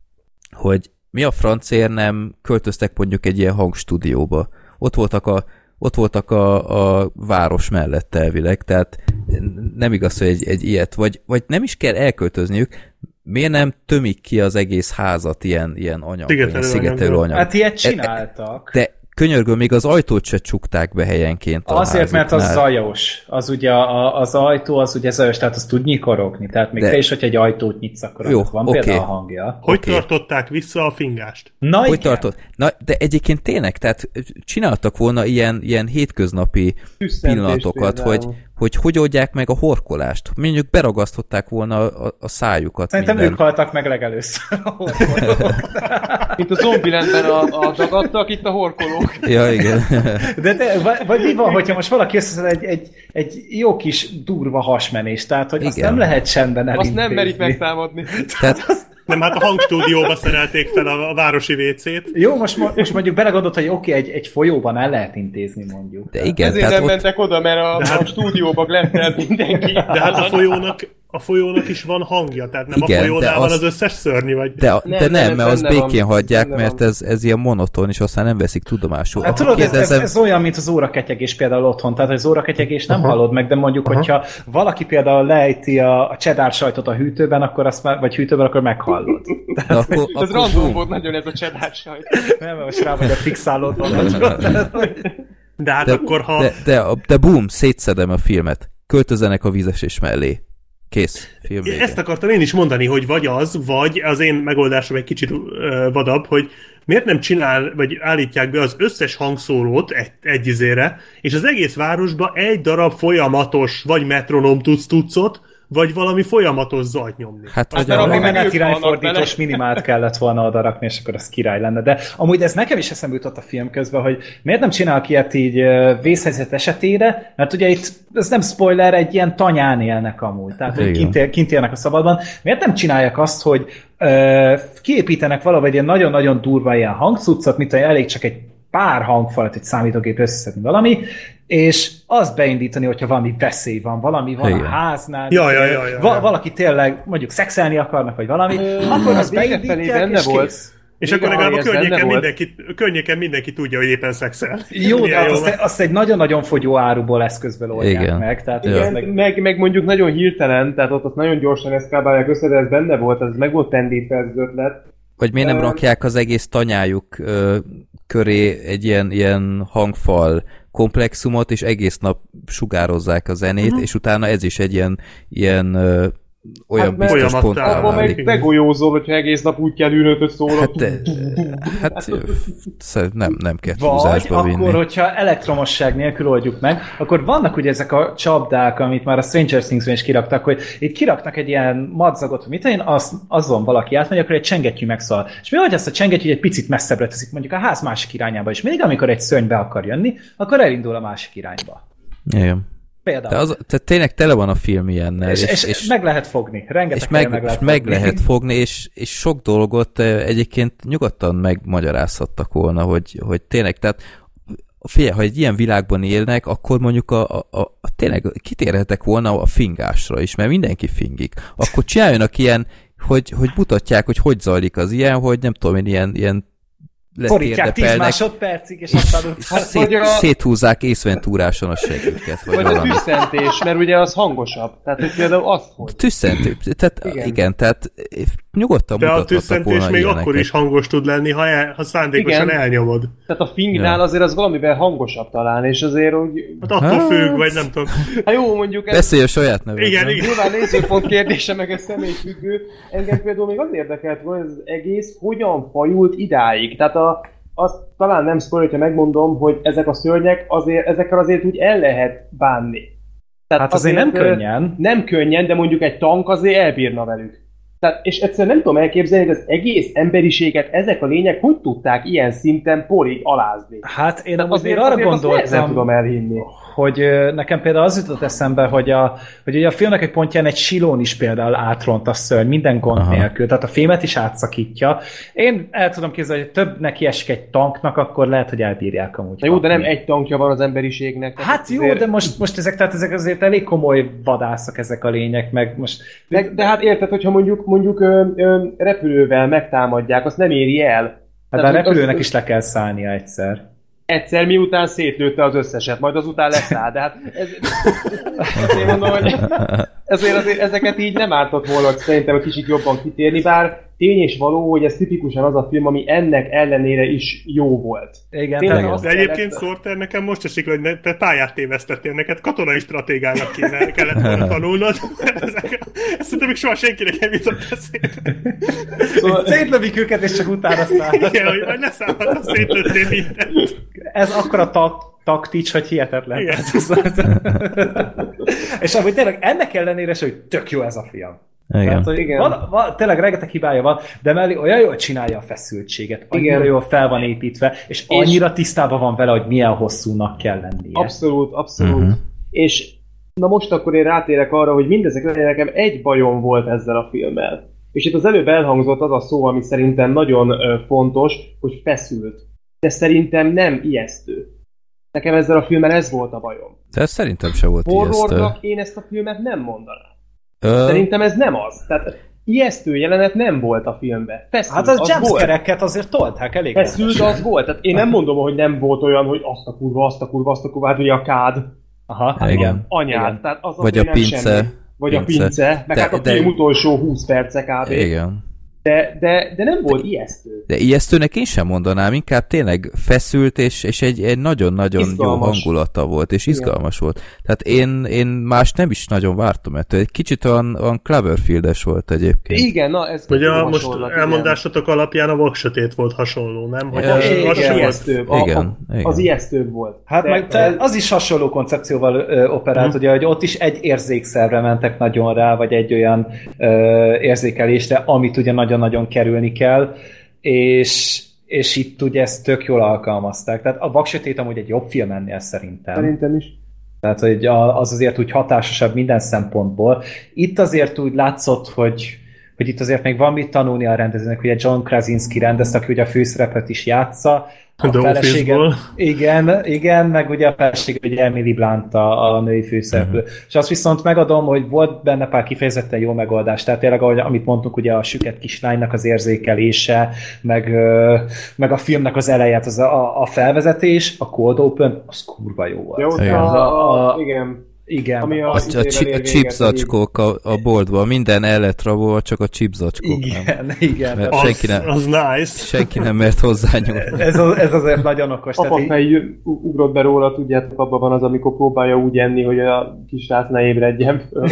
Speaker 3: hogy mi a francért nem költöztek mondjuk egy ilyen hangstúdióba. Ott voltak a ott voltak a, a város mellett elvileg, tehát nem igaz, hogy egy, egy ilyet, vagy, vagy nem is kell elköltözniük, miért nem tömik ki az egész házat ilyen, ilyen anyag, ilyen szigetelő anyag.
Speaker 4: Hát ilyet csináltak.
Speaker 3: De könyörgöm, még az ajtót se csukták be helyenként.
Speaker 4: Azért, mert az zajos. Az ugye a, az ajtó, az ugye zajos, tehát az tud nyikorogni. Tehát még de... te is, hogyha egy ajtót nyitsz, akkor jó, van okay. például a hangja.
Speaker 2: Hogy
Speaker 3: okay.
Speaker 2: tartották vissza a fingást?
Speaker 4: Na
Speaker 3: hogy tartott? Na, de egyébként tényleg, tehát csináltak volna ilyen, ilyen hétköznapi pillanatokat, hogy, hogy hogy oldják meg a horkolást. Mondjuk beragasztották volna a, a szájukat.
Speaker 4: Szerintem minden. Ők haltak meg legelőször a horkolók.
Speaker 5: Itt a Zombielandben a, a dagadtak, itt a horkolók.
Speaker 3: Ja, igen.
Speaker 4: De, de vagy, vagy mi van, hogyha most valaki összeszed egy, egy, egy jó kis durva hasmenés, tehát hogy igen. Azt nem lehet csendben elintézni.
Speaker 5: Azt nem merik megtámadni.
Speaker 3: Tehát...
Speaker 2: Nem, hát a hangstúdióba szerelték fel a, a városi vécét.
Speaker 4: Jó, most, most mondjuk belegondolt, hogy oké, okay, egy, egy folyóban el lehet intézni, mondjuk.
Speaker 3: De igen,
Speaker 5: ezért nem
Speaker 3: ott...
Speaker 5: mentek oda, mert a, hát... a stúdióban lett mindenki.
Speaker 2: De hát a folyónak, a folyónak is van hangja, tehát nem igen, a folyónál van az összes szörnyű, vagy...
Speaker 3: De, a, nem, de nem, nem, mert az békén van, hagyják, mert ez, ez ilyen monoton, és aztán nem veszik tudomásul.
Speaker 4: Hát tudod, ez, ez, ez olyan, mint az óraketyegés például otthon, tehát az óraketyegés nem uh-huh. hallod meg, de mondjuk, uh-huh. hogyha valaki például lejti a, a cheddar sajtot a hűtőben, akkor azt már, vagy hűtőben, akkor meghallod.
Speaker 3: Tehát, akkor,
Speaker 5: ez akkor random volt nagyon ez a cheddar sajt.
Speaker 4: Nem, most rá vagyok fixálódva.
Speaker 2: De hát
Speaker 3: de,
Speaker 2: akkor, ha...
Speaker 3: De, de, de boom, szétszedem a filmet. Költözenek a vízesés mellé. Kész. Film vége.
Speaker 2: Ezt akartam én is mondani, hogy vagy az, vagy az én megoldásom egy kicsit uh, vadabb, hogy miért nem csinál, vagy állítják be az összes hangszórót egy, egy izére, és az egész városba egy darab folyamatos, vagy metronom tudsz-tudszot, vagy valami folyamatos zajt nyomni.
Speaker 4: Hát, hogy valami menetirányfordítós minimált kellett volna odarakni, és akkor az király lenne. De amúgy ez nekem is eszembe jutott a film közben, hogy miért nem csinálok ilyet így vészhelyzet esetére, mert ugye itt, ez nem spoiler, egy ilyen tanyán élnek amúgy, tehát hogy kint, él, kint élnek a szabadban. Miért nem csinálják azt, hogy ö, kiépítenek valahogy ilyen nagyon-nagyon durva ilyen hangcuccot, mint hogy elég csak egy pár hangfalat, egy számítógép összeszedni valami, és azt beindítani, hogyha valami veszély van, valami van igen. a háznál,
Speaker 2: ja, ja, ja, ja,
Speaker 4: va-
Speaker 2: ja.
Speaker 4: valaki tényleg mondjuk szexelni akarnak, vagy valami, Ö, akkor az beindítják, és
Speaker 5: volt.
Speaker 4: kész.
Speaker 2: És akkor legalább a környéken mindenki, környéken mindenki tudja, hogy éppen szexel.
Speaker 4: Jó, de azt, azt egy nagyon-nagyon fogyó áruból eszközből oldják
Speaker 3: igen.
Speaker 4: meg. Tehát
Speaker 5: igen, meg... Meg, meg mondjuk nagyon hirtelen, tehát ott, ott nagyon gyorsan eszkábálják össze, de ez benne volt, ez meg volt pendítve ez az ötlet.
Speaker 3: Vagy miért nem rakják az egész tanyájuk ö, köré egy ilyen, ilyen hangfal komplexumot, és egész nap sugározzák a zenét, uh-huh. és utána ez is egy ilyen, ilyen ö, olyan hát, biztos pont
Speaker 5: abban meg begolyózol, hogyha egész nap úgy kell ülnöd, hogy szól.
Speaker 3: Hát, de, hát nem, nem kell túlzásba vinni.
Speaker 4: Vagy akkor, hogyha elektromosság nélkül oldjuk meg, akkor vannak ugye ezek a csapdák, amit már a Stranger Things-ben is kiraktak, hogy itt kiraknak egy ilyen madzagot, hogy mit én, az, azon valaki átmegy, akkor egy csengettyű megszól. És mi, hogy ezt a csengettyű egy picit messzebbre teszik, mondjuk a ház másik irányába, és mindig, amikor egy szörny be akar jönni, akkor elindul a másik irányba.
Speaker 3: Igen. De az, tehát tényleg tele van a film ilyennel.
Speaker 4: És, és, és meg lehet fogni. Rengeteg
Speaker 3: és meg,
Speaker 4: meg lehet
Speaker 3: és
Speaker 4: fogni.
Speaker 3: meg lehet fogni, és, és sok dolgot egyébként nyugodtan megmagyarázhattak volna, hogy, hogy tényleg, tehát figyelj, ha egy ilyen világban élnek, akkor mondjuk a, a, a, a tényleg kitérhetek volna a fingásra is, mert mindenki fingik. Akkor csináljanak ilyen, hogy, hogy mutatják, hogy hogy zajlik az ilyen, hogy nem tudom én, ilyen, ilyen
Speaker 4: forítják tíz másodpercig, és aztán
Speaker 3: hát szét, a... széthúzzák észventúráson a següket.
Speaker 5: Vagy, vagy a tüsszentés, mert ugye az hangosabb. Tehát, hogy például azt, hogy...
Speaker 3: Tüsszentés, tehát igen, igen tehát nyugodtan
Speaker 2: de
Speaker 3: mutathattak volna
Speaker 2: ilyeneket. De a tüsszentés még
Speaker 3: ilyeneket.
Speaker 2: Akkor is hangos tud lenni, ha, el, ha szándékosan igen. elnyomod.
Speaker 5: Tehát a fingnál ja. azért az valamivel hangosabb talán, és azért, hogy...
Speaker 2: Hát attól hát... függ, vagy nem tudom.
Speaker 5: Hát jó, mondjuk... Ez...
Speaker 3: Beszélj a saját nevedben.
Speaker 2: Igen, igen.
Speaker 5: Nyilván nézőpont kérdése, meg ez személyfüggő. Engem például még az érdekelt, hogy ez egész hogyan fajult idáig. Tehát a azt talán nem spoiler, hogyha megmondom, hogy ezek a szörnyek, azért, ezekkel azért úgy el lehet bánni.
Speaker 4: Tehát hát azért, azért nem könnyen.
Speaker 5: Nem könnyen, de mondjuk egy tank azért elbírna velük. Tehát, és egyszerűen nem tudom elképzelni, hogy az egész emberiséget ezek a lények hogy tudták ilyen szinten porig alázni.
Speaker 4: Hát én azért, azért arra azért gondoltam,
Speaker 5: nem tudom elhinni.
Speaker 4: Hogy nekem például az jutott eszembe, hogy a, hogy ugye a filmnek egy pontján egy silón is például átront a szörny, minden gond aha. nélkül, tehát a fémet is átszakítja. Én el tudom képzelni, hogy több neki esik egy tanknak, akkor lehet, hogy elbírják amúgy.
Speaker 5: Jó, de nem egy tankja van az emberiségnek.
Speaker 4: Hát jó, azért... de most, most ezek, tehát ezek azért elég komoly vadászak ezek a lények, meg most...
Speaker 5: De, de hát érted, hogyha mondjuk, mondjuk ö, ö, repülővel megtámadják, azt nem éri el.
Speaker 4: Hát tehát, a repülőnek az... is le kell szállnia egyszer.
Speaker 5: Egyszer miután szétlőtte az összeset, majd azután leszáll, de hát ez, ezért mondom, hogy ezért azért ezeket így nem ártott volna, hogy szerintem egy kicsit jobban kitérni, bár tény és való, hogy ez tipikusan az a film, ami ennek ellenére is jó volt.
Speaker 4: Igen,
Speaker 2: tényleg. De egyébként Sorter, nekem most esik, hogy ne, te pályát tévesztettél, neked katonai stratégának kéne, kellett volna tanulnod. Ezt szerintem még soha senkinek nem jutott eszébe.
Speaker 4: Szóval... Szétlövik őket, és csak utána szállnak.
Speaker 2: Igen, hogy majd leszállhat, szétlőttél mindent.
Speaker 4: Ez akkora tak, taktics, hogy hihetetlen. És amúgy tényleg ennek ellenére, hogy tök jó ez a film.
Speaker 3: Igen.
Speaker 4: Tehát, hogy
Speaker 5: igen.
Speaker 4: Van, van, tényleg rengeteg hibája van, de mellé olyan jól csinálja a feszültséget, annyira igen. jól fel van építve, és annyira és tisztában van vele, hogy milyen hosszúnak kell lennie.
Speaker 5: Abszolút, abszolút. Uh-huh. És na most akkor én rátérek arra, hogy mindezek nekem egy bajom volt ezzel a filmmel. És itt az előbb elhangzott az a szó, ami szerintem nagyon ö, fontos, hogy feszült. De szerintem nem ijesztő. Nekem ezzel a filmmel ez volt a bajom.
Speaker 3: De ez szerintem se volt ijesztő.
Speaker 5: Horrornak én ezt a filmet nem mondanám. Ö... Szerintem ez nem az. Tehát ijesztő jelenet nem volt a filmben. Feszült,
Speaker 4: hát az jumpscare-eket azért tolták elég.
Speaker 5: Feszült az volt. Tehát én nem mondom, hogy nem volt olyan, hogy azt a kurva, azt a kurva, azt a kurva, hát ugye a kád.
Speaker 4: Aha,
Speaker 3: hát igen.
Speaker 5: Anyád.
Speaker 3: Igen.
Speaker 5: Tehát az
Speaker 3: vagy a pince.
Speaker 5: Vagy
Speaker 3: pince.
Speaker 5: a pince. Meg
Speaker 3: de,
Speaker 5: hát a
Speaker 3: de...
Speaker 5: film utolsó húsz perce kb.
Speaker 3: Igen.
Speaker 5: De, de, de nem volt ijesztő.
Speaker 3: De ijesztőnek én sem mondanám, inkább tényleg feszült, és, és egy, egy nagyon-nagyon izgalmas. Jó hangulata volt, és izgalmas igen. volt. Tehát én, én más nem is nagyon vártam ettől. Egy kicsit olyan, olyan Cloverfield-es volt egyébként.
Speaker 5: Igen, na ez...
Speaker 2: Ugye a most elmondásotok alapján a Vaksötét volt hasonló, nem? Hogy
Speaker 5: ja,
Speaker 2: az,
Speaker 5: igen,
Speaker 2: az,
Speaker 5: igen. Ijesztőbb. A,
Speaker 3: igen,
Speaker 5: a, az ijesztőbb volt.
Speaker 4: Hát de, meg te, az is hasonló koncepcióval ö, operált, hmm. ugye, hogy ott is egy érzékszerre mentek nagyon rá, vagy egy olyan ö, érzékelésre, amit ugye nagyon-nagyon kerülni kell, és, és itt ugye ezt tök jól alkalmazták. Tehát a Vaksötét amúgy egy jobb film ennél szerintem.
Speaker 5: Szerintem is.
Speaker 4: Tehát hogy az azért úgy hatásosabb minden szempontból. Itt azért úgy látszott, hogy, hogy itt azért még van mit tanulni a rendezőnek. Ugye John Krasinski rendezte, aki ugye a főszerepet is játsza, A
Speaker 2: The
Speaker 4: felesége,
Speaker 2: Office-ból.
Speaker 4: igen, igen, meg ugye a felesége, ugye Emily Blunt a, a női főszereplő. Uh-huh. És azt viszont megadom, hogy volt benne pár kifejezetten jó megoldás. Tehát tényleg, ahogy, amit mondtunk, ugye a süket kislánynak az érzékelése, meg, meg a filmnek az eleje, az a, a felvezetés, a cold open, az kurva jó volt.
Speaker 5: Jó,
Speaker 3: igen.
Speaker 5: a, a,
Speaker 4: a,
Speaker 5: igen.
Speaker 4: Igen.
Speaker 5: Ami a,
Speaker 3: a, a, chi, a chipzacskók a, a boltban, minden el lett rabolva, csak a chipzacskók
Speaker 4: igen,
Speaker 3: nem.
Speaker 4: Igen,
Speaker 3: Mert
Speaker 2: az,
Speaker 3: senki nem,
Speaker 2: az nice.
Speaker 3: senki nem mert hozzányúlni.
Speaker 4: Ez, az, ez azért nagyon okos.
Speaker 5: Apafej így... ugrott be róla, tudjátok, abban van az, amikor próbálja úgy enni, hogy a kisrác ne ébredjen föl.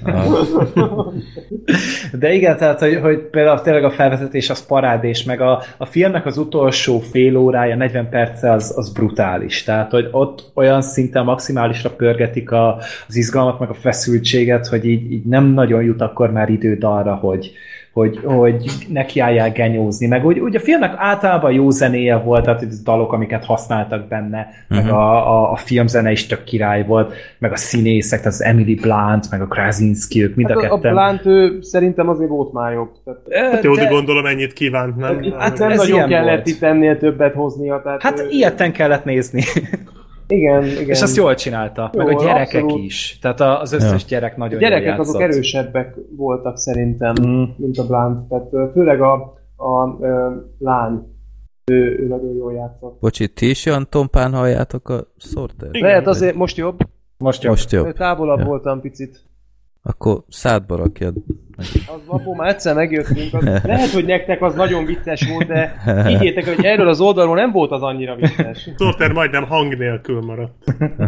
Speaker 4: De igen, tehát, hogy, hogy például tényleg a felvezetés az parádés, meg a, a filmnek az utolsó fél órája, negyven perce az, az brutális. Tehát, hogy ott olyan szinten maximálisra pörgetik a az izgalmat, meg a feszültséget, hogy így, így nem nagyon jut akkor már időd arra, hogy, hogy, hogy nekiálljál genyózni. Meg úgy, úgy a filmnek általában jó zenéje volt, tehát a dalok, amiket használtak benne, uh-huh. meg a, a, a filmzene is tök király volt, meg a színészek, tehát az Emily Blunt, meg a Krasinski, ők mind
Speaker 5: hát
Speaker 4: a ketten.
Speaker 5: A Blunt ő szerintem azért volt már jobb. Tehát...
Speaker 2: Hát jó, de
Speaker 4: de...
Speaker 2: gondolom ennyit kívánt, nem?
Speaker 5: Hát nem
Speaker 4: Ez
Speaker 5: nagyon kellett
Speaker 4: volt.
Speaker 5: itt ennél többet hoznia. Tehát
Speaker 4: Hát
Speaker 5: ő...
Speaker 4: ilyetten kellett nézni.
Speaker 5: Igen, igen.
Speaker 4: És azt jól csinálta.
Speaker 5: Jó,
Speaker 4: meg a gyerekek
Speaker 5: abszolút.
Speaker 4: is. Tehát az összes ja. gyerek nagyon
Speaker 5: a gyerekek
Speaker 4: jól játszott.
Speaker 5: azok erősebbek voltak szerintem,
Speaker 4: mm.
Speaker 5: mint a Blunt. Tehát főleg a, a, a lány. Ő, ő nagyon jól játszott.
Speaker 3: Bocsi, ti is olyan tompán halljátok a Sorter?
Speaker 5: Lehet azért most jobb.
Speaker 4: Most jobb.
Speaker 3: Most jobb.
Speaker 5: Távolabb
Speaker 3: ja.
Speaker 5: voltam picit.
Speaker 3: Akkor szádba rakjad.
Speaker 5: Az apó, már egyszer megjöttünk. Az, lehet, hogy nektek az nagyon vicces volt, de higgyétek, hogy erről az oldalról nem volt az annyira vicces.
Speaker 2: Sorter majdnem hang nélkül maradt.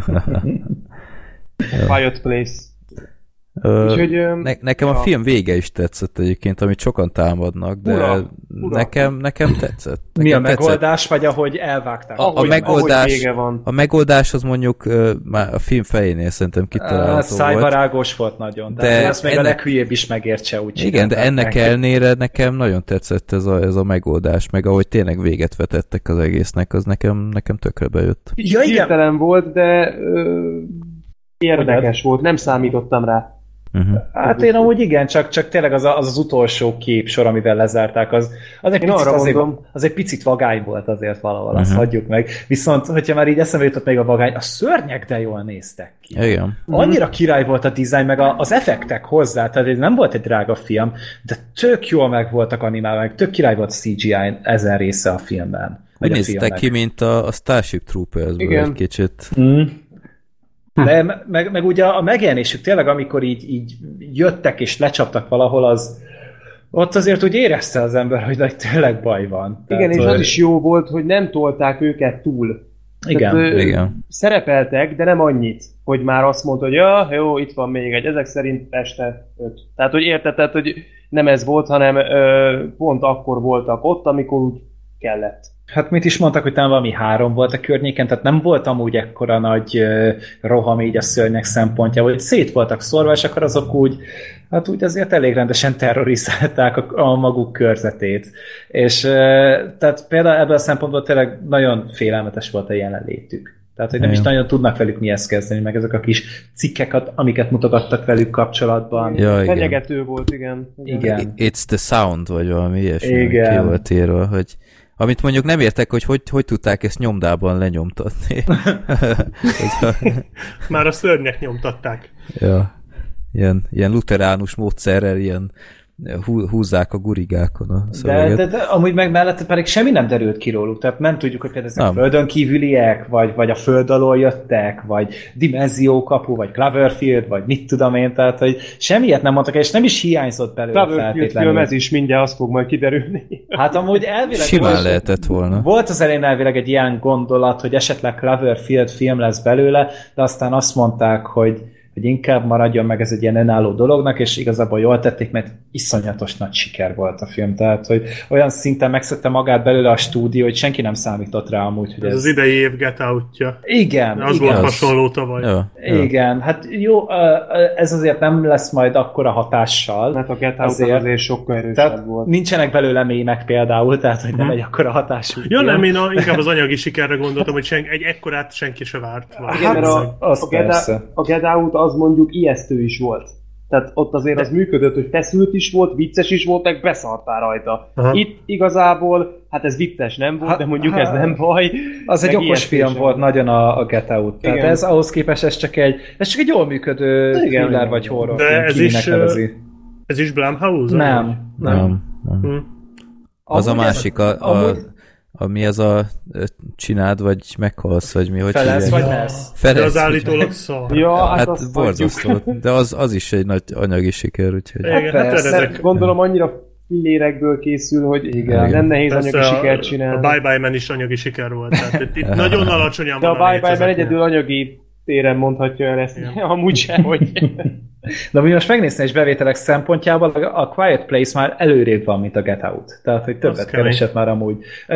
Speaker 5: Quiet Place.
Speaker 3: Ö,
Speaker 5: Úgyhogy,
Speaker 3: ne, nekem
Speaker 5: ja.
Speaker 3: a film vége is tetszett egyébként, amit sokan támadnak, de
Speaker 5: ura, ura.
Speaker 3: Nekem, nekem tetszett. Nekem
Speaker 4: Mi a
Speaker 3: tetszett.
Speaker 4: megoldás, vagy ahogy elvágták?
Speaker 3: A, a,
Speaker 5: Ahogy-
Speaker 3: megoldás,
Speaker 5: ahogy van.
Speaker 3: a megoldás az mondjuk uh, már a film fejénél szerintem kitalálható volt.
Speaker 4: Szájbarágos volt nagyon, de,
Speaker 3: De
Speaker 4: de ezt még
Speaker 3: ennek-
Speaker 4: a leghülyébb is megértse úgy.
Speaker 3: Igen, de
Speaker 4: csinálták
Speaker 3: ennek
Speaker 4: meg.
Speaker 3: ellenére nekem nagyon tetszett ez a, ez a megoldás, meg ahogy tényleg véget vetettek az egésznek, az nekem, nekem tökre bejött.
Speaker 4: Ja, igen.
Speaker 5: Hirtelen volt, de ö, érdekes volt, nem számítottam rá.
Speaker 3: Uh-huh.
Speaker 4: Hát én amúgy igen, csak, csak tényleg az, a, az az utolsó képsor, amivel lezárták, az, az, egy,
Speaker 5: Én
Speaker 4: picit,
Speaker 5: arra
Speaker 4: azért,
Speaker 5: mondom.
Speaker 4: az egy picit vagány volt azért valahol, azt
Speaker 3: Uh-huh.
Speaker 4: hagyjuk meg. Viszont, hogyha már így eszembe jutott még a vagány, a szörnyek de jól néztek ki.
Speaker 3: Igen.
Speaker 4: Annyira király volt a dizájn, meg a, az effektek hozzá, tehát ez nem volt egy drága film, de tök jól meg voltak animálva, meg tök király volt a cé gé í ezen része a filmben.
Speaker 3: Úgy
Speaker 4: vagy a
Speaker 3: néztek
Speaker 4: filmnek.
Speaker 3: ki, mint a, a Starship Troopers-ből
Speaker 5: Igen.
Speaker 3: egy kicsit.
Speaker 4: Mm. De me- meg, meg ugye a megjelenésük tényleg, amikor így, így jöttek és lecsaptak valahol, az ott azért úgy érezte az ember, hogy like, tényleg baj van.
Speaker 5: Igen,
Speaker 4: Tehát,
Speaker 5: és az is jó volt, hogy nem tolták őket túl.
Speaker 4: Igen.
Speaker 5: Tehát, ö,
Speaker 3: Igen.
Speaker 5: szerepeltek, de nem annyit, hogy már azt mondta, hogy ja, jó, itt van még egy, ezek szerint este öt. Tehát, hogy érted, tehát, hogy nem ez volt, hanem ö, pont akkor voltak ott, amikor úgy kellett.
Speaker 4: Hát mit is mondtak, hogy talán valami három volt a környéken, tehát nem volt amúgy ekkora nagy uh, roham így a szörnyek szempontjából, hogy szét voltak szorva, és akkor azok úgy, hát úgy azért elég rendesen terrorizálták a, a maguk körzetét. És uh, tehát például ebből a szempontból tényleg nagyon félelmetes volt a jelenlétük. Tehát, hogy nem is nagyon tudnak velük mihez kezdeni, meg ezek a kis cikkek, amiket mutogattak velük kapcsolatban.
Speaker 3: Ja, igen.
Speaker 5: Fenyegető volt, igen.
Speaker 4: Igen.
Speaker 3: It's the sound, vagy valami ilyesmi,
Speaker 4: Igen.
Speaker 3: ki volt írva, hogy amit mondjuk nem értek, hogy hogy, hogy tudták ezt nyomdában lenyomtatni.
Speaker 2: Már a szörnyek nyomtatták.
Speaker 3: Ja. Ilyen, ilyen luteránus módszerrel ilyen hú, húzzák a gurigákon a
Speaker 4: De,
Speaker 3: szöveget.
Speaker 4: de, de amúgy meg mellette pedig semmi nem derült ki róluk, tehát nem tudjuk, hogy például ezek
Speaker 3: Nem.
Speaker 4: földön kívüliek, vagy, vagy a föld alól jöttek, vagy dimenziókapu, vagy Cloverfield, vagy mit tudom én, tehát hogy semmiet nem mondtak, és nem is hiányzott belőle
Speaker 5: Cloverfield
Speaker 4: feltétlenül.
Speaker 5: film, ez is mindjárt azt fog majd kiderülni.
Speaker 4: Hát amúgy elvileg
Speaker 3: Simán
Speaker 4: volt,
Speaker 3: lehetett volna.
Speaker 4: volt az elején elvileg egy ilyen gondolat, hogy esetleg Cloverfield film lesz belőle, de aztán azt mondták, hogy hogy inkább maradjon meg ez egy ilyen önálló dolognak, és igazából jól tették, mert iszonyatos nagy siker volt a film. Tehát, hogy olyan szinten megszedte magát belőle a stúdió, hogy senki nem számított rá amúgy, hogy
Speaker 2: Ez
Speaker 4: ez...
Speaker 2: az idei év Get Out-ja.
Speaker 4: Igen,
Speaker 2: Az
Speaker 4: igen.
Speaker 2: volt
Speaker 3: Az-
Speaker 2: hasonló tavaly.
Speaker 3: Ja, ja.
Speaker 4: Igen, hát jó, ez azért nem lesz majd akkora hatással.
Speaker 5: Mert a Get Out
Speaker 4: Azért-
Speaker 5: azért, azért sokkal erősebb
Speaker 4: Tehát
Speaker 5: volt.
Speaker 4: nincsenek belőle mémek például, tehát hogy nem egy akkora hatású.
Speaker 2: Ja,
Speaker 4: film.
Speaker 2: nem, én a, inkább az anyagi sikerre gondoltam, hogy sen, egy ekkorát senki se várt.
Speaker 5: Igen, mert a,
Speaker 4: az
Speaker 5: a, Get
Speaker 4: persze.
Speaker 5: Out, a Get Out az mondjuk ijesztő is volt. Tehát ott azért az működött, hogy feszült is volt, vicces is volt, meg beszartál rajta. Aha. Itt igazából, hát ez vicces nem volt, ha, de mondjuk ha, ez nem baj.
Speaker 4: Az egy okos film volt van. Nagyon a, a Get Out. Igen. Tehát ez ahhoz képest ez csak egy, ez csak egy jól működő thriller vagy horror
Speaker 2: de film. Ez is, ez is Blumhouse?
Speaker 4: Nem.
Speaker 3: Nem. nem. nem. Hm. Az a másik, a, a, a, mi az a csináld, vagy meghalsz, vagy mi, hogy
Speaker 4: Felesz, vagy lesz?
Speaker 2: Felesz, de az állítólag szar.
Speaker 3: Ja, hát, hát borzasztó, de az, az is egy nagy anyagi siker, úgyhogy...
Speaker 5: Hát igen, persze, hát ezek... gondolom annyira fillérekből készül, hogy igen, igen. nem nehéz persze anyagi sikert csinálni.
Speaker 2: A Bye Bye Man is anyagi siker volt, tehát itt nagyon alacsonyan
Speaker 5: de van. De a Bye Bye Man egyedül anyagi téren mondhatja el ezt, amúgy sem, hogy...
Speaker 4: De mi most megnézni és bevételek szempontjából, a Quiet Place már előrébb van, mint a Get Out. Tehát, hogy többet keresett már amúgy.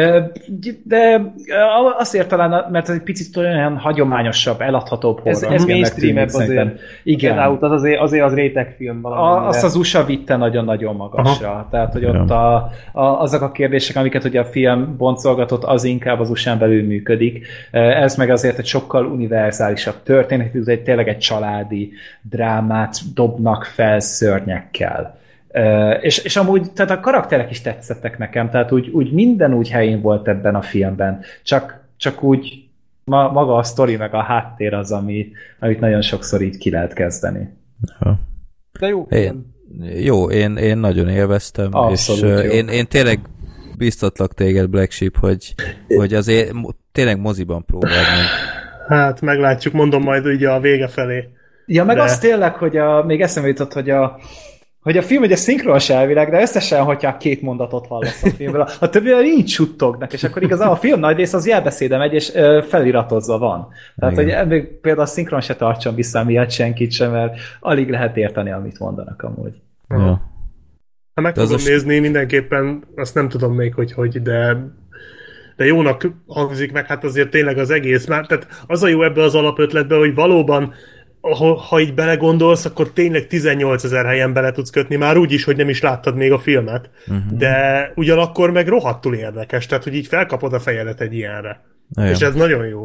Speaker 4: De azért talán, mert ez egy picit olyan hagyományosabb, eladhatóbb horror.
Speaker 5: Ez, ez mainstream-ebb azért. Igen. Get Out az azért, azért az rétegfilm valami.
Speaker 4: Azt az u es á vitte nagyon-nagyon magasra. Aha. Tehát, hogy ott a, a, azok a kérdések, amiket ugye a film boncolgatott, az inkább az u es á-n belül működik. Ez meg azért egy sokkal univerzálisabb történet, ez egy tényleg egy családi drámát dobnak fel szörnyekkel. Uh, és, és amúgy tehát a karakterek is tetszettek nekem, tehát úgy, úgy minden úgy helyén volt ebben a filmben, csak, csak úgy ma, maga a sztori meg a háttér az, ami, amit nagyon sokszor így ki lehet kezdeni.
Speaker 3: Ja.
Speaker 5: De jó.
Speaker 3: Én, jó, én, én nagyon élveztem, abszolút és uh, én, én tényleg biztatlak téged, Black Sheep, hogy, hogy azért tényleg moziban próbáld meg.
Speaker 2: Hát meglátjuk, mondom majd ugye a vége felé.
Speaker 4: Ja, meg
Speaker 2: de...
Speaker 4: az tényleg, hogy a, még eszembe jutott, hogy a, hogy a film ugye szinkronos elvileg, de összesen, hogyha két mondatot hallasz a filmből, a többivel így suttognak, és akkor igazából a film nagy rész az jelbeszéde megy, és ö, feliratozva van. Tehát, igen. Hogy még például a szinkron se tartson vissza miatt senkit sem, mert alig lehet érteni, amit mondanak amúgy.
Speaker 3: Ja.
Speaker 2: Ha meg tudom az nézni, mindenképpen azt nem tudom még, hogy hogy, de de jónak hangzik meg, hát azért tényleg az egész már, tehát az a jó ebbe az alapötletbe, hogy valóban Ha, ha így belegondolsz, akkor tényleg tizennyolcezer helyen bele tudsz kötni, már úgy is, hogy nem is láttad még a filmet, uh-huh. de ugyanakkor meg rohadtul érdekes, tehát hogy így felkapod a fejedet egy ilyenre. Jó. És ez nagyon jó.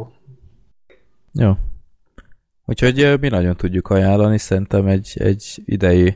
Speaker 3: Jó. Úgyhogy mi nagyon tudjuk ajánlani, szerintem egy, egy idei,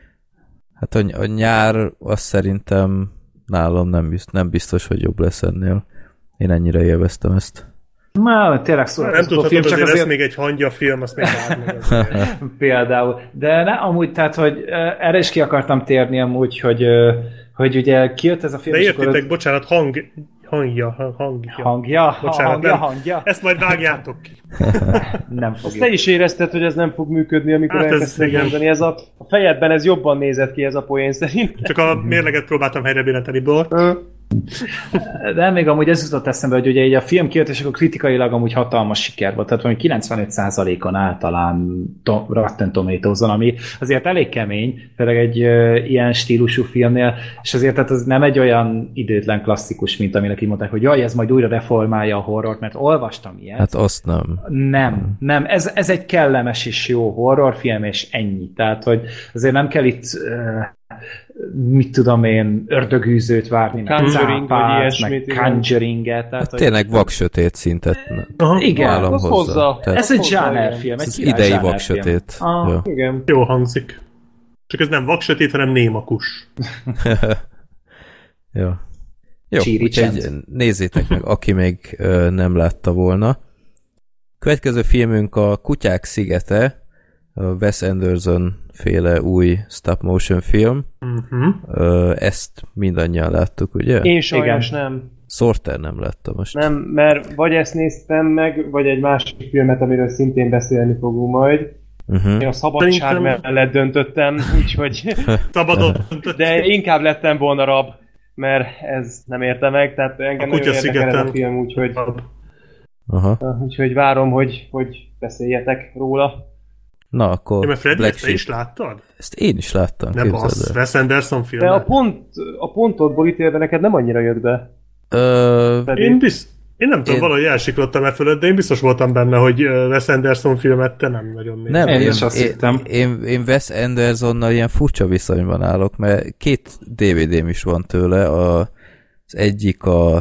Speaker 3: hát a, a nyár azt szerintem nálam nem biztos, nem biztos, hogy jobb lesz ennél. Én ennyire élveztem ezt.
Speaker 4: Már tényleg
Speaker 2: szórakoztató film, azért csak azért... lesz még egy hangya film, azt még várni.
Speaker 4: Például. De ne, amúgy, tehát, hogy erre is ki akartam térni amúgy, hogy, hogy ugye kijött ez a film.
Speaker 2: De értitek, akkor... bocsánat, hang, hangja, hangja.
Speaker 4: Hangja?
Speaker 2: Bocsánat,
Speaker 4: hangja,
Speaker 2: nem.
Speaker 4: hangja?
Speaker 2: Ezt majd vágjátok ki.
Speaker 4: Nem fogjuk.
Speaker 5: Azt te is érezted, hogy ez nem fog működni, amikor hát elkezdted mondani. Ez a, a fejedben ez jobban nézett ki, ez a poén szerint.
Speaker 2: Csak a mérleget próbáltam helyre billenteni, Bor.
Speaker 4: De még amúgy ez jutott eszembe, hogy ugye így a film kijött, és akkor kritikailag amúgy hatalmas siker volt, tehát mondjuk kilencvenöt százalékon általán to- Rotten Tomatoes-on, ami azért elég kemény, főleg egy ö, ilyen stílusú filmnél, és azért tehát ez nem egy olyan időtlen klasszikus, mint aminek így mondták, hogy jaj, ez majd újra reformálja a horrort, mert olvastam ilyet.
Speaker 3: Hát azt nem.
Speaker 4: Nem, nem. Ez, ez egy kellemes és jó horrorfilm, és ennyi. Tehát, hogy azért nem kell itt ö, mit tudom én, ördögűzőt várni, meg
Speaker 5: Conjuring,
Speaker 4: cápát, meg Conjuring-et.
Speaker 3: Hát tényleg vaksötét szintet
Speaker 4: igen,
Speaker 5: az hozzá.
Speaker 4: Ez egy zsánerfilm, egy
Speaker 3: ez idei vaksötét.
Speaker 5: Ah, ja. Igen.
Speaker 2: Jó hangzik. Csak ez nem vaksötét, hanem némakus.
Speaker 3: Jó. Jó, úgyhogy nézzétek meg, aki még ö, nem látta volna. Következő filmünk a Kutyák szigete, a Wes Anderson féle új stop motion film. Uh-huh. Ezt mindannyian láttuk, ugye?
Speaker 5: Én sajnos nem.
Speaker 3: Sorter nem látta most.
Speaker 5: Nem, mert vagy ezt néztem meg, vagy egy másik filmet, amiről szintén beszélni fogunk majd. Uh-huh. Én a szabadság Szerintem... mellett döntöttem, úgyhogy...
Speaker 2: Szabadon
Speaker 5: De inkább lettem volna rab, mert ez nem érte meg, tehát engem nagyon érdekel ez a film, úgyhogy...
Speaker 3: Aha.
Speaker 5: Úgyhogy várom, hogy, hogy beszéljetek róla.
Speaker 3: Na, akkor...
Speaker 2: Ja, Freddy, ezt te is láttad?
Speaker 3: Ezt én is láttam.
Speaker 2: Nem az, Wes Anderson film.
Speaker 5: De a, pont, a pontodból ítélve neked nem annyira jött be.
Speaker 3: Ö...
Speaker 2: Én, biz... én nem tudom, én... valahogy elsiklottam e fölött, de én biztos voltam benne, hogy Wes Anderson filmet te nem nagyon néztem.
Speaker 3: Nem, én, én, is azt én, hittem. Én, én Wes Andersonnal ilyen furcsa viszonyban állok, mert két dé vé dém is van tőle, a, az egyik a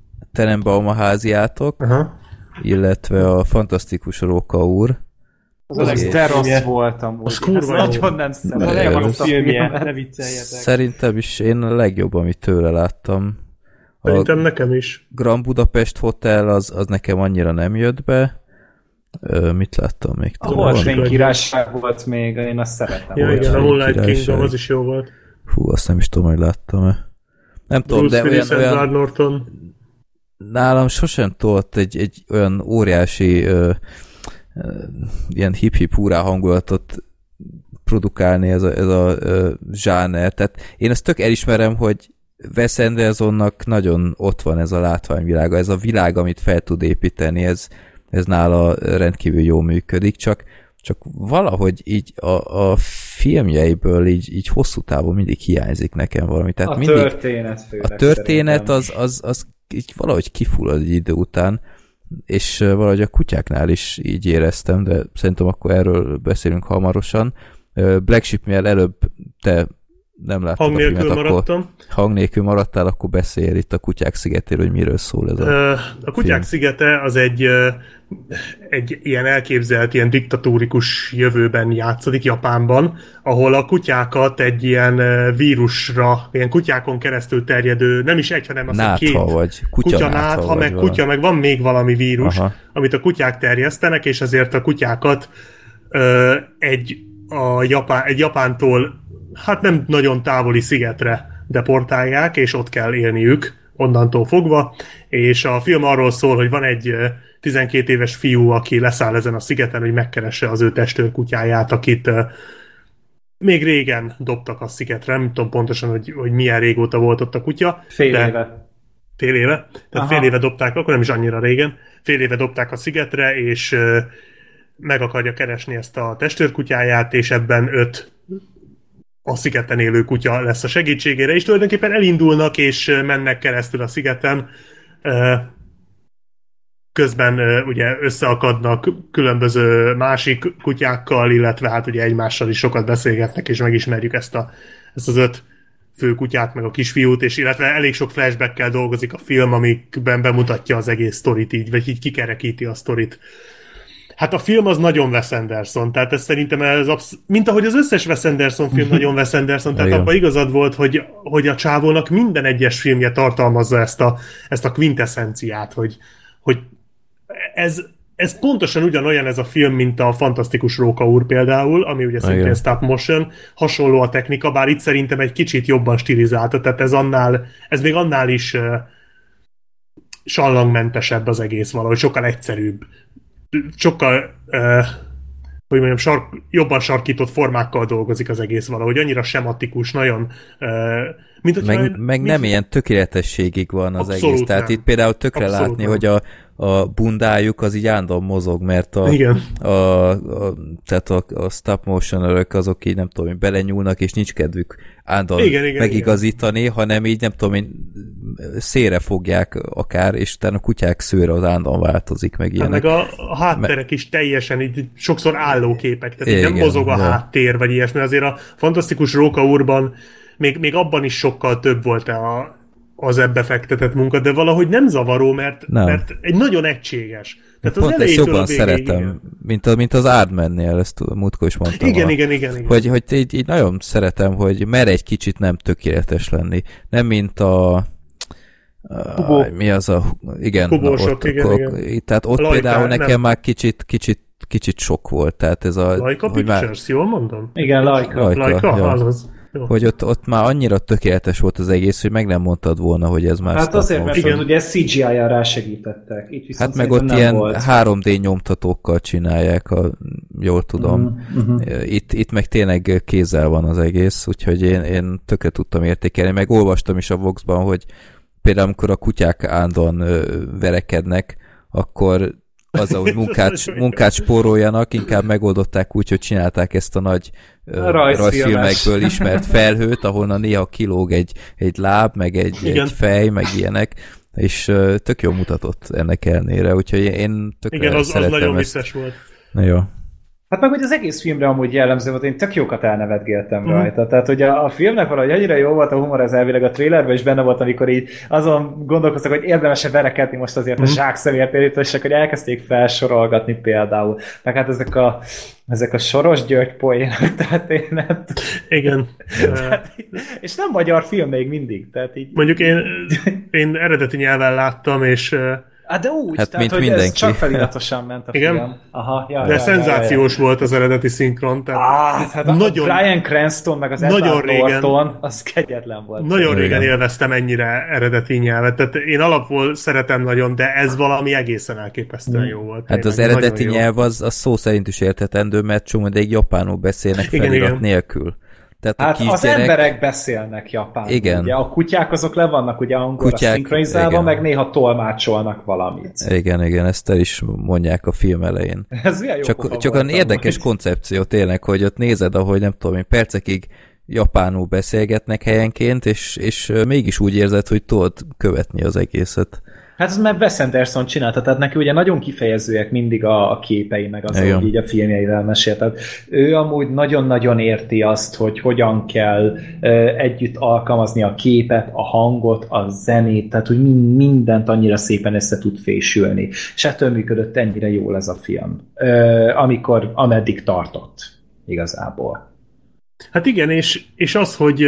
Speaker 3: Tenenbaum a háziátok, uh-huh. illetve a Fantasztikus Róka úr.
Speaker 5: Az, az,
Speaker 4: az de rossz voltam.
Speaker 2: Az kurva
Speaker 4: nagyon nem szeretem.
Speaker 5: A legjobb filmje, ne vicceljetek.
Speaker 3: Szerintem is én a legjobb, amit tőle láttam. A
Speaker 2: Szerintem nekem is.
Speaker 3: Grand Budapest Hotel, az, az nekem annyira nem jött be. Ö, mit láttam még
Speaker 4: tőle? A Holtfény királyság volt még, én azt szeretem.
Speaker 2: Ja, igen, a Moonlight Kingdom, az is jó volt.
Speaker 3: Hú, azt nem is tudom, hogy láttam-e. Nem tudom, de olyan, olyan
Speaker 2: Norton.
Speaker 3: Nálam sosem tolt egy, egy olyan óriási ö, ö, ilyen hip-hip hurrá hangulatot produkálni ez a, ez a ö, zsáner. Tehát én azt tök elismerem, hogy Wes Andersonnak nagyon ott van ez a látványvilága, ez a világ, amit fel tud építeni, ez, ez nála rendkívül jól működik, csak, csak valahogy így a, a filmjeiből így, így hosszú távon mindig hiányzik nekem valami. Tehát
Speaker 4: a
Speaker 3: mindig,
Speaker 4: történet főleg.
Speaker 3: A történet az, az, az így valahogy kifullad egy idő után, és valahogy a kutyáknál is így éreztem, de szerintem akkor erről beszélünk hamarosan. Black Sheep, mivel előbb te nem láttad
Speaker 2: hang
Speaker 3: a filmet,
Speaker 2: nélkül
Speaker 3: akkor
Speaker 2: maradtam.
Speaker 3: Hang nélkül maradtál, akkor beszélj itt a Kutyák szigetéről, hogy miről szól ez a
Speaker 2: A Kutyák film. Szigete az egy, egy ilyen elképzelt, ilyen diktatórikus jövőben játszódik Japánban, ahol a kutyákat egy ilyen vírusra, ilyen kutyákon keresztül terjedő, nem is egy, hanem az a két
Speaker 3: vagy kutya,
Speaker 2: kutya nátha, meg valami. Kutya, meg van még valami vírus, aha, amit a kutyák terjesztenek, és ezért a kutyákat ö, egy, a Japán, egy Japántól hát nem nagyon távoli szigetre deportálják, és ott kell élniük onnantól fogva, és a film arról szól, hogy van egy tizenkét éves fiú, aki leszáll ezen a szigeten, hogy megkeresse az ő testőrkutyáját, akit még régen dobtak a szigetre, nem tudom pontosan, hogy, hogy milyen régóta volt ott a kutya.
Speaker 4: Fél de éve.
Speaker 2: Fél éve? Tehát aha, fél éve dobták, akkor nem is annyira régen. Fél éve dobták a szigetre, és meg akarja keresni ezt a testőrkutyáját, és ebben öt a szigeten élő kutya lesz a segítségére, és tulajdonképpen elindulnak, és mennek keresztül a szigeten. Közben ugye összeakadnak különböző másik kutyákkal, illetve hát ugye egymással is sokat beszélgetnek, és megismerjük ezt, a, ezt az öt fő kutyát, meg a kisfiút, és illetve elég sok flashbackkel dolgozik a film, amikben bemutatja az egész sztorit így, vagy így kikerekíti a sztorit. Hát a film az nagyon Wes Anderson, tehát ez szerintem ez absz- mint ahogy az összes Wes Anderson film nagyon Wes Anderson, tehát abban igazad volt, hogy, hogy a csávónak minden egyes filmje tartalmazza ezt a, ezt a quintessenciát, hogy, hogy ez, ez pontosan ugyanolyan ez a film, mint a Fantasztikus Róka úr például, ami ugye szintén igen, stop motion, hasonló a technika, bár itt szerintem egy kicsit jobban stilizálta, tehát ez annál, ez még annál is uh, sallangmentesebb az egész valahogy, sokkal egyszerűbb. Sokkal uh, hogy mondjam, sark, jobban sarkított formákkal dolgozik az egész valahogy, annyira sematikus, nagyon uh, mint
Speaker 3: meg, olyan, meg nem mi... ilyen tökéletességig van az
Speaker 2: abszolút
Speaker 3: egész, tehát
Speaker 2: nem.
Speaker 3: itt például tökre
Speaker 2: Abszolút
Speaker 3: látni,
Speaker 2: nem.
Speaker 3: hogy a, a bundájuk az így állandóan mozog, mert a, a, a, tehát a, a stop motion-örök azok így nem tudom, hogy belenyúlnak, és nincs kedvük állandóan igen, igen, megigazítani, igen, hanem így nem tudom, én szélre fogják akár, és utána a kutyák szőre az állandóan változik, meg ilyenek.
Speaker 2: Hát meg a, a hátterek is teljesen így sokszor állóképek, tehát igen, nem mozog a ja. háttér, vagy ilyesmi. Azért a Fantasztikus Róka úrban még, még abban is sokkal több volt a, az ebbe fektetett munka, de valahogy nem zavaró, mert, nem. mert egy nagyon egységes. Tehát
Speaker 3: pont ezt jobban szeretem, mint, a, mint az Aardmannél, ezt múltkor is mondtam.
Speaker 2: Igen,
Speaker 3: a,
Speaker 2: igen, igen, igen.
Speaker 3: Hogy, hogy így, így nagyon szeretem, hogy mer egy kicsit nem tökéletes lenni. Nem mint a a, mi az a... Igen,
Speaker 2: Kubósok,
Speaker 3: ott,
Speaker 2: igen,
Speaker 3: akkor,
Speaker 2: igen.
Speaker 3: Tehát ott
Speaker 2: Laika,
Speaker 3: például nekem
Speaker 2: nem.
Speaker 3: már kicsit, kicsit, kicsit sok volt. Tehát ez a...
Speaker 2: Laika Pictures, már... jól mondom?
Speaker 4: Igen, Laika.
Speaker 3: Laika,
Speaker 2: Laika
Speaker 3: ja.
Speaker 2: azaz. Jó.
Speaker 3: Hogy ott, ott már annyira tökéletes volt az egész, hogy meg nem mondtad volna, hogy ez már...
Speaker 4: Hát azért, mert igen, ugye cé gé í-jal rásegítettek. Itt
Speaker 3: hát meg ott ilyen volt. három dé nyomtatókkal csinálják, ha jól tudom. Uh-huh. Itt, itt meg tényleg kézzel van az egész, úgyhogy én, én tökre tudtam értékelni. Meg olvastam is a Voxban, hogy például amikor a kutyák állandóan verekednek, akkor azzal, hogy munkát, munkát spóroljanak, inkább megoldották úgy, hogy csinálták ezt a nagy uh, rajzfilmekből ismert felhőt, ahonnan néha kilóg egy, egy láb, meg egy, egy fej, meg ilyenek, és uh, tök jól mutatott ennek ellenére, úgyhogy én tökre
Speaker 2: igen, az,
Speaker 3: szeretem
Speaker 2: az nagyon
Speaker 3: ezt.
Speaker 2: vicces volt.
Speaker 3: Na jó.
Speaker 4: Hát meg, hogy az egész filmre amúgy jellemző volt, én tök jókat elnevetgéltem mm. rajta. Tehát, hogy a, a filmnek valahogy annyira jó volt a humor, az elvileg a trailerben is benne volt, amikor így azon gondolkoztak, hogy érdemes-e verekedni most azért mm. a zsákszemért, és akkor elkezdték felsorolgatni például. Meg hát ezek a, ezek a Soros György poénok, tehát én nem
Speaker 2: igen.
Speaker 4: tehát, és nem magyar film még mindig. Tehát így...
Speaker 2: Mondjuk én, én eredeti nyelven láttam, és
Speaker 4: Ah, de úgy,
Speaker 3: hát
Speaker 4: tehát, hogy mindenki. Ez csak feliratosan ment a
Speaker 2: igen?
Speaker 4: film. Aha, ja,
Speaker 2: de
Speaker 4: ja,
Speaker 2: szenzációs
Speaker 4: ja, ja.
Speaker 2: volt az eredeti szinkron. Tehát
Speaker 4: ah, hát nagyon, a Bryan Cranston meg az Edward Norton, az kegyetlen volt.
Speaker 2: Nagyon régen, régen élveztem ennyire eredeti nyelvet. Tehát én alapból szeretem nagyon, de ez valami egészen elképesztően jó volt.
Speaker 3: Hát az eredeti nyelv az, az szó szerint is érthetendő, mert csomó ideig japánul beszélnek igen, felirat igen. nélkül. Tehát
Speaker 4: hát
Speaker 3: az
Speaker 4: gyerek... emberek beszélnek japánul.
Speaker 3: Igen.
Speaker 4: Ugye? A kutyák azok le vannak ugye angolra Kutyák, szinkronizálva, meg néha tolmácsolnak valamit.
Speaker 3: Igen, igen, ezt el is mondják a film elején.
Speaker 4: Ez milyen jó
Speaker 3: Csak, csak olyan érdekes majd. Koncepció tényleg, hogy ott nézed, ahogy nem tudom én, percekig japánul beszélgetnek helyenként, és, és mégis úgy érzed, hogy tudod követni az egészet.
Speaker 4: Hát ez már Wes Anderson csinálta, tehát neki ugye nagyon kifejezőek mindig a, a képei, meg az, hogy így a filmjeivel mesél. Tehát ő amúgy nagyon-nagyon érti azt, hogy hogyan kell ö, együtt alkalmazni a képet, a hangot, a zenét, tehát hogy mindent annyira szépen össze tud fésülni. És ettől működött ennyire jól ez a film, ö, amikor, ameddig tartott igazából.
Speaker 2: Hát igen, és, és az, hogy,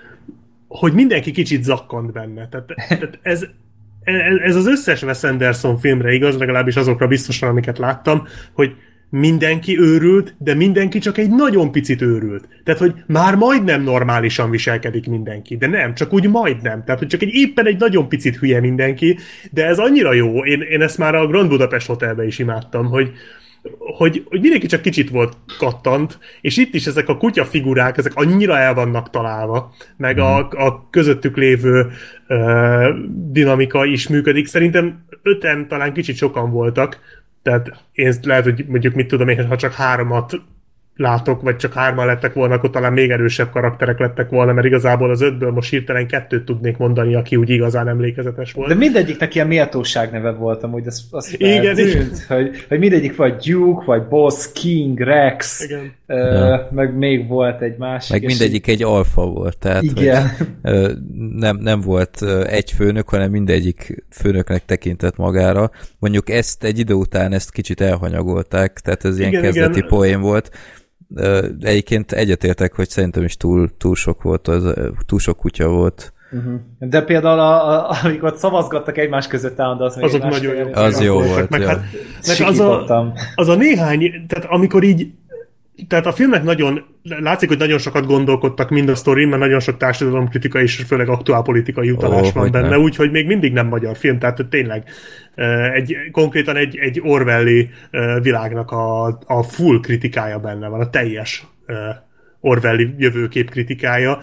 Speaker 2: hogy mindenki kicsit zakkant benne. Tehát, tehát ez Ez az összes Wes Anderson filmre igaz, legalábbis azokra biztosan, amiket láttam, hogy mindenki őrült, de mindenki csak egy nagyon picit őrült. Tehát, hogy már majdnem normálisan viselkedik mindenki, de nem, csak úgy majdnem. Tehát, hogy csak egy éppen egy nagyon picit hülye mindenki, de ez annyira jó. Én, én ezt már a Grand Budapest Hotelben is imádtam, hogy Hogy, hogy mindenki csak kicsit volt kattant, és itt is ezek a kutyafigurák, ezek annyira el vannak találva, meg a, a közöttük lévő uh, dinamika is működik. Szerintem öten talán kicsit sokan voltak, tehát én lehet, hogy mondjuk mit tudom én, ha csak háromat látok, vagy csak hárman lettek volna, akkor talán még erősebb karakterek lettek volna, mert igazából az ötből most hirtelen kettőt tudnék mondani, aki úgy igazán emlékezetes volt.
Speaker 4: De mindegyiknek ilyen méltóság neve volt amúgy, az, az
Speaker 2: igen,
Speaker 4: feltűnt, hogy, hogy mindegyik vagy Duke, vagy Boss, King, Rex,
Speaker 2: igen.
Speaker 4: Uh, meg még volt egy másik.
Speaker 3: Meg mindegyik egy alfa volt, tehát
Speaker 4: igen.
Speaker 3: Hogy, uh, nem, nem volt egy főnök, hanem mindegyik főnöknek tekintett magára. Mondjuk ezt egy idő után ezt kicsit elhanyagolták, tehát ez ilyen igen, kezdeti igen. poén volt. De egyébként egyetértek, hogy szerintem is túl, túl sok volt, az, túl sok kutya volt.
Speaker 4: Uh-huh. De például a, a, amikor szavazgattak egymás között állandó, az
Speaker 2: azok nagyon jó.
Speaker 3: Az jó volt.
Speaker 2: Meg,
Speaker 3: ja.
Speaker 2: hát, meg az, a, az a néhány, tehát amikor így tehát a filmnek nagyon, látszik, hogy nagyon sokat gondolkodtak mind a sztorin, mert nagyon sok társadalomkritika és főleg aktuálpolitikai utalás oh, van benne, úgyhogy még mindig nem magyar film, tehát tényleg egy, konkrétan egy, egy Orwelli világnak a, a full kritikája benne van, a teljes Orwelli jövőkép kritikája.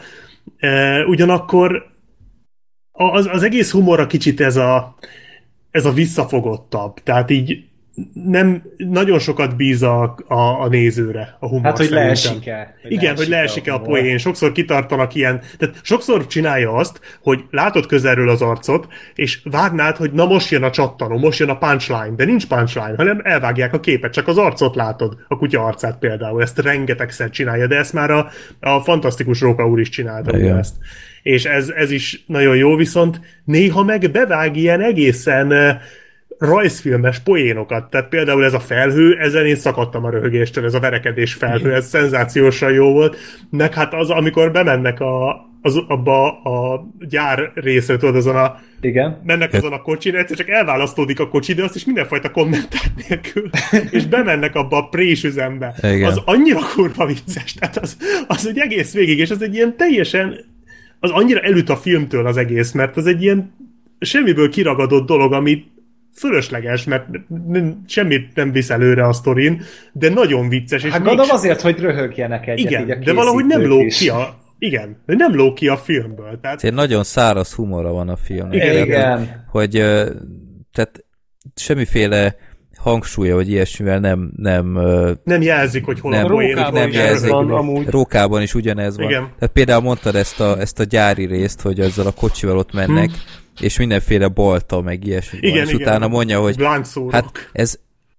Speaker 2: Ugyanakkor az, az egész humorra kicsit ez a, ez a visszafogottabb, tehát így nem nagyon sokat bíz a, a, a nézőre a humor.
Speaker 4: Hát, hogy leesik-e.
Speaker 2: Hogy igen, leesik hogy leesik-e a, a poén. Sokszor kitartanak ilyen, tehát sokszor csinálja azt, hogy látod közelről az arcot, és várnád, hogy na most jön a csattanó, most jön a punchline, de nincs punchline, hanem elvágják a képet, csak az arcot látod, a kutya arcát például. Ezt rengetegszer csinálja, de ezt már a, a fantasztikus Róka úr is csinálta ezt. És ez, ez is nagyon jó, viszont néha meg bevág ilyen egészen rajzfilmes poénokat. Tehát például ez a felhő, ezen én szakadtam a röhögéstől, ez a verekedés felhő, ez szenzációsan jó volt. Meg hát az, amikor bemennek a, az, abba a gyár részre, tudod, azon a
Speaker 4: igen.
Speaker 2: mennek azon a kocsin, egyszer csak elválasztódik a kocsi, de azt is mindenfajta kommentár nélkül, és bemennek abba a présüzembe. Igen. Az annyira kurva vicces, tehát az, az egy egész végig, és az egy ilyen teljesen, az annyira elüt a filmtől az egész, mert az egy ilyen semmiből kiragadott dolog, amit fölösleges, mert semmit nem visz előre a sztorin, de nagyon vicces. És
Speaker 4: hát gondolom azért, hogy röhögjenek egyet.
Speaker 2: Igen, így a de valahogy nem lóg ki a igen, de nem lóg ki a filmből. Tehát...
Speaker 3: Egy nagyon száraz humora van a filmnek.
Speaker 4: Igen.
Speaker 3: igen. Hogy, hogy tehát semmiféle hangsúlya, vagy ilyesmivel nem nem,
Speaker 2: nem jelzik, hogy hol
Speaker 3: nem,
Speaker 2: a poén,
Speaker 3: nem, nem jelzik. Van, amúgy. Rókában is ugyanez van. Igen. Tehát például mondtad ezt a, ezt a gyári részt, hogy azzal a kocsival ott mennek, hmm. és mindenféle balta, meg ilyesmi
Speaker 2: igen,
Speaker 3: van, és
Speaker 2: igen.
Speaker 3: utána mondja, hogy hát ez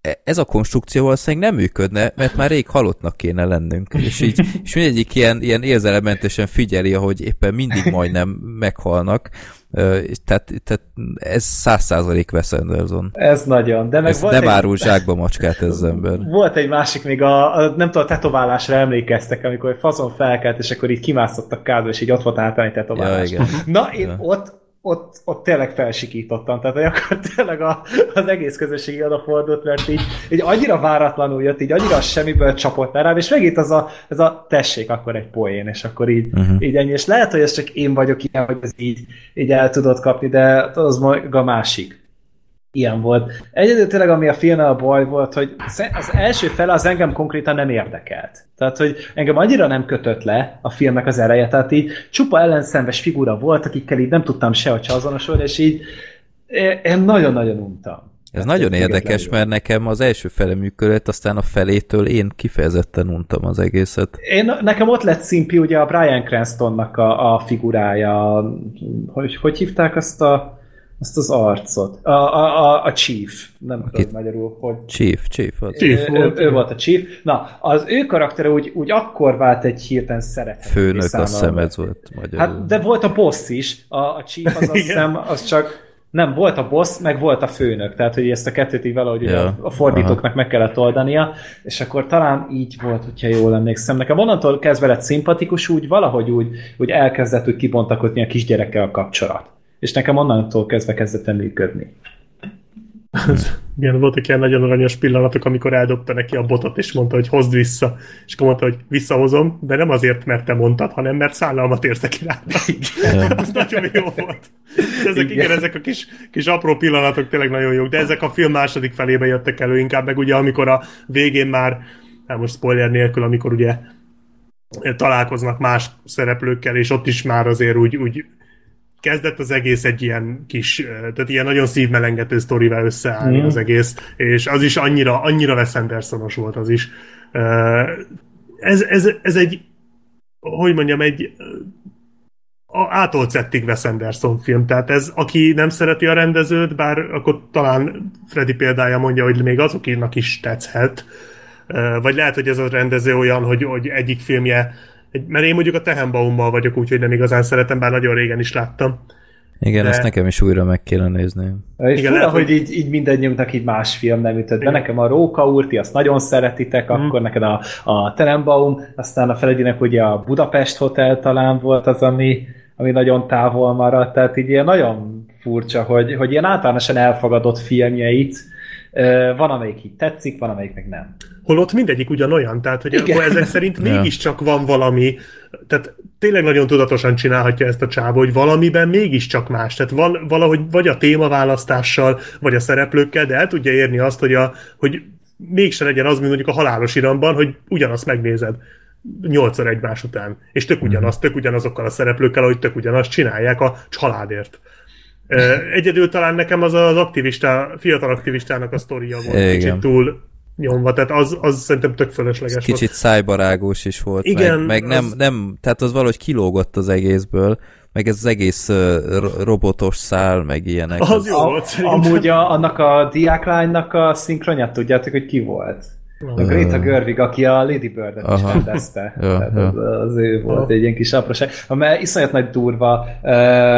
Speaker 3: ez a konstrukció valószínűleg nem működne, mert már rég halottnak kéne lennünk. És így és mindegyik ilyen, ilyen érzelemmentesen figyeli, ahogy éppen mindig majdnem meghalnak. Tehát, tehát ez száz százalék Wes Anderson.
Speaker 4: Ez nagyon. De meg
Speaker 3: ez nem egy... árul zsákba macskát ez az ember.
Speaker 4: Volt egy másik még a, a nem tudom, a tetoválásra emlékeztek, amikor fazon felkelt, és akkor így kimászottak kádba, és így ott volt általán egy tetoválás. Ja, Na, én ja. ott Ott, ott tényleg felsikítottam, tehát hogy akkor tényleg a, az egész közösség odafordult, mert így, így annyira váratlanul jött, így annyira semmiből csapott le rám, és megint az a, ez a tessék akkor egy poén, és akkor így, uh-huh. így ennyi, és lehet, hogy ez csak én vagyok ilyen, hogy ez így, így el tudod kapni, de az maga másik. Ilyen volt. Egyedül tényleg, ami a filmmel a baj volt, hogy az első fele az engem konkrétan nem érdekelt. Tehát, hogy engem annyira nem kötött le a filmnek az eleje, tehát így csupa ellenszenves figura volt, akikkel így nem tudtam sehogy se azonosulni, és így én nagyon-nagyon untam.
Speaker 3: Ez hát nagyon érdekes, mert nekem az első fele működött, aztán a felétől én kifejezetten untam az egészet.
Speaker 4: Én, nekem ott lett szimpi ugye a Bryan Cranstonnak a, a figurája, hogy, hogy hívták azt a azt az arcot. A, a, a, a Chief. Nem Aki... tudom magyarul, hogy...
Speaker 3: Chief, Chief. Az.
Speaker 2: Chief
Speaker 4: ő, volt, ő, ő volt a Chief. Na, az ő karaktere úgy, úgy akkor vált egy hirtelen szerethető.
Speaker 3: Főnök, a szemed volt magyarul.
Speaker 4: Hát, de volt a boss is. A, a Chief az azt hiszem, az csak... Nem, volt a boss, meg volt a főnök. Tehát, hogy ezt a kettőt így valahogy ja. a, a fordítóknak aha. meg kellett oldania, és akkor talán így volt, hogyha jól emlékszem. Nekem onnantól kezdve lett szimpatikus, úgy valahogy úgy, úgy elkezdett úgy kibontakozni a kisgyerekkel a kapcsolat. És nekem onnantól kezdve kezdett el működni.
Speaker 2: Igen, voltak ilyen nagyon aranyos pillanatok, amikor eldobta neki a botot, és mondta, hogy hozd vissza. És akkor mondta, hogy visszahozom, de nem azért, mert te mondtad, hanem mert szállalmat érzek irányba. Ez nagyon jó volt. Ezek, igen, ezek a kis, kis apró pillanatok tényleg nagyon jók, de ezek a film második felébe jöttek elő inkább, meg ugye amikor a végén már, hát most spoiler nélkül, amikor ugye találkoznak más szereplőkkel, és ott is már azért úgy, úgy kezdett az egész egy ilyen kis, tehát ilyen nagyon szívmelengető sztorival összeállni mm. az egész, és az is annyira, annyira Wes Andersonos volt az is. Ez, ez, ez egy, hogy mondjam, egy átolcettig Wes Anderson film, tehát ez, aki nem szereti a rendezőt, bár akkor talán Freddy példája mondja, hogy még azoknak is tetszhet, vagy lehet, hogy ez a rendező olyan, hogy, hogy egyik filmje, mert én mondjuk a Tenenbaummal vagyok, úgyhogy nem igazán szeretem, bár nagyon régen is láttam.
Speaker 3: Igen, de... ezt nekem is újra meg kéne nézni.
Speaker 4: És igen, fura, hogy így, így mindannyiunknak így más film nem ütött be. Nekem a Róka úr, ti azt nagyon szeretitek, mm. akkor neked a, a Tenenbaum, aztán a Fredinek ugye a Budapest Hotel talán volt az, ami, ami nagyon távol maradt, tehát így ilyen nagyon furcsa, hogy, hogy ilyen általánosan elfogadott filmjeit van, amelyik így tetszik, van, amelyik meg nem.
Speaker 2: Holott mindegyik ugyanolyan, tehát hogy akkor ezek szerint mégiscsak van valami, tehát tényleg nagyon tudatosan csinálhatja ezt a csávó, hogy valamiben mégiscsak más, tehát val- valahogy vagy a témaválasztással, vagy a szereplőkkel, de el tudja érni azt, hogy, a, hogy mégse legyen az, mint mondjuk a Halálos iramban, hogy ugyanazt megnézed nyolcszor egymás után, és tök ugyanaz, tök ugyanazokkal a szereplőkkel, ahogy tök ugyanazt csinálják a családért. Egyedül talán nekem az az aktivista, fiatal aktivistának a sztoria volt. Igen. Kicsit túl nyomva, tehát az, az szerintem tök fölösleges
Speaker 3: volt. Kicsit szájbarágós is volt. Igen. Meg, meg nem, az... nem, tehát az valahogy kilógott az egészből, meg ez az egész uh, robotos szál, meg ilyenek.
Speaker 2: Az, az jó volt szerintem.
Speaker 4: Amúgy a, annak a diáklánynak a szinkronját tudjátok, hogy ki volt? A Greta Gerwig, aki a Lady Bird-et is rendezte. Ja, Tehát ja. Az, az ő volt ja. egy ilyen kis apróság. Mert iszonyat nagy durva uh,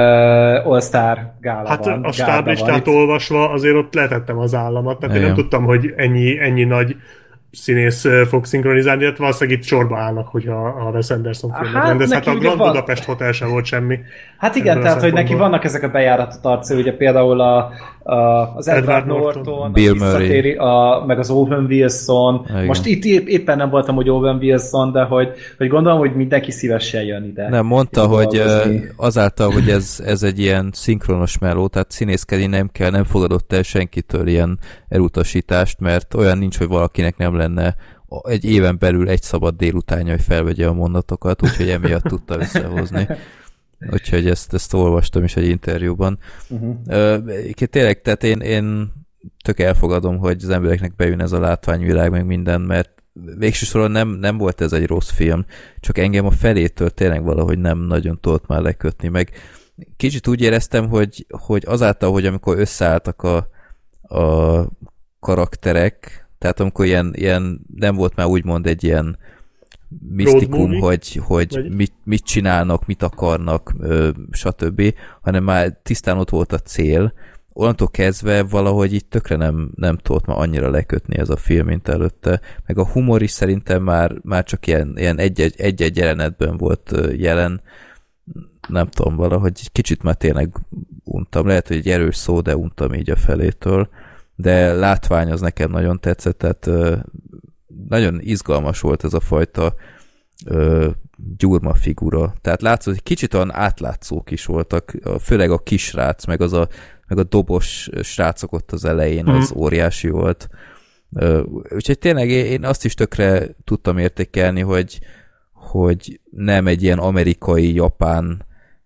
Speaker 4: All-Star gála
Speaker 2: hát
Speaker 4: van.
Speaker 2: Hát a stáblistát olvasva azért ott letettem az államat. Tehát ja. én nem tudtam, hogy ennyi, ennyi nagy színész fog szinkronizálni, de valószínűleg itt sorba állnak, hogyha a Wes Anderson filmet hát, rendez. Hát a Grand van... Budapest Hotel sem volt semmi.
Speaker 4: Hát igen, tehát hogy neki vannak ezek a bejáratott arcai, ugye például a, a, az Edward, Edward Norton, Norton
Speaker 3: Bill Murray,
Speaker 4: a, meg az Owen Wilson. Igen. Most itt épp, éppen nem voltam, hogy Owen Wilson, de hogy, hogy gondolom, hogy mindenki szívesen jön ide.
Speaker 3: Nem, mondta, hogy azáltal, hogy ez, ez egy ilyen szinkronos meló, tehát színészkedni nem kell, nem fogadott el senkitől ilyen elutasítást, mert olyan nincs, hogy valakinek nem lenne egy éven belül egy szabad délutánja, hogy felvegye a mondatokat, úgyhogy emiatt tudta összehozni. Úgyhogy ezt, ezt olvastam is egy interjúban. Uh-huh. Uh, tényleg, tehát én, én tök elfogadom, hogy az embereknek bejön ez a látványvilág, meg minden, mert végsősorban nem, nem volt ez egy rossz film, csak engem a felétől tényleg valahogy nem nagyon tudott már lekötni, meg kicsit úgy éreztem, hogy, hogy azáltal, hogy amikor összeálltak a, a karakterek, tehát amikor ilyen, ilyen nem volt már úgymond egy ilyen misztikum, hogy, hogy mit, mit csinálnak, mit akarnak, ö, stb., hanem már tisztán ott volt a cél. Onnantól kezdve valahogy itt tökre nem, nem tudott már annyira lekötni ez a film, mint előtte. Meg a humor is szerintem már, már csak ilyen, ilyen egy-egy, egy-egy jelenetben volt jelen. Nem tudom, valahogy egy kicsit már tényleg untam. Lehet, hogy egy erős szó, de untam így a felétől. De látvány az nekem nagyon tetszett, tehát ö, nagyon izgalmas volt ez a fajta ö, gyurma figura. Tehát látszott, hogy kicsit olyan átlátszók is voltak, főleg a kisrác, meg az a, meg a dobos srácok ott az elején, mm. az óriási volt. Ö, úgyhogy tényleg én azt is tökre tudtam értékelni, hogy, hogy nem egy ilyen amerikai, japán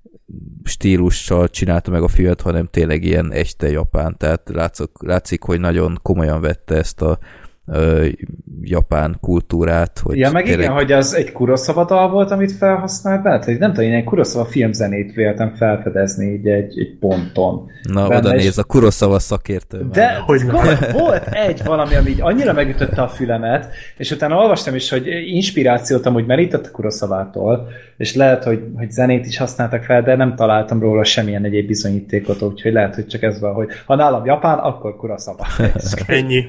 Speaker 3: stílussal csinálta meg a filmet, hanem tényleg ilyen echte japán. Tehát látszik, látszik hogy nagyon komolyan vette ezt a ö, japán kultúrát. Hogy
Speaker 4: ja, meg
Speaker 3: tényleg...
Speaker 4: igen, hogy az egy Kurosawa dal volt, amit felhasznált benne? Nem tudom, én egy Kurosawa filmzenét véltem felfedezni így egy, egy ponton.
Speaker 3: Na, benne oda is... néz, a Kurosawa szakértő.
Speaker 4: De hogy volt, volt egy valami, ami így annyira megütötte a fülemet, és utána olvastam is, hogy inspirációt amúgy merített a Kurosawától, és lehet, hogy, hogy zenét is használtak fel, de nem találtam róla semmilyen egyéb bizonyítékot, úgyhogy lehet, hogy csak ez van, hogy ha nálam japán, akkor Kurosawa.
Speaker 2: Ennyi.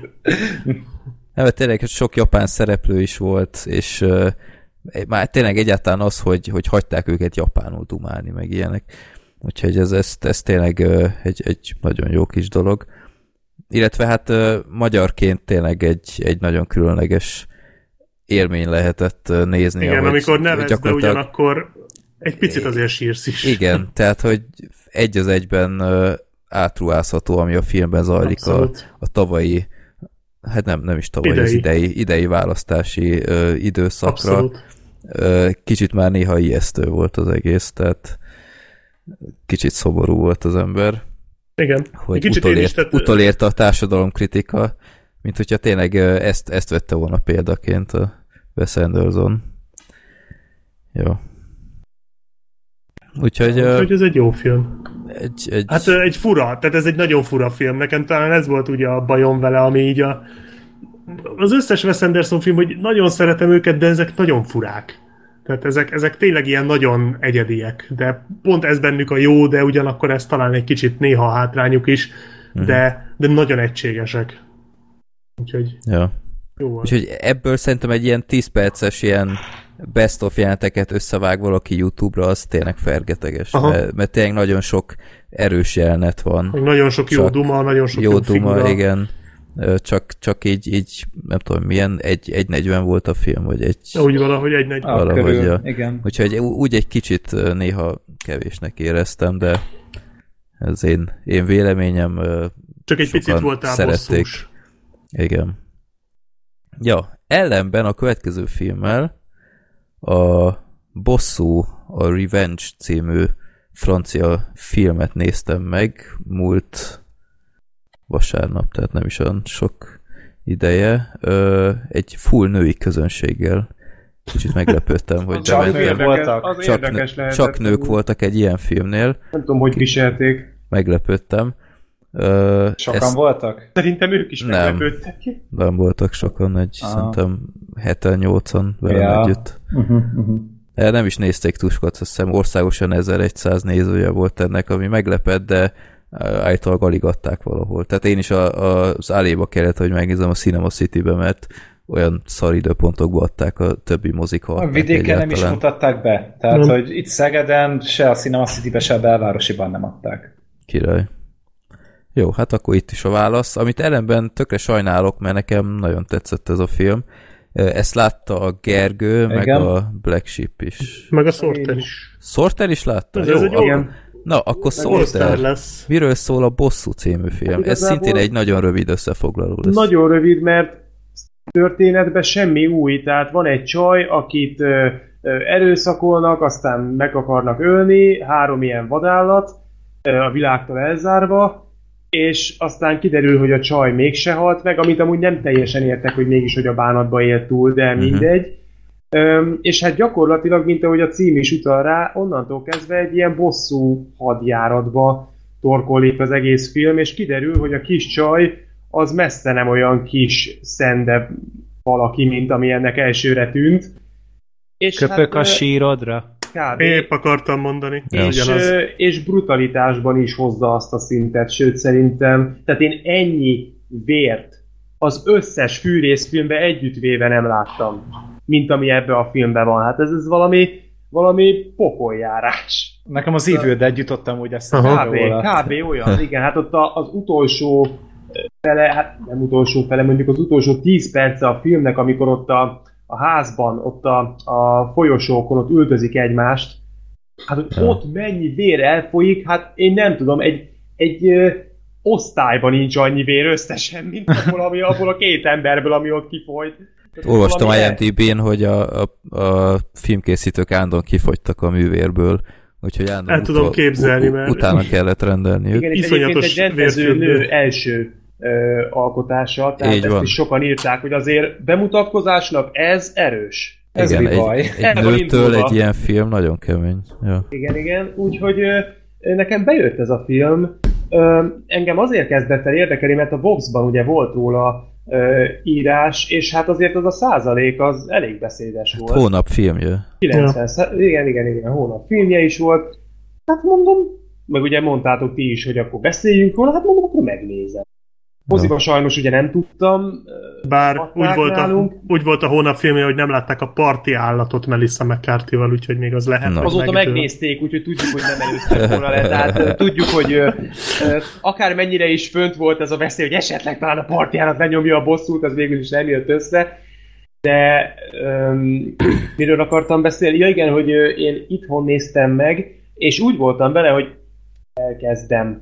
Speaker 3: Nem, tényleg sok japán szereplő is volt, és uh, már tényleg egyáltalán az, hogy, hogy hagyták őket japánul dumálni, meg ilyenek. Úgyhogy ez, ez, ez tényleg uh, egy, egy nagyon jó kis dolog. Illetve hát uh, magyarként tényleg egy, egy nagyon különleges élmény lehetett uh, nézni.
Speaker 2: Igen,
Speaker 3: ahogy,
Speaker 2: amikor nevetsz, gyakorlatilag... de ugyanakkor egy picit azért sírsz is.
Speaker 3: Igen, tehát, hogy egy az egyben uh, átruházható, ami a filmben zajlik a, a tavalyi hát nem, nem is tavaly, idei. az idei, idei választási ö, időszakra. Abszolút. Ö, kicsit már néha ijesztő volt az egész, tehát kicsit szomorú volt az ember.
Speaker 2: Igen.
Speaker 3: Hogy utolért, tett... utolért a társadalomkritika, mint hogyha tényleg ezt, ezt vette volna példaként a Wes Anderson. Jó. Úgyhogy...
Speaker 2: Úgyhogy ez egy jó film.
Speaker 3: Egy, egy...
Speaker 2: Hát egy fura, tehát ez egy nagyon fura film. Nekem talán ez volt ugye a bajom vele, ami így a... Az összes Wes Anderson film, hogy nagyon szeretem őket, de ezek nagyon furák. Tehát ezek, ezek tényleg ilyen nagyon egyediek. De pont ez bennük a jó, de ugyanakkor ez talán egy kicsit néha hátrányuk is, uh-huh. de, de nagyon egységesek. Úgyhogy...
Speaker 3: Ja. Jó. Úgyhogy ebből szerintem egy ilyen tíz perces ilyen best of jeleneteket összevág valaki YouTube-ra, az tényleg fergeteges. Mert, mert tényleg nagyon sok erős jelenet van.
Speaker 2: Nagyon sok jó duma, nagyon sok jó, jó duma, figura.
Speaker 3: Igen. Csak, csak így, így, nem tudom, milyen, egy, egy negyven volt a film, vagy egy...
Speaker 2: Úgy valahogy egy negyven.
Speaker 3: Valahogy,
Speaker 4: körül,
Speaker 3: ja.
Speaker 4: Igen.
Speaker 3: Úgyhogy úgy egy kicsit néha kevésnek éreztem, de ez én, én véleményem.
Speaker 2: Csak egy picit voltál bosszús.
Speaker 3: Igen. Ja, ellenben a következő filmmel a Bosszú, a Revenge című francia filmet néztem meg múlt vasárnap, tehát nem is olyan sok ideje. Ö, egy full női közönséggel. Kicsit meglepődtem, hogy
Speaker 4: csak nők voltak.
Speaker 3: Csak, nő, csak nők voltak egy ilyen filmnél.
Speaker 5: Nem tudom, hogy viselték.
Speaker 3: Meglepődtem. Uh,
Speaker 4: sokan ezt... voltak?
Speaker 5: Szerintem ők is meglepődtek.
Speaker 3: Nem, nem voltak sokan, egy ah. szerintem heten-nyolcan velem ja. együtt. Uh-huh, uh-huh. Nem is nézték túlsokat, azt hiszem országosan ezerszáz nézője volt ennek, ami meglepett, de állítólag alig adták valahol. Tehát én is a, a, az Aléba kellett, hogy megnézem a Cinema City-be, mert olyan szar időpontokba adták a többi mozik.
Speaker 4: A vidéken nem is mutatták be. Tehát, nem. Hogy itt Szegeden se a Cinema City-be, se a belvárosiban nem adták.
Speaker 3: Király. Jó, hát akkor itt is a válasz. Amit ellenben tökre sajnálok, mert nekem nagyon tetszett ez a film. Ezt látta a Gergő, igen. meg a Black Sheep is.
Speaker 2: Meg a Sorter is.
Speaker 3: Sorter is látta?
Speaker 2: Ez, ez
Speaker 3: jó,
Speaker 2: egy olyan...
Speaker 3: Na, akkor Sorter. Lesz. Miről szól a Bosszú című film? Ez szintén egy nagyon rövid összefoglaló lesz.
Speaker 5: Nagyon rövid, mert történetben semmi új. Tehát van egy csaj, akit ö, ö, erőszakolnak, aztán meg akarnak ölni, három ilyen vadállat, ö, a világtól elzárva, és aztán kiderül, hogy a csaj mégse halt meg, amit amúgy nem teljesen értek, hogy mégis, hogy a bánatba élt túl, de mindegy. Uh-huh. Öm, és hát gyakorlatilag, mint ahogy a cím is utal rá, onnantól kezdve egy ilyen bosszú hadjáratba torkolik az egész film, és kiderül, hogy a kis csaj az messze nem olyan kis szende valaki, mint ami ennek elsőre tűnt.
Speaker 4: És Köpök hát, a sírodra.
Speaker 5: Kb.
Speaker 2: Épp akartam mondani.
Speaker 5: És, és brutalitásban is hozza azt a szintet, sőt szerintem, tehát én ennyi vért az összes fűrészfilmben együttvéve nem láttam, mint ami ebbe a filmben van. Hát ez, ez valami, valami pokoljárás.
Speaker 4: Nekem az Evil Dead jutottam úgy ezt
Speaker 5: kb. kb. Olyan, igen, hát ott az utolsó fele, hát nem utolsó fele, mondjuk az utolsó tíz perce a filmnek, amikor ott a, a házban, ott a, a folyosókon ott üldözik egymást, hát hogy ja. ott mennyi vér elfolyik, hát én nem tudom, egy, egy ö, osztályban nincs annyi vér összesen, mint abból, ami, abból a két emberből, ami ott kifolyt.
Speaker 3: Olvastam I M D B-n, hogy a, a, a filmkészítők állandóan kifogytak a művérből, úgyhogy állandóan
Speaker 2: el tudom utol, képzelni, mert
Speaker 3: utána kellett rendelniük.
Speaker 5: Igen, itt egyébként egy rendező nő első ö, alkotása, tehát így ezt van. Is sokan írták, hogy azért bemutatkozásnak ez erős. Ez
Speaker 3: igen, egy, baj. egy nőtől egy ilyen film nagyon kemény. Ja.
Speaker 5: Igen, igen, úgyhogy ö, nekem bejött ez a film. Ö, engem azért kezdett el érdekelni, mert a Vox-ban ugye volt róla ö, írás, és hát azért az a százalék az elég beszédes volt.
Speaker 3: Hát hónap filmje.
Speaker 5: kilencven ja. Igen, igen, igen, hónap filmje is volt. Hát mondom, meg ugye mondtátok ti is, hogy akkor beszéljünk róla, hát mondom, akkor megnézem. Moziba sajnos ugye nem tudtam.
Speaker 2: Bár úgy volt, a, úgy volt a hónap filmje, hogy nem látták a parti állatot Melissa McCarthy-val, úgyhogy még az lehet.
Speaker 5: Azóta megnézték, úgyhogy tudjuk, hogy nem előztek volna le. Tehát tudjuk, hogy akár mennyire is fönt volt ez a veszély, hogy esetleg talán a parti állat lenyomja a bosszút, az végül is nem jött össze. De um, miről akartam beszélni? Ja igen, hogy én itthon néztem meg, és úgy voltam bele, hogy elkezdem.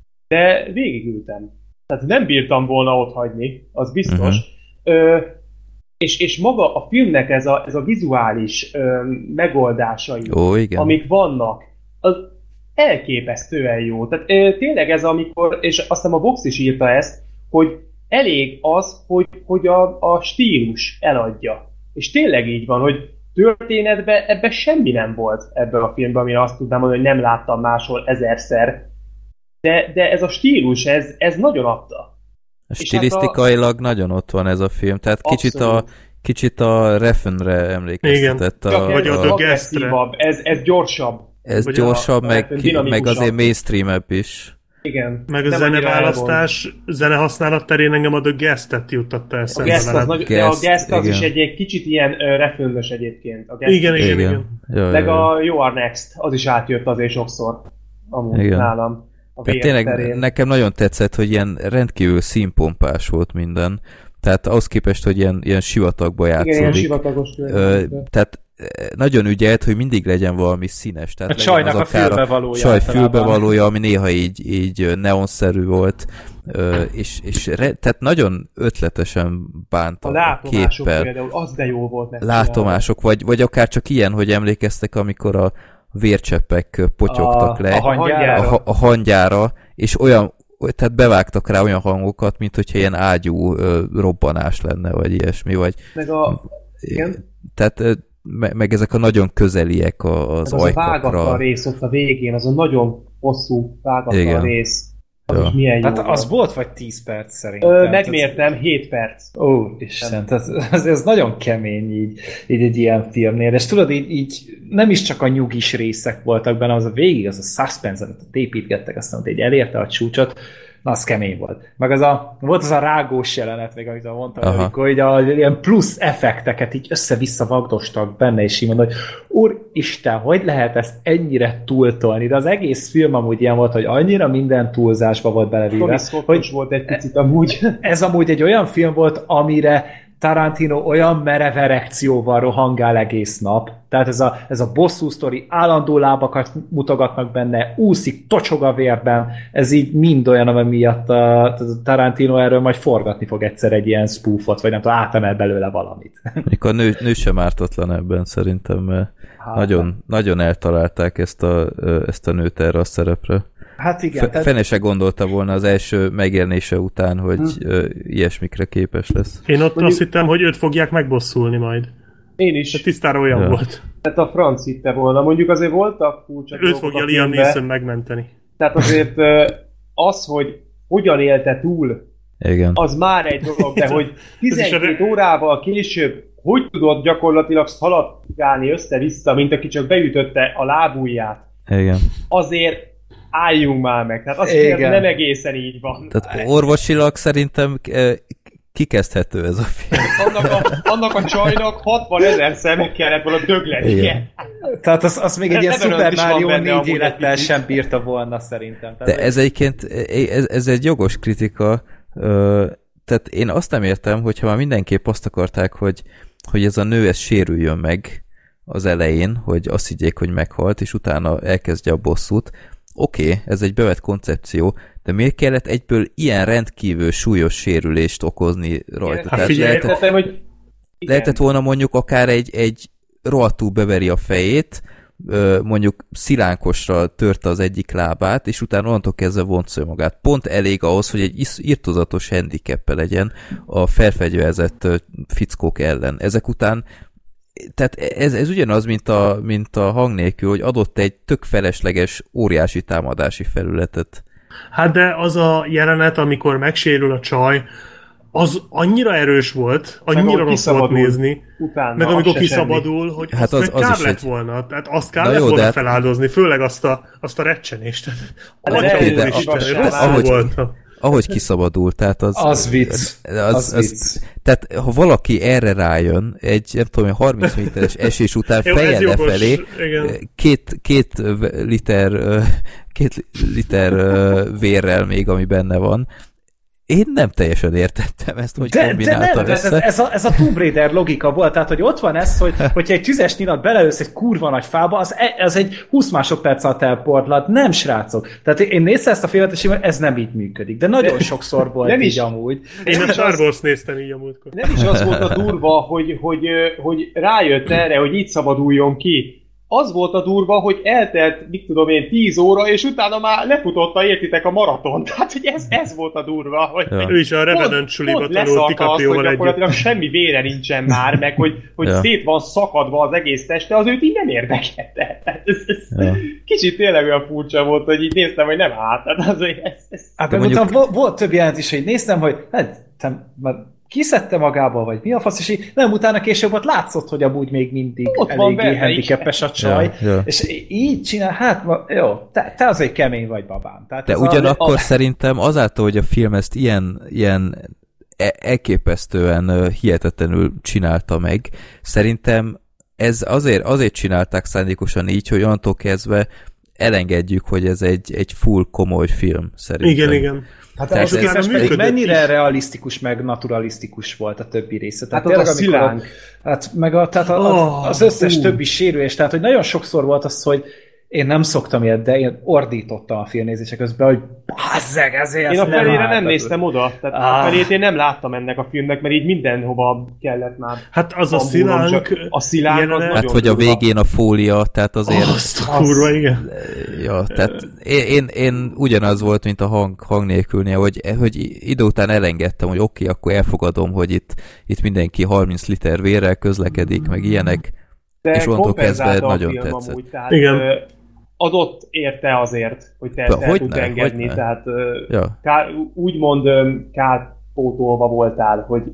Speaker 5: De végigültem. Tehát nem bírtam volna ott hagyni, az biztos. Uh-huh. Ö, és, és maga a filmnek ez a, ez a vizuális ö, megoldásai,
Speaker 3: Ó, igen.
Speaker 5: amik vannak, az elképesztően jó. Tehát ö, tényleg ez amikor, és azt hiszem a Vox is írta ezt, hogy elég az, hogy, hogy a, a stílus eladja. És tényleg így van, hogy történetben ebben semmi nem volt ebben a filmben, amire azt tudnám mondani, hogy nem láttam máshol ezerszer. De, de ez a stílus, ez, ez nagyon adta.
Speaker 3: Stilisztikailag hát a... nagyon ott van ez a film, tehát kicsit a, kicsit a Refnre emlékeztetett.
Speaker 5: Igen, a, vagy a, a agresszívabb, ez, ez gyorsabb.
Speaker 3: Ez gyorsabb, a, meg, meg azért mainstream-ebb is.
Speaker 5: Igen.
Speaker 2: Meg a zeneválasztás, zenehasználat terén engem a The Guest-et juttatta eszembe.
Speaker 5: A Guest az, nagy, Guest, a Guest az is egy, egy kicsit ilyen uh, refönös egyébként. A
Speaker 2: igen, igen, igen, igen.
Speaker 3: Jó,
Speaker 5: meg jó, a You Are Next, az is átjött azért sokszor. Amúgy igen. Nálam.
Speaker 3: Tényleg terén. Nekem nagyon tetszett, hogy ilyen rendkívül színpompás volt minden. Tehát ahhoz képest, hogy ilyen, ilyen sivatagba játszódik.
Speaker 5: Igen, ilyen sivatagos.
Speaker 3: Ö, tehát nagyon ügyelt, hogy mindig legyen valami színes. Tehát
Speaker 4: a csajnak a fülbevalója.
Speaker 3: Csaj fülbevalója, ami néha így, így neonszerű volt. Ö, és, és re, tehát nagyon ötletesen bánta a,
Speaker 5: a képpel. Például, az de jó volt neki.
Speaker 3: Látomások, vagy, vagy akár csak ilyen, hogy emlékeztek, amikor a vércseppek potyogtak
Speaker 5: a,
Speaker 3: le
Speaker 5: a hangyára.
Speaker 3: A, a hangyára, és olyan, tehát bevágtak rá olyan hangokat, mint hogyha ilyen ágyú ö, robbanás lenne, vagy ilyesmi, vagy...
Speaker 5: Meg a... Igen?
Speaker 3: Tehát, me, meg ezek a nagyon közeliek az
Speaker 5: az
Speaker 3: ajkakra.
Speaker 5: Az a vágatlan rész ott a végén, az a nagyon hosszú vágatlan igen. rész. Az ja. is milyen jó.
Speaker 4: Hát
Speaker 5: volt.
Speaker 4: az volt vagy tíz perc szerintem.
Speaker 5: Ö, megmértem, hét perc.
Speaker 4: Ó, Isten, ez, ez, ez nagyon kemény így, így egy ilyen filmnél. És tudod, így, így nem is csak a nyugis részek voltak benne, az a végig, az a suspense, amit építgettek, aztán hogy elérte a csúcsot, na, az kemény volt. Meg az a, volt az a rágós jelenet, még amit mondtam, aha. amikor így a, ilyen plusz effekteket így össze-vissza vagdostak benne, és így mondod, hogy úristen, hogy lehet ezt ennyire túltolni? De az egész film amúgy ilyen volt, hogy annyira minden túlzásba volt belevéve.
Speaker 5: Hogy volt egy picit amúgy.
Speaker 4: Ez amúgy egy olyan film volt, amire Tarantino olyan merev erekcióval rohangál egész nap. Tehát ez a, ez a bosszú sztori, állandó lábakat mutogatnak benne, úszik, tocsog a vérben. Ez így mind olyan, ami miatt a, a Tarantino erről majd forgatni fog egyszer egy ilyen spoofot, vagy nem tudom, átemel belőle valamit.
Speaker 3: Mikor a nő, nő sem ártatlan ebben szerintem, mert hát, nagyon, nagyon eltalálták ezt a, ezt a nőt erre a szerepre.
Speaker 4: Hát igen.
Speaker 3: F- fene se gondolta volna az első megjelenése után, hogy hm. ö, ilyesmikre képes lesz.
Speaker 2: Én ott mondjuk, azt hittem, hogy őt fogják megbosszulni majd.
Speaker 5: Én is.
Speaker 2: De tisztára olyan ja. volt.
Speaker 5: Tehát a franc hitte volna. Mondjuk azért voltak furcsa
Speaker 2: őt fogja Liam Neeson megmenteni.
Speaker 5: Tehát azért az, hogy hogyan élte túl
Speaker 3: Igen.
Speaker 5: Az már egy dolog, de hogy tizenkét órával később hogy tudod gyakorlatilag szaladgálni össze-vissza, mint aki csak beütötte a lábujját.
Speaker 3: Igen.
Speaker 5: Azért álljunk már meg. Tehát azért igen. Nem egészen így van.
Speaker 3: Tehát orvosilag szerintem kikezdhető ez a film.
Speaker 5: Annak a, annak a csajnak hatvanezer meg kellett volna döglenie.
Speaker 4: Tehát az, az még egy ilyen Super Mario négy élettel sem bírta volna szerintem.
Speaker 3: Tehát De ez egyébként, ez, ez egy jogos kritika. Tehát én azt nem értem, hogyha már mindenképp azt akarták, hogy, hogy ez a nő ez sérüljön meg az elején, hogy azt higgyék, hogy meghalt, és utána elkezdje a bosszút. Oké, okay, ez egy bevett koncepció, de miért kellett egyből ilyen rendkívül súlyos sérülést okozni rajta?
Speaker 5: Hát figyelj, lehetett, értettem, hogy
Speaker 3: lehetett volna mondjuk akár egy, egy rohadtul beveri a fejét, mondjuk szilánkosra törte az egyik lábát, és utána onnantól kezdve voncolja magát. Pont elég ahhoz, hogy egy irtózatos handicappe legyen a felfegyverzett fickók ellen. Ezek után tehát ez, ez ugyanaz, mint a, mint a hang nélkül, hogy adott egy tök felesleges, óriási támadási felületet.
Speaker 2: Hát de az a jelenet, amikor megsérül a csaj, az annyira erős volt, annyira rossz volt nézni, utána, meg amikor kiszabadul, semmi. Hogy hát az, az, az kár lett egy... volna. Tehát azt kár lett volna hát... feláldozni, főleg azt a, azt a recsenést.
Speaker 3: Ahogy, ahogy kiszabadul, tehát az...
Speaker 4: Az vicc.
Speaker 3: Az, az, az, tehát ha valaki erre rájön, egy nem tudom, harminc méteres esés után fejjel lefelé, két, két liter, két liter vérrel még, ami benne van, én nem teljesen értettem ezt, hogy de, kombináltam
Speaker 4: de nem, ez, ez, a, ez a Tomb Raider logika volt, tehát hogy ott van ez, hogy hogyha egy tüzes nyilat beleősz egy kurva nagy fába, az, az egy húsz másodperc alatt elporlat, nem srácok. Tehát én néztem ezt a filmet, és ez nem így működik, de nagyon de, sokszor volt nem így is, amúgy.
Speaker 2: Én a Star Wars néztem így amúgykor.
Speaker 5: Nem is az volt a durva, hogy, hogy, hogy rájött erre, hogy így szabaduljon ki. Az volt a durva, hogy eltelt, mit tudom én, tíz óra, és utána már lefutotta, értitek, a maraton. Tehát, hogy ez, ez volt a durva. Hogy
Speaker 2: ja. Ő is a Revenant suliba tanult DiCaprioval együtt.
Speaker 5: Gyakorlatilag semmi vére nincsen már, meg hogy, hogy ja. szét van szakadva az egész teste, az őt így nem érdekelte. Ez, ez ja. Kicsit tényleg olyan furcsa volt, hogy így néztem, hogy nem hát. Tehát azért ez, ez...
Speaker 4: Hát, mondjuk... utána volt több jelent is, hogy néztem, hogy hát, te, kiszedte magába, vagy mi a fasz, és így, nem, utána később ott látszott, hogy amúgy még mindig ott eléggé handicapes a csaj, ja, ja. és így csinál, hát jó, te, te azért kemény vagy, babám. Tehát
Speaker 3: de ugyanakkor a... szerintem azáltal, hogy a film ezt ilyen, ilyen elképesztően hihetetlenül csinálta meg, szerintem ez azért, azért csinálták szándékosan így, hogy onnantól kezdve elengedjük, hogy ez egy, egy full komoly film, szerintem.
Speaker 2: Igen, igen.
Speaker 4: Hát az ez pedig mennyire is. Realisztikus, meg naturalisztikus volt a többi része. Tehát
Speaker 5: hát az tényleg, a amikor,
Speaker 4: hát meg a, tehát a, oh, az összes uh. többi sérülés, tehát hogy nagyon sokszor volt az, hogy én nem szoktam ilyet, de én ordítottam a filmnézése közben, hogy bazzeg, ezért
Speaker 5: én a felére nem, nem néztem oda, tehát ah. a felét én nem láttam ennek a filmnek, mert így mindenhova kellett már.
Speaker 2: Hát az a szilánk...
Speaker 5: A szilánk az
Speaker 3: hát, hogy a végén a fólia, tehát azért...
Speaker 2: Azt a kurva, igen.
Speaker 3: Ja, tehát én, én, én ugyanaz volt, mint a hang, hang nélkülnél, hogy, hogy idő után elengedtem, hogy oké, okay, akkor elfogadom, hogy itt, itt mindenki harminc liter vérrel közlekedik, meg ilyenek,
Speaker 5: de
Speaker 3: és onnantól kezdve nagyon tetszett. Amúgy,
Speaker 5: tehát, igen. Adott érte azért, hogy te, te tud engedni, tehát ja. ká, úgymond kárpótolva voltál, hogy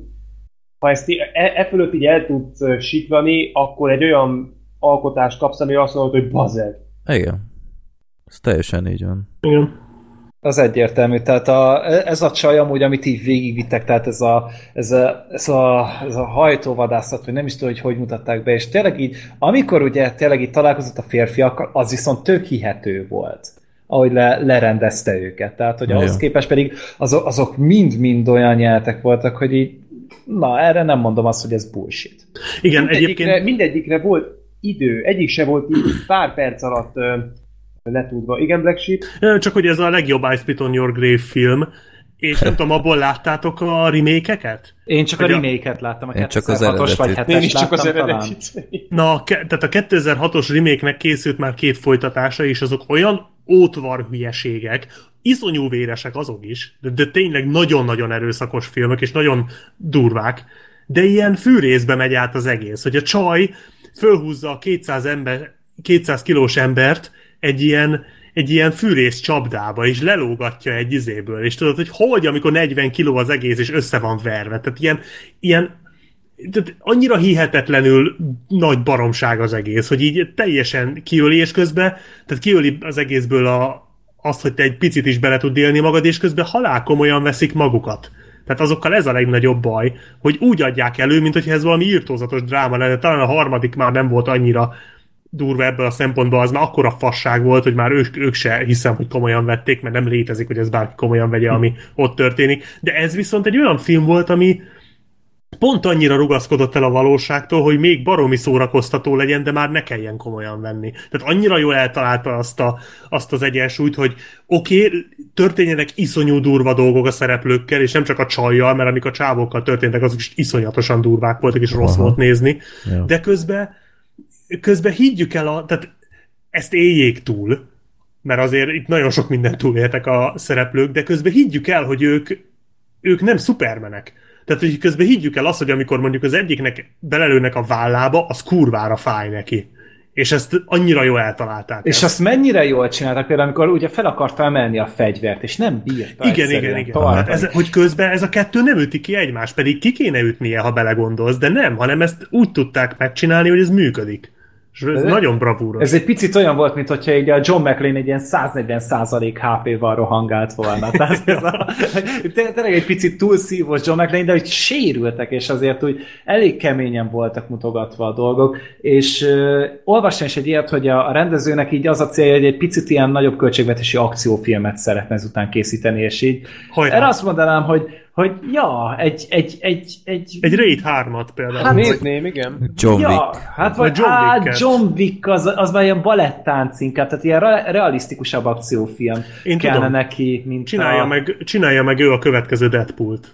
Speaker 5: ha ezt e, e fölött így el tudsz siklani, akkor egy olyan alkotást kapsz, ami azt mondod, hogy bazeg.
Speaker 3: Igen. Ez teljesen így van.
Speaker 2: Igen.
Speaker 4: Az egyértelmű, tehát a, ez a csaj amúgy, amit így végigvittek, tehát ez a, ez a, ez a, ez a hajtóvadászat, hogy nem is tudom, hogy hogy mutatták be, és tényleg így, amikor ugye tényleg így találkozott a férfiakkal, az viszont tök hihető volt, ahogy le, lerendezte őket, tehát hogy ahhoz képest pedig azok, azok mind-mind olyan nyeltek voltak, hogy így, na erre nem mondom azt, hogy ez bullshit.
Speaker 2: Igen,
Speaker 5: mindegyikre,
Speaker 2: egyébként...
Speaker 5: mindegyikre volt idő, egyik se volt így pár perc alatt letudva. Igen, Black Sheep?
Speaker 2: Csak hogy ez a legjobb I Spit on Your Grave film, és nem tudom, abból láttátok a remake-eket?
Speaker 4: Én csak hogy a remake-et láttam, a
Speaker 3: kétezer-hatos
Speaker 4: vagy hetes
Speaker 5: Én is csak az eredetit.
Speaker 2: Na, ke- tehát a kétezer-hatos remake-nek készült már két folytatása, és azok olyan ótvar hülyeségek, iszonyú véresek azok is, de, de tényleg nagyon-nagyon erőszakos filmek, és nagyon durvák, de ilyen fűrészbe megy át az egész, hogy a csaj fölhúzza a kétszáz, ember, kétszáz kilós embert egy ilyen, egy ilyen fűrész csapdába, és lelógatja egy izéből, és tudod, hogy hogy, amikor negyven kiló az egész, és össze van verve. Tehát ilyen, ilyen tehát annyira hihetetlenül nagy baromság az egész, hogy így teljesen kiöli, és közben, tehát kiöli az egészből a, azt, hogy te egy picit is bele tud élni magad, és közben halálkomolyan veszik magukat. Tehát azokkal ez a legnagyobb baj, hogy úgy adják elő, mint hogyha ez valami írtózatos dráma lenne. Talán a harmadik már nem volt annyira durva ebből a szempontból, az már akkora fasság volt, hogy már ők, ők se hiszem, hogy komolyan vették, mert nem létezik, hogy ez bárki komolyan vegye, ami ott történik. De ez viszont egy olyan film volt, ami pont annyira rugaszkodott el a valóságtól, hogy még baromi szórakoztató legyen, de már ne kelljen komolyan venni. Tehát annyira jól eltalálta azt, a, azt az egyensúlyt, hogy oké, okay, történjenek iszonyú durva dolgok a szereplőkkel, és nem csak a csajjal, mert amik a csávókkal történtek, azok is iszonyatosan durvák voltak, és rossz Aha. volt nézni. Ja. De közben, közben higgyük el, a, tehát ezt éljék túl, mert azért itt nagyon sok mindent túléltek a szereplők, de közben higgyük el, hogy ők, ők nem szupermenek. Tehát, hogy közben higgyük el azt, hogy amikor mondjuk az egyiknek belelőnek a vállába, az kurvára fáj neki. És ezt annyira jól eltalálták.
Speaker 4: És ezt. Azt mennyire jól csinálták, például amikor ugye fel akarta emelni a fegyvert, és nem bírta.
Speaker 2: Igen, igen, igen. Hát ez, hogy közben ez a kettő nem üti ki egymást, pedig ki kéne ütnie, ha belegondolsz, de nem, hanem ezt úgy tudták megcsinálni, hogy ez működik. És ez, ez nagyon bravúros.
Speaker 4: Ez egy picit olyan volt, mint hogyha így a John McClane egy ilyen száznegyven százalék há pé-val rohangált volna. Tehát ez a, tényleg egy picit túlszívós John McClane, de hogy sérültek, és azért úgy elég keményen voltak mutogatva a dolgok. És uh, olvastam is egy ilyet, hogy a, a rendezőnek így az a célja, hogy egy picit ilyen nagyobb költségvetési akciófilmet szeretne ezután készíteni, és így Hajrá. Erre azt mondanám, hogy hogy ja, egy egy egy egy
Speaker 2: egy Raid hármat például.
Speaker 5: Hát nézném, igen.
Speaker 3: John
Speaker 4: ja,
Speaker 3: Wick.
Speaker 4: Hát vagy John, á, John Wick az, az már ilyen balettánc inkább, tehát ilyen realisztikusabb akciófilm
Speaker 2: Én
Speaker 4: kellene
Speaker 2: tudom.
Speaker 4: neki, mint
Speaker 2: csinálja
Speaker 4: a...
Speaker 2: meg csinálja meg ő a következő Deadpoolt.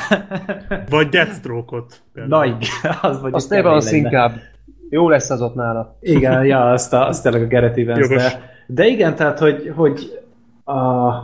Speaker 2: Vagy Deathstroke-ot.
Speaker 4: Na igen, az vagy
Speaker 5: azt Evans inkább. Jó lesz az ott nála.
Speaker 4: Igen, ja, azt, a, azt tényleg a Gareth Evans, de, de igen, tehát, hogy, hogy a,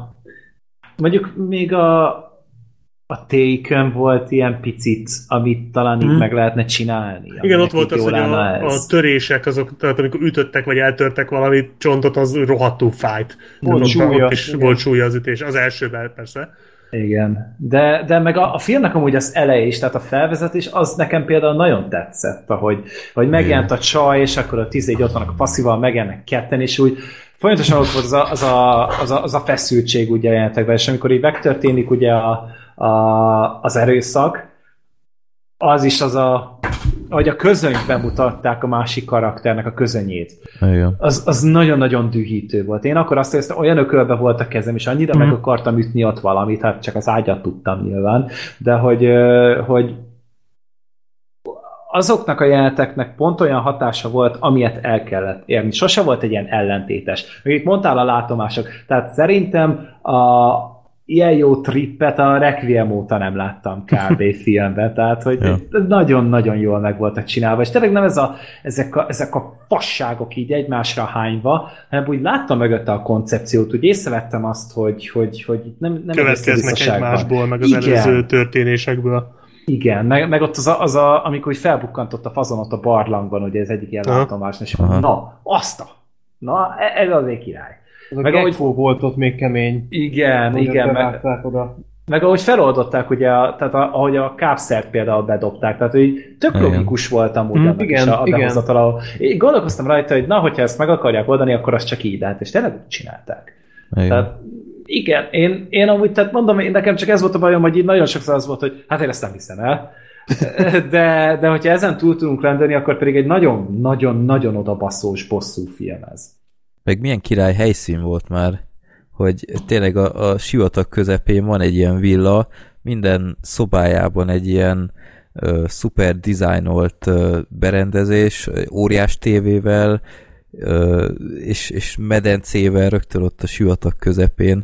Speaker 4: mondjuk még a a Taken volt ilyen picit, amit talán hmm. így meg lehetne csinálni.
Speaker 2: Igen, ott volt az, hogy a, a törések, azok, tehát amikor ütöttek, vagy eltörtek valami csontot, az rohadtul fájt.
Speaker 5: Volt súlya.
Speaker 2: Ott is volt súlya az ütés, az elsőben persze.
Speaker 4: Igen, de, de meg a, a filmnek amúgy az eleje is, tehát a felvezetés, az nekem például nagyon tetszett, ahogy, hogy megjelent a csaj, és akkor a tíz ott vannak a passzival, megjelennek ketten, és úgy folyamatosan ott volt az a, az a, az a, az a feszültség ugye jelentekben, és amikor így megtörténik ugye a A, az erőszak, az is az a, ahogy a közönyt bemutatták a másik karakternek a közönyét.
Speaker 3: Igen. Az,
Speaker 4: az nagyon-nagyon dühítő volt. Én akkor azt éreztem, olyan ökölbe volt a kezem, és annyira mm. meg akartam ütni ott valamit, hát csak az ágyat tudtam nyilván, de hogy, hogy azoknak a jeleneteknek pont olyan hatása volt, amilyet el kellett érni. Sose volt egy ilyen ellentétes. Még itt mondtál a látomások. Tehát szerintem a ilyen jó trippet a Requiem óta nem láttam kb. Filmben, tehát hogy ja. nagyon-nagyon jól meg voltak csinálva, és tényleg nem ez a, ezek, a, ezek a fasságok így egymásra hányva, hanem úgy láttam mögötte a koncepciót, úgy észrevettem azt, hogy, hogy, hogy nem, nem
Speaker 2: következnek egymásból, meg az Igen. előző történésekből.
Speaker 4: Igen, meg, meg ott az a, az a, amikor úgy felbukkantott a fazon a barlangban, ugye ez egyik ilyen látomásnak, és mondom, na, azt a, na, ez azért király.
Speaker 5: Meg ahogy volt ott még kemény.
Speaker 4: Igen, igen. Meg, meg ahogy feloldották, ugye, a, tehát a, ahogy a kápszert például bedobták, tehát hogy tök igen. logikus voltam úgy mm, annak igen, is a, a behozatala. Én gondolkoztam rajta, hogy na, hogyha ezt meg akarják oldani, akkor azt csak így lehet, és tényleg úgy csinálták. Igen. Tehát, igen, én, én amúgy, tehát mondom, én nekem csak ez volt a bajom, hogy így nagyon sokszor az volt, hogy hát én ezt nem hiszem el. De, de hogyha ezen túl tudunk lendülni, akkor pedig egy nagyon-nagyon-nagyon odabaszós bosszú film ez.
Speaker 3: Meg milyen király helyszín volt már, hogy tényleg a, a sivatag közepén van egy ilyen villa, minden szobájában egy ilyen uh, szuper dizájnolt uh, berendezés, óriás tévével, uh, és, és medencével rögtön ott a sivatag közepén.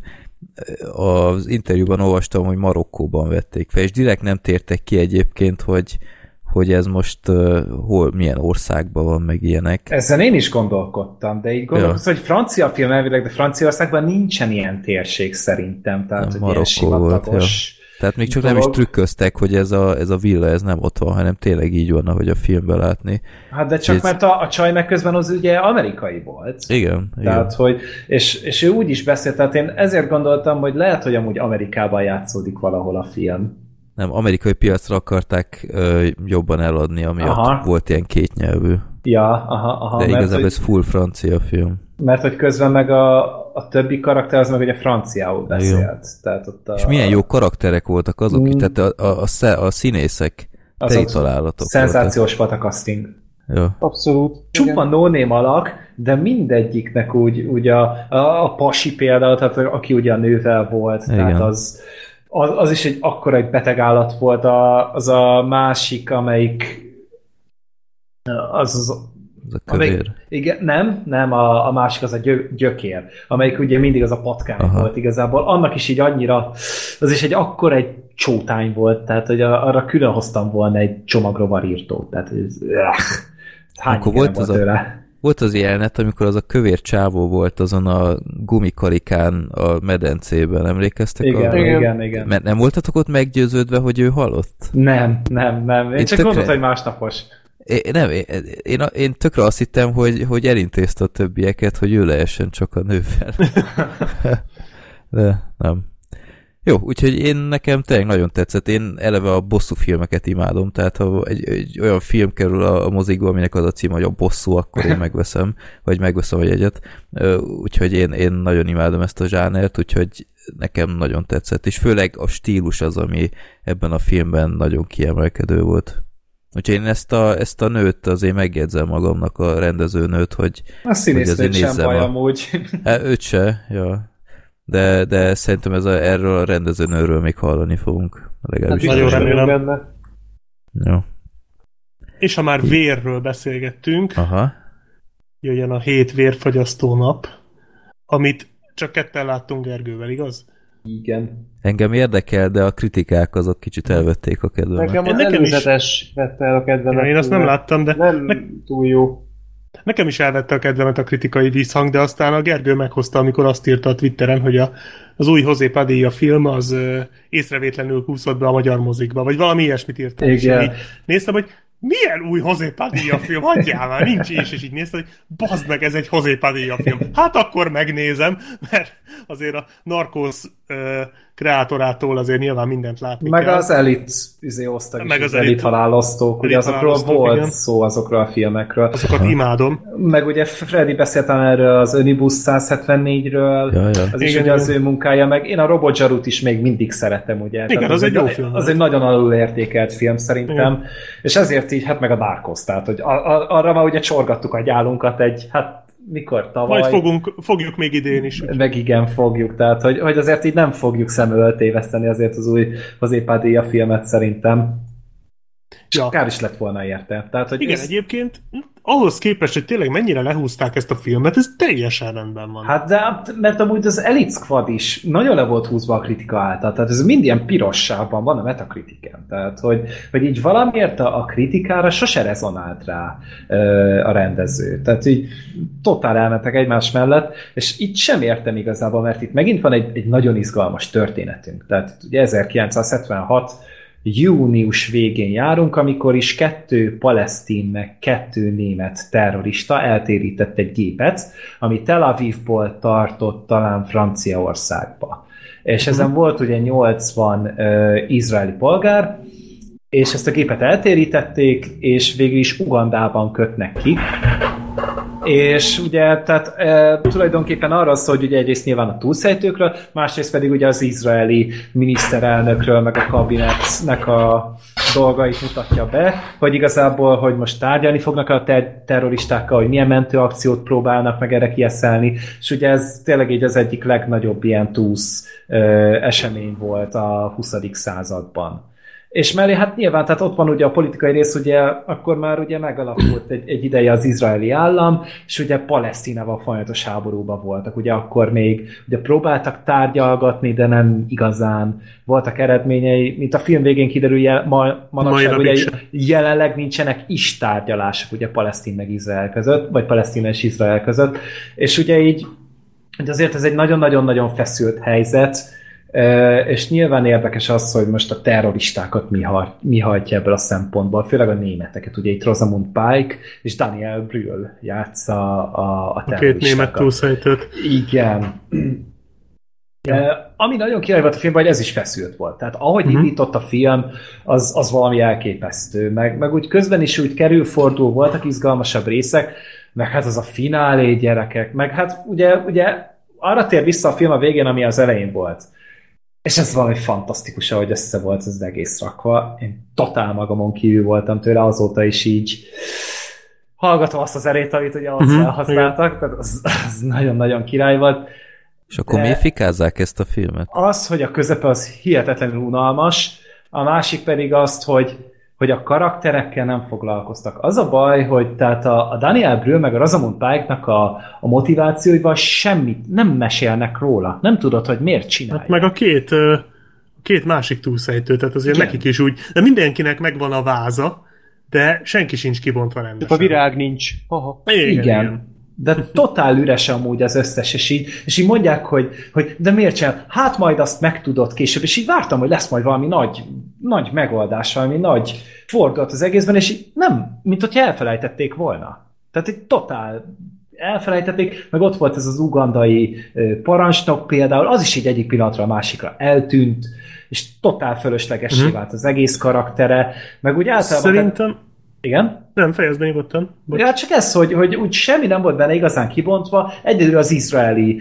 Speaker 3: Az interjúban olvastam, hogy Marokkóban vették fel, és direkt nem tértek ki egyébként, hogy hogy ez most uh, hol, milyen országban van, meg ilyenek.
Speaker 4: Ezzel én is gondolkodtam, de így gondolkoztam, ja. hogy francia film elvileg, de Franciaországban nincsen ilyen térség szerintem, tehát hogy ilyen sivatagos.
Speaker 3: Tehát még csak
Speaker 4: dolog.
Speaker 3: nem is trükköztek, hogy ez a, ez a villa, ez nem ott van, hanem tényleg így van, ahogy a filmben látni.
Speaker 4: Hát de csak ez... mert a, a csaj meg közben az ugye amerikai volt.
Speaker 3: Igen.
Speaker 4: Tehát,
Speaker 3: igen.
Speaker 4: hogy, és, és ő úgy is beszélt, tehát én ezért gondoltam, hogy lehet, hogy amúgy Amerikában játszódik valahol a film.
Speaker 3: Nem, amerikai piacra akarták ö, jobban eladni, amiatt
Speaker 4: aha.
Speaker 3: volt ilyen kétnyelvű.
Speaker 4: Ja, aha, aha.
Speaker 3: De
Speaker 4: mert,
Speaker 3: igazából
Speaker 4: hogy,
Speaker 3: ez full francia film.
Speaker 4: Mert hogy közben meg a, a többi karakter az meg ugye franciául beszélt. Tehát ott a...
Speaker 3: És milyen jó karakterek voltak azok, mm. tehát a, a, a, a színészek teli találatok.
Speaker 4: Szenzációs volt a casting.
Speaker 3: Ja.
Speaker 5: Abszolút.
Speaker 4: Csupa no-name alak, de mindegyiknek úgy, úgy a, a, a pasi például, tehát aki ugye a nővel volt, igen. Tehát az, az, az is egy akkora egy beteg állat volt, a, az a másik, amelyik az az
Speaker 3: az a kövér.
Speaker 4: Amelyik, igen, nem, nem, a, a másik az a gyö, gyökér, amelyik ugye mindig az a patkány aha. volt igazából. Annak is így annyira, az is egy akkor egy csótány volt, tehát hogy a, arra külön hoztam volna egy csomagrovarírtót, tehát ez, hány
Speaker 3: akkor volt az, a, volt az jelenet, amikor az a kövér csávó volt azon a gumikarikán a medencében, emlékeztek?
Speaker 4: Igen,
Speaker 3: arra?
Speaker 4: igen, igen, igen.
Speaker 3: Mert nem voltatok ott meggyőződve, hogy ő halott?
Speaker 4: Nem, nem, nem. Én, én csak tökre... gondoltam, hogy másnapos.
Speaker 3: É, nem, én, én, én tökre azt hittem, hogy, hogy elintézte a többieket, hogy ő lehessen csak a nővel. De nem. Jó, úgyhogy én nekem tényleg nagyon tetszett. Én eleve a bosszú filmeket imádom, tehát ha egy, egy olyan film kerül a, a mozikba, aminek az a cím, hogy a bosszú, akkor én megveszem, vagy megveszem a jegyet. Úgyhogy én, én nagyon imádom ezt a zsánert, úgyhogy nekem nagyon tetszett. És főleg a stílus az, ami ebben a filmben nagyon kiemelkedő volt. Úgyhogy én ezt a, ezt a nőt azért megjegyzem magamnak, a rendezőnőt, hogy
Speaker 4: a színésznőt sem baj amúgy.
Speaker 3: Hát, őt se, ja. De, de szerintem ez a, erről a rendezőnőről még hallani fogunk.
Speaker 2: Legalábbis. Nagyon remélem.
Speaker 3: Jó.
Speaker 2: És ha már vérről beszélgettünk,
Speaker 3: aha.
Speaker 2: jöjjön a hét vérfagyasztó nap, amit csak ketten láttunk Gergővel, igaz?
Speaker 4: Igen.
Speaker 3: Engem érdekel, de a kritikák azok kicsit elvették a kedvemet.
Speaker 5: Nekem az előzetes vette el a kedvemet.
Speaker 2: Ja, én azt nem láttam, de...
Speaker 5: Nem ne... túl jó.
Speaker 2: Nekem is elvette a kedvemet a kritikai visszhang, de aztán a Gergő meghozta, amikor azt írta a Twitteren, hogy a, az új José Padilla film az ö, észrevétlenül kúszott be a magyar mozikba, vagy valami ilyesmit írtam.
Speaker 4: Igen.
Speaker 2: És néztem, hogy milyen új José Padilla film? Hagyjál már, nincs is, és így néztem, hogy bazd meg, ez egy José Padilla film. Hát akkor megnézem, mert azért a Narcos ö, kreátorától azért nyilván mindent látni
Speaker 4: meg
Speaker 2: kell.
Speaker 4: Az Elit izé osztag is,
Speaker 2: meg az,
Speaker 4: az Elit halálosztók, ugye azokról volt igen. szó, azokról a filmekről.
Speaker 2: Azokat imádom.
Speaker 4: Meg ugye Freddy beszéltem erről az Önibus száz hetvennégyről,
Speaker 3: ja, ja.
Speaker 4: az is igen, ugye az ő munkája, meg én a Robot Zsarut is még mindig szeretem, ugye.
Speaker 2: Igen, az, az egy jó film.
Speaker 4: Az egy nagyon alulértékelt film szerintem, igen. És ezért így, hát meg a Narcos, tehát, hogy arra már ugye csorgattuk a gyálunkat egy, hát mikor tavaly.
Speaker 2: Majd fogunk, fogjuk még idén is.
Speaker 4: Meg igen, fogjuk. Tehát, hogy, hogy azért így nem fogjuk szem előtt téveszteni azért az új José Padilla filmet szerintem. Ja. Kár is lett volna érte. Tehát, hogy
Speaker 2: igen, ez... egyébként ahhoz képest, hogy tényleg mennyire lehúzták ezt a filmet, ez teljesen rendben van.
Speaker 4: Hát de, mert amúgy az Elite Squad is nagyon le volt húzva a kritika által, tehát ez mind ilyen pirossában van a Metacritiken, tehát hogy, hogy így valamiért a, a kritikára sose rezonált rá ö, a rendező. Tehát így totál elmentek egymás mellett, és itt sem értem igazából, mert itt megint van egy, egy nagyon izgalmas történetünk. Tehát ugye ezerkilencszázhetvenhat június végén járunk, amikor is kettő palesztin meg kettő német terrorista eltérített egy gépet, ami Tel Avivból tartott talán Franciaországba. És ezen volt ugye nyolcvan uh, izraeli polgár, és ezt a gépet eltérítették, és végül is Ugandában kötnek ki. És ugye, tehát e, tulajdonképpen arra szól, hogy ugye egyrészt nyilván a túlszejtőkről, másrészt pedig ugye az izraeli miniszterelnökről, meg a kabinetnek a dolgait mutatja be, hogy igazából, hogy most tárgyalni fognak a ter- terroristákkal, hogy milyen mentőakciót próbálnak meg erre kieszelni, és ugye ez tényleg így az egyik legnagyobb ilyen túsz e, esemény volt a huszadik században. És mellé hát nyilván, tehát ott van ugye a politikai rész, ugye akkor már ugye megalakult egy, egy ideje az izraeli állam, és ugye Palesztinával folyamatos háborúban voltak. Ugye akkor még ugye próbáltak tárgyalgatni, de nem igazán voltak eredményei. Mint a film végén kiderül, jel, ma, manapság ugye jelenleg nincsenek is tárgyalások ugye Palesztin meg Izrael között, vagy Palesztin és Izrael között. És ugye így, hogy azért ez egy nagyon-nagyon-nagyon feszült helyzet, és nyilván érdekes az, hogy most a terroristákat mi, ha, mi hajtja ebből a szempontból, főleg a németeket. Ugye itt Rosamund Pike és Daniel Brühl játsza a, a terroristákat.
Speaker 2: A két német túlszejtőt.
Speaker 4: Igen. Ja. Ami nagyon király volt a filmben, hogy ez is feszült volt. Tehát ahogy uh-huh. indított a film, az, az valami elképesztő. Meg, meg úgy közben is úgy kerülfordul, voltak izgalmasabb részek, meg hát az a finálé gyerekek, meg hát ugye, ugye arra tér vissza a film a végén, ami az elején volt. És ez valami fantasztikus, ahogy össze volt ez az egész rakva. Én totál magamon kívül voltam tőle, azóta is így hallgatom azt az erét, amit ugye ahhoz uh-huh. felhasználtak, tehát az, az nagyon-nagyon király volt.
Speaker 3: És akkor miért fikázzák ezt a filmet?
Speaker 4: Az, hogy a közepe az hihetetlenül unalmas, a másik pedig azt, hogy, hogy a karakterekkel nem foglalkoztak. Az a baj, hogy tehát a, a Daniel Brühl meg a Rosamund Pike-nak a, a motivációival semmit nem mesélnek róla. Nem tudod, hogy miért csinálják.
Speaker 2: Hát meg a két, két másik túlszejtő, tehát azért igen. nekik is úgy, de mindenkinek megvan a váza, de senki sincs kibontva rendesen.
Speaker 5: A virág nincs. Aha.
Speaker 4: Igen. igen. igen. De totál üres amúgy az összes, és így, és így mondják, hogy, hogy de miért csinál? Hát majd azt megtudod később, és így vártam, hogy lesz majd valami nagy, nagy megoldás, valami nagy fordulat az egészben, és így nem, mint hogyha elfelejtették volna. Tehát egy totál elfelejtették, meg ott volt ez az ugandai parancsnok például, az is így egyik pillanatra a másikra eltűnt, és totál fölöslegessé uh-huh. vált az egész karaktere, meg úgy általában...
Speaker 2: Szerintem...
Speaker 4: Tehát, igen?
Speaker 2: Nem, fejezd be nyugodtan.
Speaker 4: Ja, csak ez, hogy, hogy úgy semmi nem volt benne igazán kibontva, egyedül az izraeli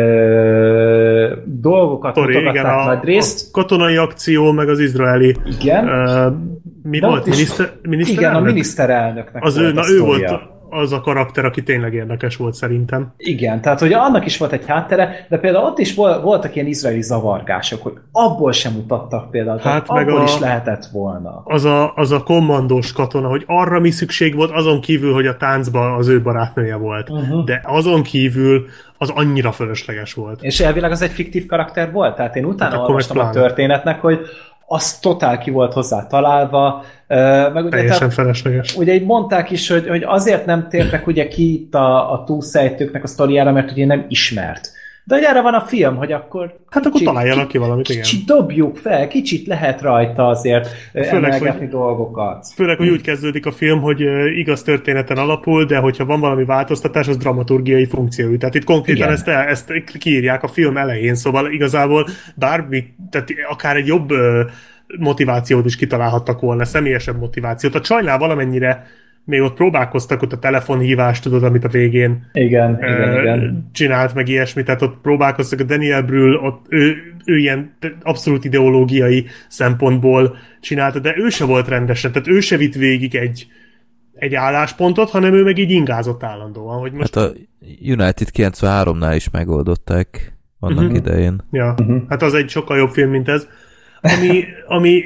Speaker 4: ö, dolgokat mutogatták nagy részt.
Speaker 2: A katonai akció, meg az izraeli...
Speaker 4: Igen.
Speaker 2: Ö, mi
Speaker 4: de
Speaker 2: volt? Miniszter, miniszterelnök?
Speaker 4: Igen, a miniszterelnöknek
Speaker 2: az
Speaker 4: volt
Speaker 2: ő,
Speaker 4: a
Speaker 2: na,
Speaker 4: sztoria.
Speaker 2: ő volt az a karakter, aki tényleg érdekes volt szerintem.
Speaker 4: Igen, tehát hogy annak is volt egy háttere, de például ott is voltak ilyen izraeli zavargások, hogy abból sem mutattak például, hát abból a, is lehetett volna.
Speaker 2: Az a, az a kommandós katona, hogy arra mi szükség volt, azon kívül, hogy a táncban az ő barátnője volt. Uh-huh. De azon kívül az annyira fölösleges volt.
Speaker 4: És elvileg az egy fiktív karakter volt? Tehát én utána hát olvastam a történetnek, hogy az totál ki volt hozzá találva. Meg ugye,
Speaker 2: teljesen
Speaker 4: tehát,
Speaker 2: felesleges.
Speaker 4: Ugye így mondták is, hogy, hogy azért nem tértek ugye ki itt a, a túlszejtőknek a sztoriára, mert ugye nem ismert. De hogy erre van a film, hogy akkor...
Speaker 2: Hát akkor találjanak ki valamit, igen.
Speaker 4: Kicsit dobjuk fel, kicsit lehet rajta azért főleg, emelgetni hogy, dolgokat.
Speaker 2: Főleg, hogy úgy kezdődik a film, hogy igaz történeten alapul, de hogyha van valami változtatás, az dramaturgiai funkciói. Tehát itt konkrétan ezt, el, ezt kiírják a film elején, szóval igazából bármi, tehát akár egy jobb motivációt is kitalálhattak volna, személyesebb motivációt. A csajnál valamennyire még ott próbálkoztak, ott a telefonhívást, tudod, amit a végén
Speaker 4: igen,
Speaker 2: uh,
Speaker 4: igen, igen.
Speaker 2: csinált, meg ilyesmi, tehát ott próbálkoztak, a Daniel Brühl, ott ő, ő ilyen abszolút ideológiai szempontból csinálta, de ő se volt rendesen, tehát ő se vitt végig egy, egy álláspontot, hanem ő meg így ingázott állandóan. Hogy most...
Speaker 3: Hát a United kilencvenháromnál is megoldották annak uh-huh. idején.
Speaker 2: Ja, uh-huh. hát az egy sokkal jobb film, mint ez. Ami, ami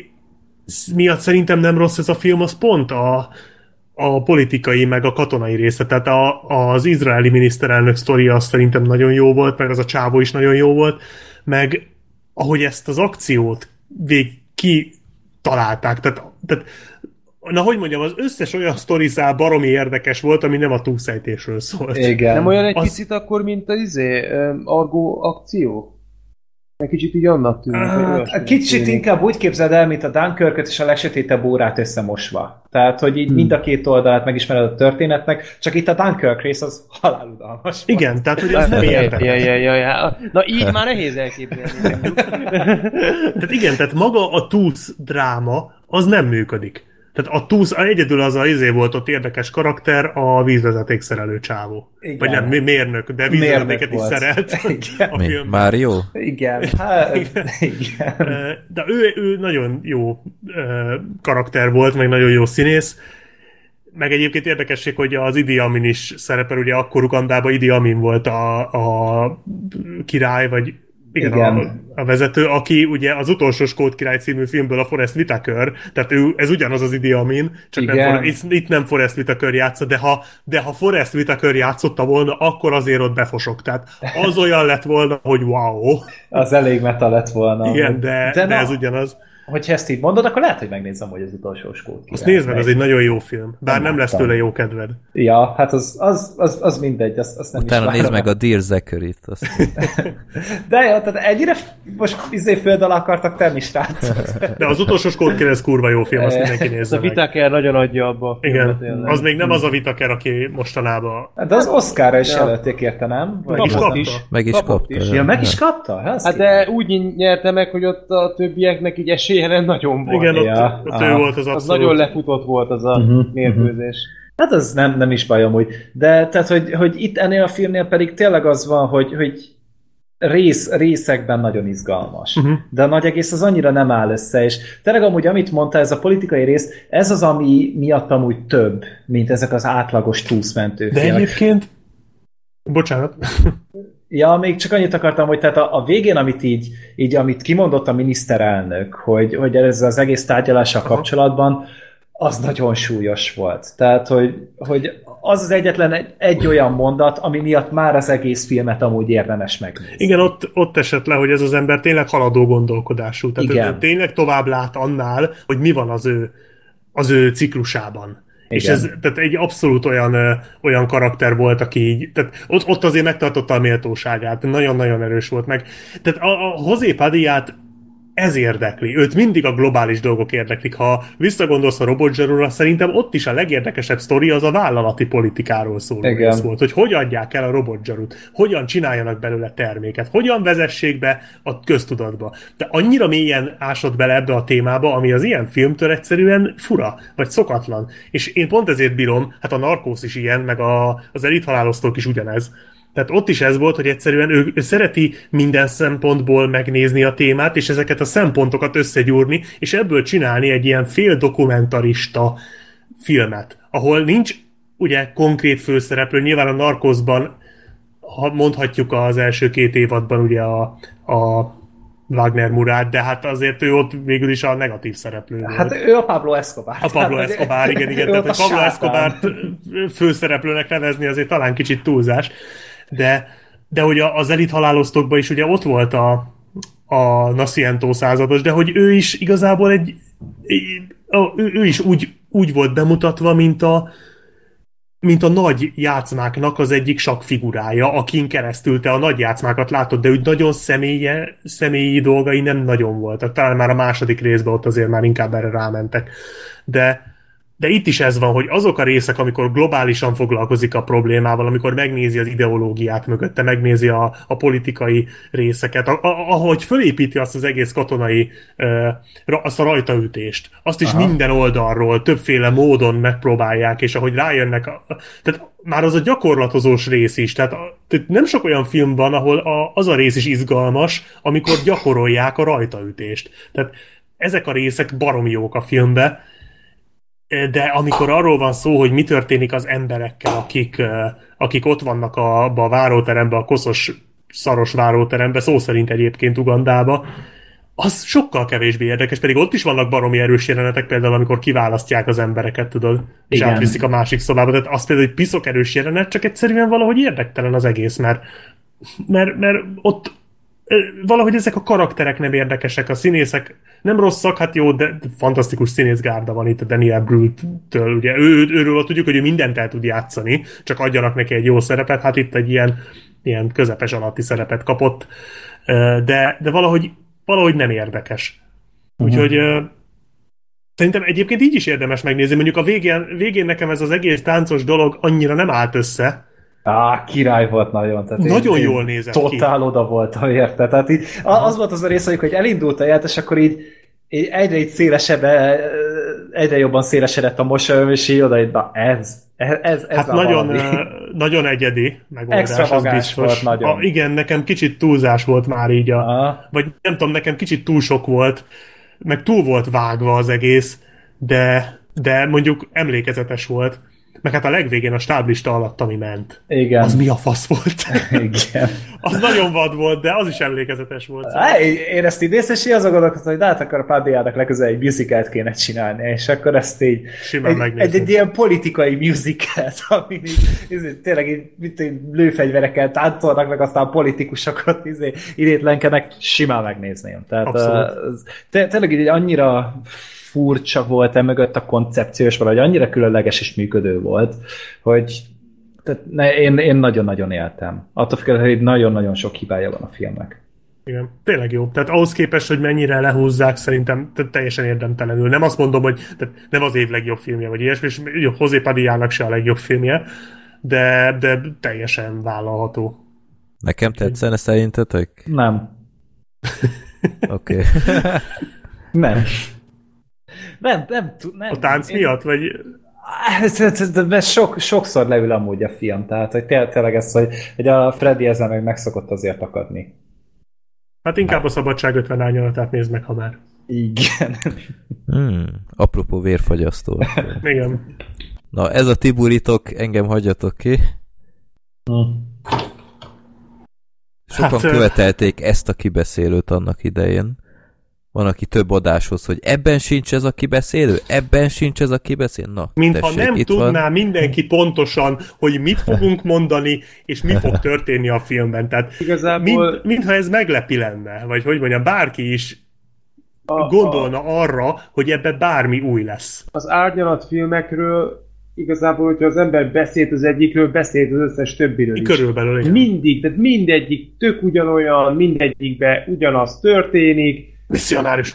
Speaker 2: miatt szerintem nem rossz ez a film, az pont a a politikai, meg a katonai része. Tehát a, az izraeli miniszterelnök sztoria az szerintem nagyon jó volt, meg az a csávó is nagyon jó volt, meg ahogy ezt az akciót vég kitalálták. Tehát, tehát na, hogy mondjam, az összes olyan sztorizál baromi érdekes volt, ami nem a túlszejtésről szólt.
Speaker 5: Igen. Nem olyan egy az... picit akkor, mint az izé, Argo akció? Egy kicsit így annak tűnik.
Speaker 4: Hát, kicsit tűnik. Inkább úgy képzeld el, mint a Dunkirköt és a legsötétebb órát összemosva. Tehát, hogy így hmm. mind a két oldalát megismered a történetnek, csak itt a Dunkirk rész az haláludalmas.
Speaker 2: Igen, volt. Tehát, hogy az nem értek.
Speaker 5: Ja, ja, ja, ja. Na, így már nehéz elképzelni.
Speaker 2: Tehát igen, tehát maga a túsz dráma, az nem működik. Tehát a túsz, egyedül az a izé volt ott érdekes karakter, a vízvezetékszerelő csávó. Igen. Vagy nem, mérnök, de vízvezetéket is szerelt a film.
Speaker 3: Mario?
Speaker 4: Igen. Hát, igen. igen.
Speaker 2: De ő, ő nagyon jó karakter volt, meg nagyon jó színész. Meg egyébként érdekesség, hogy az Idi Amin is szerepel, ugye akkor Ugandában Idi Amin volt a, a király, vagy igen, igen. A, a vezető, aki ugye az utolsó Skót király című filmből a Forest Whitaker, tehát ő, ez ugyanaz az Idi Amin, csak nem, itt, itt nem Forest Whitaker játszott, de ha, de ha Forest Whitaker játszotta volna, akkor azért ott befosok. Tehát az olyan lett volna, hogy wow.
Speaker 4: Az elég meta lett volna.
Speaker 2: Igen, de, de, de ez ugyanaz.
Speaker 4: hogyha ezt így mondod, akkor lehet, hogy megnézem, hogy az utolsó Skót Király.
Speaker 2: Azt nézd meg, az egy nagyon jó film. Bár nem, nem lesz tőle jó kedved.
Speaker 4: Ja, hát az, az, az, az mindegy, azt, azt nem
Speaker 3: Utána
Speaker 4: is
Speaker 3: nézd meg a Dear Zachary-t. Azt...
Speaker 4: De jó, tehát ennyire most izé föld alá akartak tenni, srácok.
Speaker 2: De az utolsó Skót Király, ez kurva jó film, azt mindenki nézze
Speaker 5: meg. A Whittaker nagyon adja abba a
Speaker 2: filmet. Igen, az még nem az a Whittaker, aki mostanában...
Speaker 4: De az Oscarra is jelölték érte, nem?
Speaker 2: Meg is kapta.
Speaker 3: Is. Meg is kapta.
Speaker 4: Is. Ja, meg is kapta?
Speaker 5: Hát, hát de úgy nyerte meg, hogy ott a többieknek így esélye nagyon volt.
Speaker 2: Igen, ott,
Speaker 4: ja.
Speaker 2: ott ő volt az abszolút.
Speaker 5: Az nagyon lefutott volt az a uh-huh, mérkőzés.
Speaker 4: Hát az nem, nem is baj amúgy. De tehát, hogy, hogy itt ennél a filmnél pedig tényleg az van, hogy, hogy rész, részekben nagyon izgalmas. Uh-huh. De a nagy egész az annyira nem áll össze, és tényleg amúgy, amit mondta, ez a politikai rész, ez az, ami miatt amúgy több, mint ezek az átlagos túszmentő
Speaker 2: filmek. De egyébként... Bocsánat.
Speaker 4: Ja, még csak annyit akartam, hogy tehát a, a végén, amit így, így, amit kimondott a miniszterelnök, hogy, hogy ez az egész tárgyalással uh-huh. kapcsolatban, az nagyon súlyos volt. Tehát, hogy, hogy az az egyetlen egy, egy olyan mondat, ami miatt már az egész filmet amúgy érdemes megnézni.
Speaker 2: Igen, ott, ott esett le, hogy ez az ember tényleg haladó gondolkodású. Tehát igen. Tényleg tovább lát annál, hogy mi van az ő, az ő ciklusában. Igen. És ez tehát egy abszolút olyan, ö, olyan karakter volt, aki így, tehát ott, ott azért megtartotta a méltóságát, nagyon-nagyon erős volt meg. Tehát a, a José Padillát ez érdekli. Őt mindig a globális dolgok érdeklik. Ha visszagondolsz a Robot Zsarúra, szerintem ott is a legérdekesebb sztori az a vállalati politikáról szóló rész volt, hogy hogy adják el a Robot Zsarút, hogyan csináljanak belőle terméket, hogyan vezessék be a köztudatba. De annyira mélyen ásott bele ebbe a témába, ami az ilyen filmtől egyszerűen fura, vagy szokatlan. És én pont ezért bírom, hát a Narcos is ilyen, meg a, az Elithalálosztók is ugyanez. Tehát ott is ez volt, hogy egyszerűen ő, ő szereti minden szempontból megnézni a témát, és ezeket a szempontokat összegyúrni, és ebből csinálni egy ilyen féldokumentarista filmet, ahol nincs ugye konkrét főszereplő, nyilván a Narcosban, ha mondhatjuk az első két évadban ugye a, a Wagner Murat, de hát azért ő ott végül is a negatív szereplő volt.
Speaker 4: Hát ő a Pablo Escobar.
Speaker 2: A Pablo tehát, Escobar, igen, igen. Tehát a Pablo Escobart főszereplőnek nevezni azért talán kicsit túlzás. De, de hogy az Elit halálosztókban is ugye ott volt a, a Nascimento százados, de hogy ő is igazából egy ő, ő is úgy, úgy volt bemutatva, mint a mint a nagy játszmáknak az egyik sakkfigurája, akin keresztül te a nagy játszmákat látod, de úgy nagyon személye, személyi dolgai nem nagyon voltak. Talán már a második részben ott azért már inkább erre rámentek. De De itt is ez van, hogy azok a részek, amikor globálisan foglalkozik a problémával, amikor megnézi az ideológiát mögötte, megnézi a, a politikai részeket, a, a, ahogy fölépíti azt az egész katonai, uh, azt a rajtaütést, azt is Aha. minden oldalról, többféle módon megpróbálják, és ahogy rájönnek, a, tehát már az a gyakorlatozós rész is, tehát, a, tehát nem sok olyan film van, ahol a, az a rész is izgalmas, amikor gyakorolják a rajtaütést. Tehát ezek a részek baromi jók a filmbe, de amikor arról van szó, hogy mi történik az emberekkel, akik, akik ott vannak a, a váróteremben, a koszos, szaros váróteremben, szó szerint egyébként Ugandába, az sokkal kevésbé érdekes, pedig ott is vannak baromi erős jelenetek, például amikor kiválasztják az embereket, tudod, és Igen. átviszik a másik szobába. Tehát az például egy piszok erős jelenet, csak egyszerűen valahogy érdektelen az egész, mert, mert, mert ott valahogy ezek a karakterek nem érdekesek, a színészek nem rosszak, hát jó, de fantasztikus színészgárda van itt a Daniel Brühl-től, ugye ő, őről tudjuk, hogy ő mindent el tud játszani, csak adjanak neki egy jó szerepet, hát itt egy ilyen, ilyen közepes alatti szerepet kapott, de, de valahogy, valahogy nem érdekes. Úgyhogy uh-huh. szerintem egyébként így is érdemes megnézni, mondjuk a végén, végén nekem ez az egész táncos dolog annyira nem állt össze.
Speaker 4: Á, király volt nagyon. Tehát
Speaker 2: nagyon
Speaker 4: én,
Speaker 2: jól nézett
Speaker 4: totál
Speaker 2: ki.
Speaker 4: Totál oda voltam, érte. Tehát így, az volt az a rész, hogy elindult a ját, és akkor így, így egyre így szélesebb, egyre jobban szélesedett a mosolyom, és így oda, így, na ez, ez, ez
Speaker 2: hát nagyon, nagyon egyedi megoldás, az biztos.
Speaker 4: Volt nagyon.
Speaker 2: A, igen, nekem kicsit túlzás volt már így, a, vagy nem tudom, nekem kicsit túl sok volt, meg túl volt vágva az egész, de, de mondjuk emlékezetes volt. Meg hát a legvégén a stáblista alatt, ami ment.
Speaker 4: Igen.
Speaker 2: Az mi a fasz volt?
Speaker 4: Igen.
Speaker 2: Az nagyon vad volt, de az is emlékezetes volt.
Speaker 4: Á, én ezt így néztem, és így azon gondolkoztam, hogy de hát akkor a Padillának legközelebb egy musicalt kéne csinálni, és akkor ezt így
Speaker 2: Simán
Speaker 4: egy, egy, egy ilyen politikai musicalt, ami így, így, tényleg így, mint így lőfegyverekkel táncolnak, meg aztán a politikusokat izé, idétlenkenek, simán megnézném. Tehát az, tényleg így annyira furcsa volt emögött a koncepció, és valahogy annyira különleges és működő volt, hogy tehát ne, én, én nagyon-nagyon éltem. Attól függően, hogy nagyon-nagyon sok hibája van a filmnek.
Speaker 2: Igen, tényleg jó. Tehát ahhoz képest, hogy mennyire lehúzzák, szerintem teljesen érdemtelenül. Nem azt mondom, hogy tehát nem az év legjobb filmje, vagy ilyesmi, és José Padillának se a legjobb filmje, de, de teljesen vállalható.
Speaker 3: Nekem tetszene szerintetek?
Speaker 4: Nem.
Speaker 3: Oké. Okay.
Speaker 4: nem. Nem, nem, nem.
Speaker 2: A tánc én... miatt, vagy...
Speaker 4: De sok, sokszor leül amúgy a film, tehát hogy tényleg ez, hogy, hogy a Freddy ezzel meg megszokott azért akadni.
Speaker 2: Hát inkább a Szabadság ötven árnyalatát nézd meg, ha már.
Speaker 4: Igen.
Speaker 3: Hmm, apropó vérfagyasztó.
Speaker 2: Igen.
Speaker 3: Na, ez a tiburitok, engem hagyjatok ki.
Speaker 4: Hmm.
Speaker 3: Sokan hát, követelték ezt a kibeszélőt annak idején. Van, aki több adáshoz, hogy ebben sincs ez a kibeszélő, ebben sincs ez a kibeszélő. Na,
Speaker 2: mintha nem tudná van. Mindenki pontosan, hogy mit fogunk mondani, és mi fog történni a filmben. Tehát
Speaker 5: igazából...
Speaker 2: mint, mintha ez meglepi lenne, vagy hogy mondjam, bárki is a, gondolna a... arra, hogy ebben bármi új lesz.
Speaker 5: Az Árnyalat filmekről igazából, hogyha az ember beszélt az egyikről, beszélt az összes többiről is.
Speaker 2: Körülbelül, igen.
Speaker 5: Mindig, tehát mindegyik tök ugyanolyan, mindegyikben ugyanaz történik.
Speaker 2: Misszionárius.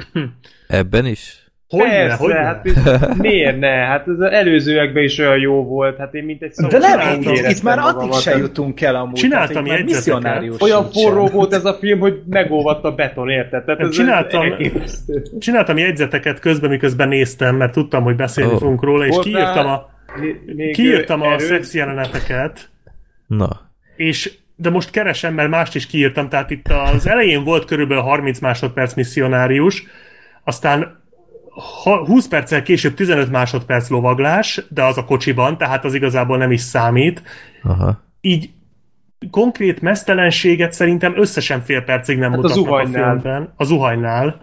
Speaker 3: Ebben is?
Speaker 2: Hogyne,
Speaker 5: Persze,
Speaker 2: hogyne?
Speaker 5: Hát miért ne? Hát az előzőekben is olyan jó volt. Hát én mint egy
Speaker 4: szó. De nem, itt, itt már addig se jutunk el amúgy.
Speaker 2: Csináltam tehát, misszionárius.
Speaker 5: Olyan forró volt ez a film, hogy megolvadt a beton, érted? Tehát ez
Speaker 2: csináltam, csináltam jegyzeteket közben, miközben néztem, mert tudtam, hogy beszélni oh. fogunk róla, és kiírtam a, kiírtam a szex jeleneteket.
Speaker 3: Na.
Speaker 2: És de most keresem, mert mást is kiírtam, tehát itt az elején volt körülbelül harminc másodperc misszionárius, aztán húsz perccel később tizenöt másodperc lovaglás, de az a kocsiban, tehát az igazából nem is számít.
Speaker 3: Aha.
Speaker 2: Így konkrét meztelenséget szerintem összesen fél percig nem hát mutatnak a, a filmben. A zuhajnál.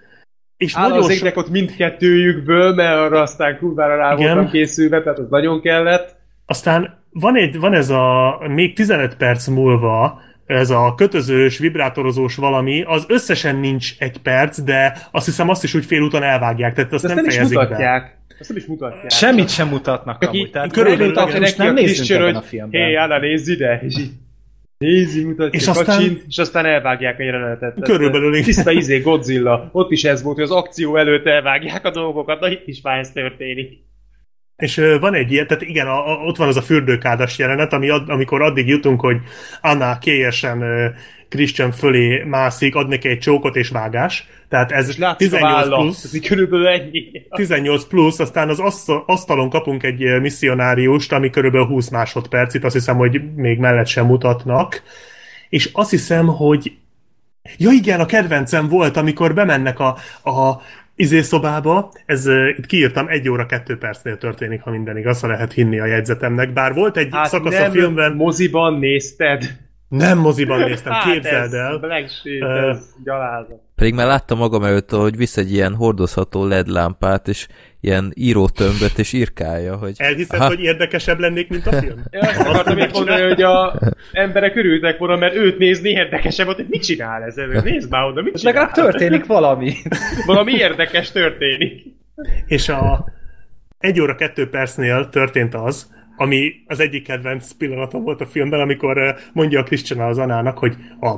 Speaker 5: És áll az égnek so... ott mindkettőjükből, mert arra aztán kurvára rá voltam készülve, tehát az nagyon kellett.
Speaker 2: Aztán van, egy, van ez a még tizenöt perc múlva ez a kötözős, vibrátorozós valami, az összesen nincs egy perc, de azt hiszem azt is úgy félúton elvágják, tehát azt,
Speaker 5: azt
Speaker 2: nem,
Speaker 5: nem
Speaker 2: fejezik
Speaker 5: mutatják.
Speaker 2: be.
Speaker 5: Azt nem is mutatják.
Speaker 4: Semmit sem mutatnak amúgy. Tehát
Speaker 2: körülbelül
Speaker 4: most nem nézzünk ebben a filmben.
Speaker 5: Hé, Anna, nézz ide! És így nézzi, mutatja, és aztán, kacsint, és aztán elvágják a jelenetet.
Speaker 2: Körülbelül.
Speaker 5: Tiszta izé, Godzilla. Ott is ez volt, hogy az akció előtt elvágják a dolgokat, na itt is már ez történik.
Speaker 2: És uh, van egy ilyen, tehát igen, a, a, ott van az a fürdőkádas jelenet, ami ad, amikor addig jutunk, hogy Anna kélyesen uh, Christian fölé mászik, ad neki egy csókot és vágás. Tehát ez tizennyolc plusz.
Speaker 5: Ez körülbelül ennyi.
Speaker 2: tizennyolc plusz, aztán az asztalon kapunk egy misszionáriust, ami körülbelül húsz másodperc, itt azt hiszem, hogy még mellett sem mutatnak. És azt hiszem, hogy ja igen, a kedvencem volt, amikor bemennek a, a izészobába, ez uh, itt kiírtam, egy óra kettő percnél történik, ha minden igaz, ha lehet hinni a jegyzetemnek, bár volt egy hát szakasz a filmben...
Speaker 5: moziban nézted?
Speaker 2: Nem moziban néztem,
Speaker 5: hát
Speaker 2: képzeld
Speaker 5: ez
Speaker 2: el.
Speaker 5: Black Sheep, uh, ez gyalázat.
Speaker 3: Pedig már láttam magam előtt, hogy visz egy ilyen hordozható el é dé lámpát, és ilyen írótömböt, és írkálja, hogy...
Speaker 2: Elhiszed, aha, hogy érdekesebb lennék, mint a film?
Speaker 5: Ja, azt akartam én mondani, hogy a emberek örültek volna, mert őt nézni érdekesebb volt, hogy mit csinál ez? Nézd már oda, mit csinál?
Speaker 4: Legalább történik valami.
Speaker 5: Valami érdekes történik.
Speaker 2: És a egy óra kettő percnél történt az, ami az egyik kedvenc pillanatom volt a filmben, amikor mondja a Christian az Anának, hogy a,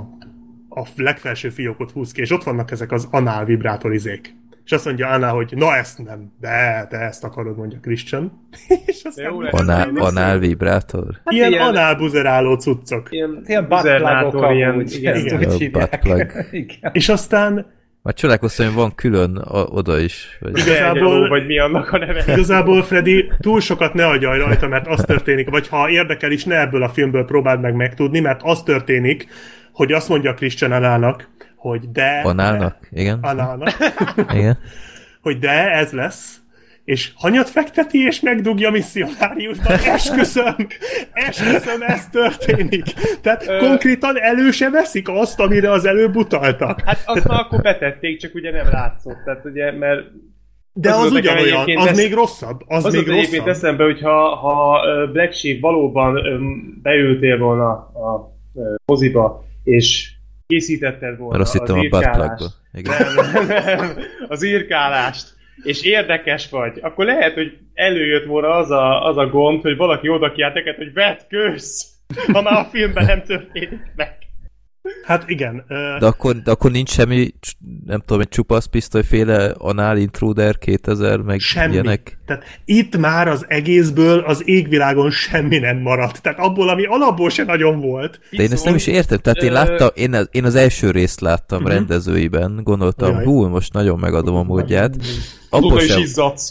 Speaker 2: a legfelső fiókot húz ki, és ott vannak ezek az anál vibrátorizék. És azt mondja Anna, hogy na ezt nem, de te ezt akarod, mondja Christian. És aztán
Speaker 3: anál, anál vibrátor?
Speaker 2: Hát ilyen, ilyen anál buzeráló cuccok.
Speaker 4: Ilyen, ilyen buttplugok
Speaker 5: ilyen,
Speaker 4: amúgy.
Speaker 5: Igen,
Speaker 4: igen.
Speaker 3: Buttplug.
Speaker 2: És aztán
Speaker 3: már csodálkoztam, hogy van külön a, oda is.
Speaker 5: Vagy igazából, vagy mi annak a neve.
Speaker 2: Igazából, Freddy, túl sokat ne agyalj rajta, mert az történik, vagy ha érdekel is, ne ebből a filmből próbáld meg megtudni, mert az történik, hogy azt mondja Christian Anának, hogy de...
Speaker 3: Análnak,
Speaker 2: de,
Speaker 3: igen.
Speaker 2: Análnak.
Speaker 3: Igen.
Speaker 2: Hogy de, ez lesz, és hanyat fekteti, és megdugja a misszionáriusban. Esküszöm, esküszöm, ez történik. Tehát Ö... konkrétan elő se veszik azt, amire az előbb utaltak.
Speaker 5: Hát azt már akkor betették, csak ugye nem látszott. Tehát ugye, mert
Speaker 2: de az, az ugyanolyan, az még rosszabb. Az, az még rosszabb. Egyébként
Speaker 5: eszembe, hogy ha, ha Black Sheep valóban beültél volna a moziba, és készítetted volna
Speaker 3: az
Speaker 5: írkálást. Nem, nem, az írkálást, és érdekes vagy, akkor lehet, hogy előjött volna az a, az a gond, hogy valaki oda kiált neked, hogy vetkősz, ha már a filmben nem történik meg.
Speaker 2: Hát igen.
Speaker 3: De akkor, de akkor nincs semmi, nem tudom, egy csupasz pisztolyféle Anal Intruder kétezer, meg
Speaker 2: semmi.
Speaker 3: Ilyenek?
Speaker 2: Tehát itt már az egészből az égvilágon semmi nem maradt. Tehát abból, ami alapból se nagyon volt.
Speaker 3: De én ezt nem is értem. Tehát én láttam, én az, én az első részt láttam uh-huh. rendezőiben, gondoltam, Jaj. hú, most nagyon megadom a módját.
Speaker 5: Abból sem,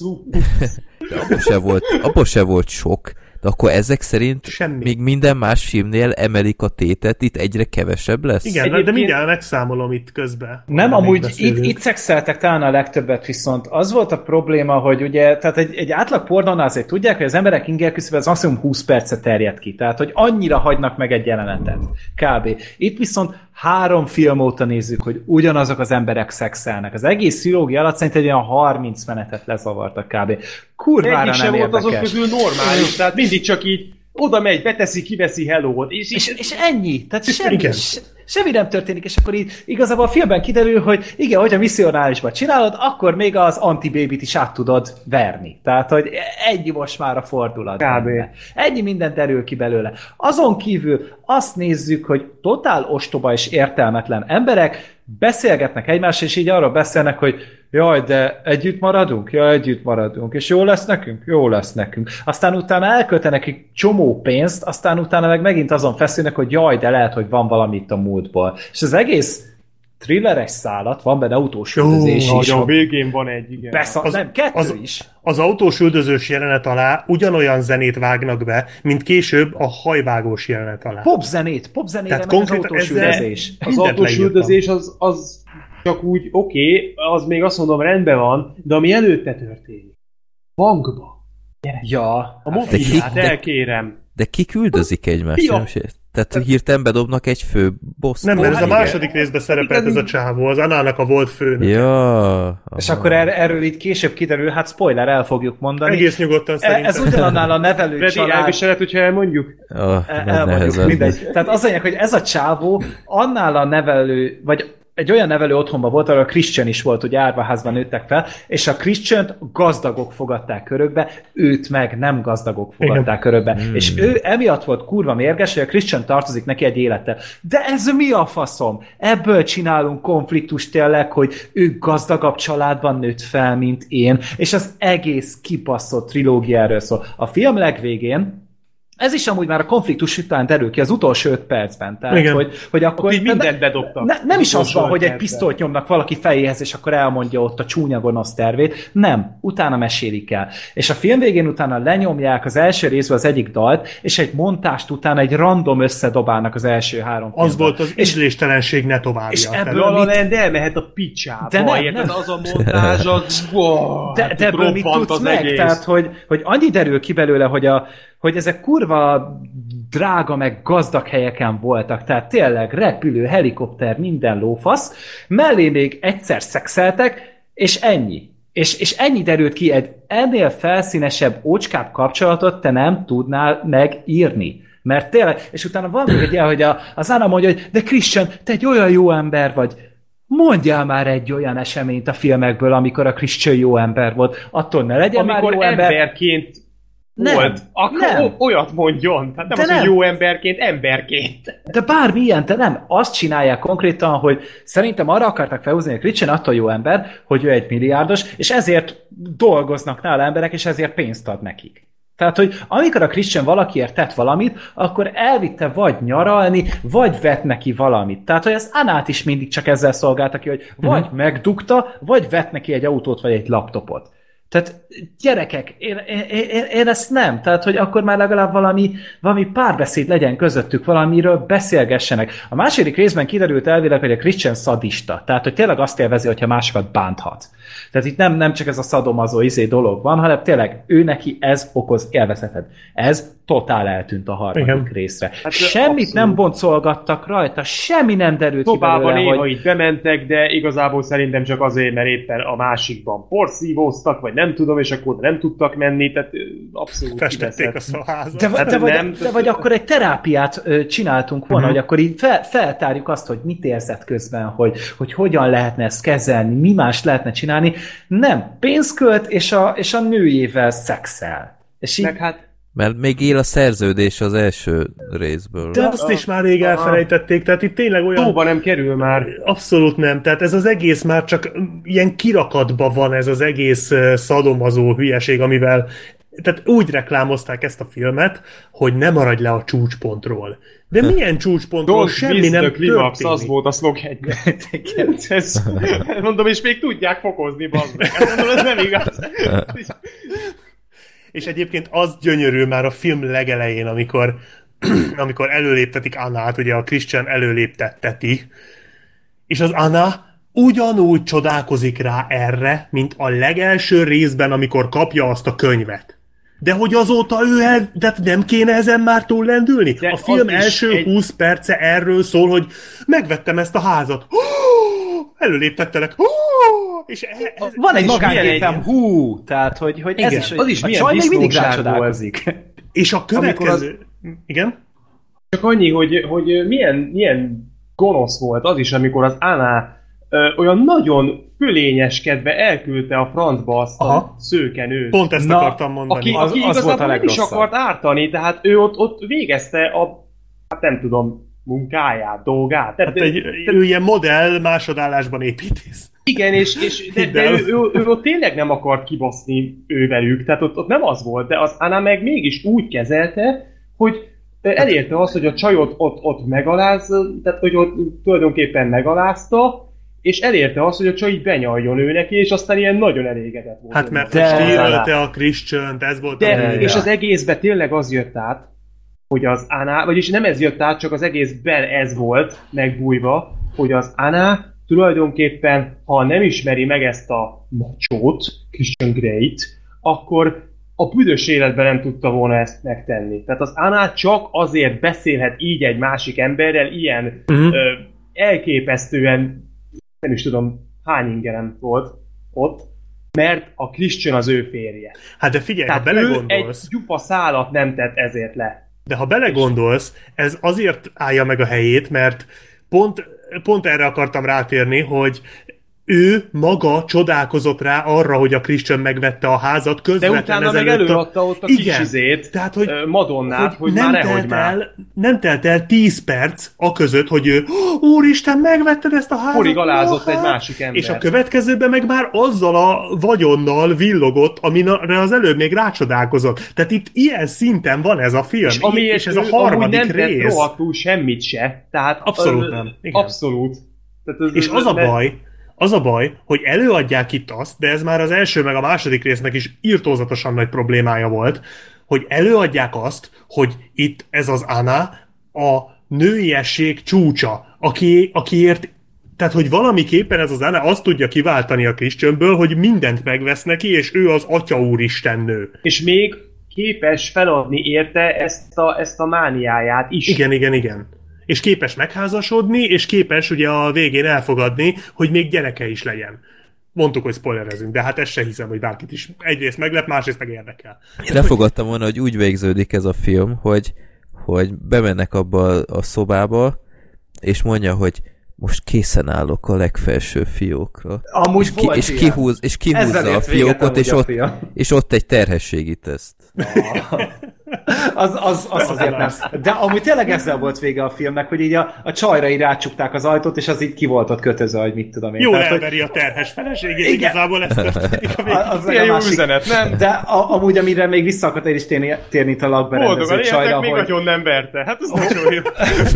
Speaker 3: de abból se volt, abból se volt sok. De akkor ezek szerint Semmi. még minden más filmnél emelik a tétet, itt egyre kevesebb lesz?
Speaker 2: Igen, Egyébként... de mindjárt megszámolom itt közben.
Speaker 4: Nem, amúgy itt, itt szexeltek talán a legtöbbet, viszont az volt a probléma, hogy ugye, tehát egy, egy átlag pornónál azért tudják, hogy az emberek ingerküszöbe az maximum húsz percet terjed ki, tehát hogy annyira hagynak meg egy jelenetet, kb. Itt viszont három film óta nézzük, hogy ugyanazok az emberek szexelnek. Az egész szilógia alatt szerintem egy olyan harminc menetet lezavartak kb. Kurvára nem érdekes. Volt azok
Speaker 5: közül normális, tehát mindig csak így oda megy, beteszi, kiveszi hello-t.
Speaker 4: És, és, és ennyi. Tehát semmi, se, semmi nem történik, és akkor így igazából a filmben kiderül, hogy igen, hogy a misszionálisban csinálod, akkor még az antibébit is át tudod verni. Tehát, hogy ennyi most már a fordulat. Ennyi mindent derül ki belőle. Azon kívül azt nézzük, hogy totál ostoba és értelmetlen emberek beszélgetnek egymással, és így arról beszélnek, hogy jaj, de együtt maradunk? Ja, együtt maradunk. És jó lesz nekünk? Jó lesz nekünk. Aztán utána elköltenek egy csomó pénzt, aztán utána meg megint azon feszülnek, hogy jaj, de lehet, hogy van valami itt a múltból. És az egész thrilleres szállat, van benne autós üldözés is.
Speaker 5: A végén van egy, igen.
Speaker 4: Beszal, az, nem, kettő
Speaker 2: az,
Speaker 4: is.
Speaker 2: Az autós üldözős jelenet alá ugyanolyan zenét vágnak be, mint később a hajvágós jelenet alá.
Speaker 4: Popzenét, popzenére meg az autós üldözés.
Speaker 5: Az autós üldözés az, az csak úgy oké, okay, az még azt mondom rendben van, de ami előtte történik. Bankba.
Speaker 4: Gyere. Ja.
Speaker 5: A mobilát elkérem.
Speaker 3: De kik üldözik egymást? Nem sért? Tehát hirtelen bedobnak egy fő boss.
Speaker 2: Nem, mert ez a második részben szerepelt ez a csávó, az Anának a volt főnök.
Speaker 3: Ja.
Speaker 4: És akkor er- erről így később kiderül, hát spoiler, el fogjuk mondani.
Speaker 2: Egész nyugodtan szerintem.
Speaker 4: Ez ugyanannál a nevelő
Speaker 5: Freddy,
Speaker 4: család...
Speaker 5: elviselhet, hogyha elmondjuk?
Speaker 3: Oh,
Speaker 4: el- elmondjuk, mindegy. Tehát az anyag, hogy ez a csávó annál a nevelő, vagy egy olyan nevelő otthonban volt, ahol a Christian is volt, hogy árvaházban nőttek fel, és a Christiant gazdagok fogadták körökbe, őt meg nem gazdagok fogadták Igen. körökbe. Mm. És ő emiatt volt kurva mérges, hogy a Christian tartozik neki egy élettel. De ez mi a faszom? Ebből csinálunk konfliktust tényleg, hogy ő gazdagabb családban nőtt fel, mint én, és az egész kibaszott trilógiáról szól. A film legvégén ez is amúgy már a konfliktus után derül ki az utolsó öt percben. Tehát, hogy, hogy akkor...
Speaker 5: Ott mindent bedobtak.
Speaker 4: Ne, nem is az van, hogy egy pisztolyt nyomnak valaki fejéhez, és akkor elmondja ott a csúnya gonosz tervét. Nem. Utána mesélik el. És a film végén utána lenyomják az első részben az egyik dalt, és egy montást után egy random összedobálnak az első három filmben.
Speaker 2: Az volt az ízléstelenség ne továbbja.
Speaker 4: És ebből
Speaker 5: La La Land elmehet a picsába. De nem, nem. Az a montázs, az... Wow,
Speaker 4: de, de ebből mit tudsz meg? Egész. Tehát, hogy, hogy annyi derül ki belőle, hogy a hogy ezek kurva drága meg gazdag helyeken voltak, tehát tényleg repülő, helikopter, minden lófasz, mellé még egyszer szexeltek, és ennyi. És, és ennyi derült ki, egy ennél felszínesebb, ócskább kapcsolatot te nem tudnál megírni. Mert tényleg, és utána van még egy ilyen, hogy a, az Anna mondja, hogy de Christian, te egy olyan jó ember vagy. Mondjál már egy olyan eseményt a filmekből, amikor a Christian jó ember volt. Attól ne legyen
Speaker 5: amikor
Speaker 4: már jó ember.
Speaker 5: emberként
Speaker 4: Nem,
Speaker 5: volt. Akkor
Speaker 4: nem.
Speaker 5: olyat mondjon. Tehát nem
Speaker 4: de
Speaker 5: az,
Speaker 4: nem.
Speaker 5: hogy jó emberként, emberként.
Speaker 4: De bármilyen, te nem. Azt csinálják konkrétan, hogy szerintem arra akartak felhúzni, hogy Christian attól jó ember, hogy ő egy milliárdos, és ezért dolgoznak nála emberek, és ezért pénzt ad nekik. Tehát, hogy amikor a Christian valakiért tett valamit, akkor elvitte vagy nyaralni, vagy vett neki valamit. Tehát, hogy az Anát is mindig csak ezzel szolgálta ki, hogy vagy uh-huh. megdugta, vagy vett neki egy autót, vagy egy laptopot. Tehát gyerekek, én, én, én, én ezt nem. Tehát, hogy akkor már legalább valami, valami párbeszéd legyen közöttük, valamiről beszélgessenek. A második részben kiderült elvileg, hogy a Christian szadista. Tehát, hogy tényleg azt élvezi, hogyha másokat bánthat. Tehát itt nem, nem csak ez a szadomazó izé dolog van, hanem tényleg ő neki ez okoz élvezetet. Ez totál eltűnt a harmadik igen. részre. Hát semmit abszolút. Nem boncolgattak rajta, semmi nem derült ki belőle,
Speaker 5: Szobában néha
Speaker 4: hogy...
Speaker 5: így bementek, de igazából szerintem csak azért, mert éppen a másikban porszívóztak, vagy nem tudom, és akkor nem tudtak menni, tehát abszolút
Speaker 2: festették a szobaházat.
Speaker 4: De, de, vagy, nem, de vagy akkor egy terápiát ö, csináltunk volna, uh-huh. hogy akkor így fel, feltárjuk azt, hogy mit érzett közben, hogy, hogy hogyan lehetne ezt kezelni, mi más lehetne csinálni. Nem, pénzkölt, és a, és a nőjével szexel. És így...
Speaker 5: Meg hát
Speaker 3: mert még él a szerződés az első részből.
Speaker 2: De azt is már rég elfelejtették, tehát itt tényleg olyan...
Speaker 5: Szóba nem kerül már.
Speaker 2: Abszolút nem, tehát ez az egész már csak ilyen kirakatban van ez az egész szadomazó hülyeség, amivel tehát úgy reklámozták ezt a filmet, hogy ne maradj le a csúcspontról. De milyen csúcspontról? Don't semmi nem
Speaker 5: történik. Az volt a szlogenje. Mondom, és még tudják fokozni, bazd meg. Mondom, ez nem igaz.
Speaker 2: És egyébként az gyönyörű már a film legelején, amikor, amikor előléptetik Annát, ugye a Christian előléptetteti, és az Anna ugyanúgy csodálkozik rá erre, mint a legelső részben, amikor kapja azt a könyvet. De hogy azóta ő el, de nem kéne ezen már túllendülni? De a film első egy... húsz perce erről szól, hogy megvettem ezt a házat. Előléptettelek. És ez, ez,
Speaker 4: van egy magánképem, hú, tehát, hogy, hogy
Speaker 5: igen,
Speaker 4: ez is,
Speaker 5: az is
Speaker 4: a csaj még mindig rácsodálkozik.
Speaker 2: És a következő... Az... Igen?
Speaker 5: Csak annyi, hogy, hogy milyen, milyen gonosz volt az is, amikor az Anna ö, olyan nagyon fölényeskedve elküldte a francba azt Aha. a szőkenőt.
Speaker 2: Pont ezt Na, akartam mondani.
Speaker 5: Aki, aki az, az igazából nem is akart ártani, tehát ő ott, ott végezte a, hát nem tudom, munkáját, dolgát. Tehát,
Speaker 2: hát egy, te, ő ilyen modell másodállásban építész.
Speaker 5: Igen, és, és de, de ő, ő, ő ott tényleg nem akart kibaszni ővelük, tehát ott, ott nem az volt, de az Anna meg mégis úgy kezelte, hogy elérte azt, hogy a csajot ott, ott megaláz, tehát hogy ott tulajdonképpen megalázta, és elérte azt, hogy a csaj így benyaljon ő neki, és aztán ilyen nagyon elégedett volt.
Speaker 2: Hát mert stílelte a Christian-t, ez volt
Speaker 5: de,
Speaker 2: a...
Speaker 5: És az egészben tényleg az jött át, hogy az Anna, vagyis nem ez jött át, csak az egészben ez volt megbújva, hogy az Anna tulajdonképpen, ha nem ismeri meg ezt a macsót, Christian Grey-t, akkor a büdös életben nem tudta volna ezt megtenni. Tehát az Anna csak azért beszélhet így egy másik emberrel, ilyen uh-huh. ö, elképesztően, nem is tudom hány ingerem volt ott, mert a Christian az ő férje.
Speaker 2: Hát de figyelj,
Speaker 5: tehát
Speaker 2: ha belegondolsz...
Speaker 5: egy gyupa szálat nem tett ezért le.
Speaker 2: De ha belegondolsz, ez azért állja meg a helyét, mert pont, pont erre akartam rátérni, hogy ő maga csodálkozott rá arra, hogy a Christian megvette a házat közvetlen
Speaker 5: ezelőtt. De utána meg előadta ott a kis izét, tehát, hogy, Madonnát, hogy, hogy nem már nehogy már.
Speaker 2: Nem telt el tíz perc a között, hogy ő, úristen, megvetted ezt a házat.
Speaker 5: Porig alázott egy másik ember.
Speaker 2: És a következőben meg már azzal a vagyonnal villogott, amire az előbb még rácsodálkozott. Tehát itt ilyen szinten van ez a film.
Speaker 5: És, ami
Speaker 2: és ez a harmadik
Speaker 5: nem
Speaker 2: rész.
Speaker 5: tett rohadtul semmit se. Tehát
Speaker 2: abszolút
Speaker 5: az,
Speaker 2: nem. Igen.
Speaker 5: Abszolút. Tehát az,
Speaker 2: és az a baj, Az a baj, hogy előadják itt azt, de ez már az első meg a második résznek is irtózatosan nagy problémája volt, hogy előadják azt, hogy itt ez az Anna a nőiesség csúcsa, aki, akiért, tehát hogy valamiképpen ez az Anna azt tudja kiváltani a Christianből, hogy mindent megvesz neki, és ő az atya úristen nő.
Speaker 5: És még képes feladni érte ezt a, ezt a mániáját is.
Speaker 2: Igen, igen, igen. És képes megházasodni, és képes ugye a végén elfogadni, hogy még gyereke is legyen. Mondtuk, hogy spoilerezünk, de hát ezt se hiszem, hogy bárkit is egyrészt meglep, másrészt meg érdekel.
Speaker 3: Én lefogadtam volna, hogy úgy végződik ez a film, hogy, hogy bemennek abba a szobába, és mondja, hogy most készen állok a legfelső fiókra.
Speaker 4: Amúgy
Speaker 3: és, ki, és, kihúz, és kihúzza a fiókot, és ott, és ott egy terhességi teszt.
Speaker 4: az, az, az azért nem. De amúgy tényleg ezzel volt vége a filmnek, hogy így a, a csajra így rácsukták az ajtót, és az így ki volt ott kötözve, hogy mit tudom én.
Speaker 2: Jól
Speaker 4: Tehát,
Speaker 2: elveri
Speaker 4: hogy...
Speaker 2: a terhes feleségét, igazából ez történik a végén.
Speaker 4: Az ilyen jó másik... üzenet, nem? De a, amúgy, amire még vissza akartál is térni, térni itt a lakberendező csajra,
Speaker 5: még
Speaker 4: hogy...
Speaker 5: agyon nem verte. Hát az nagyon jó.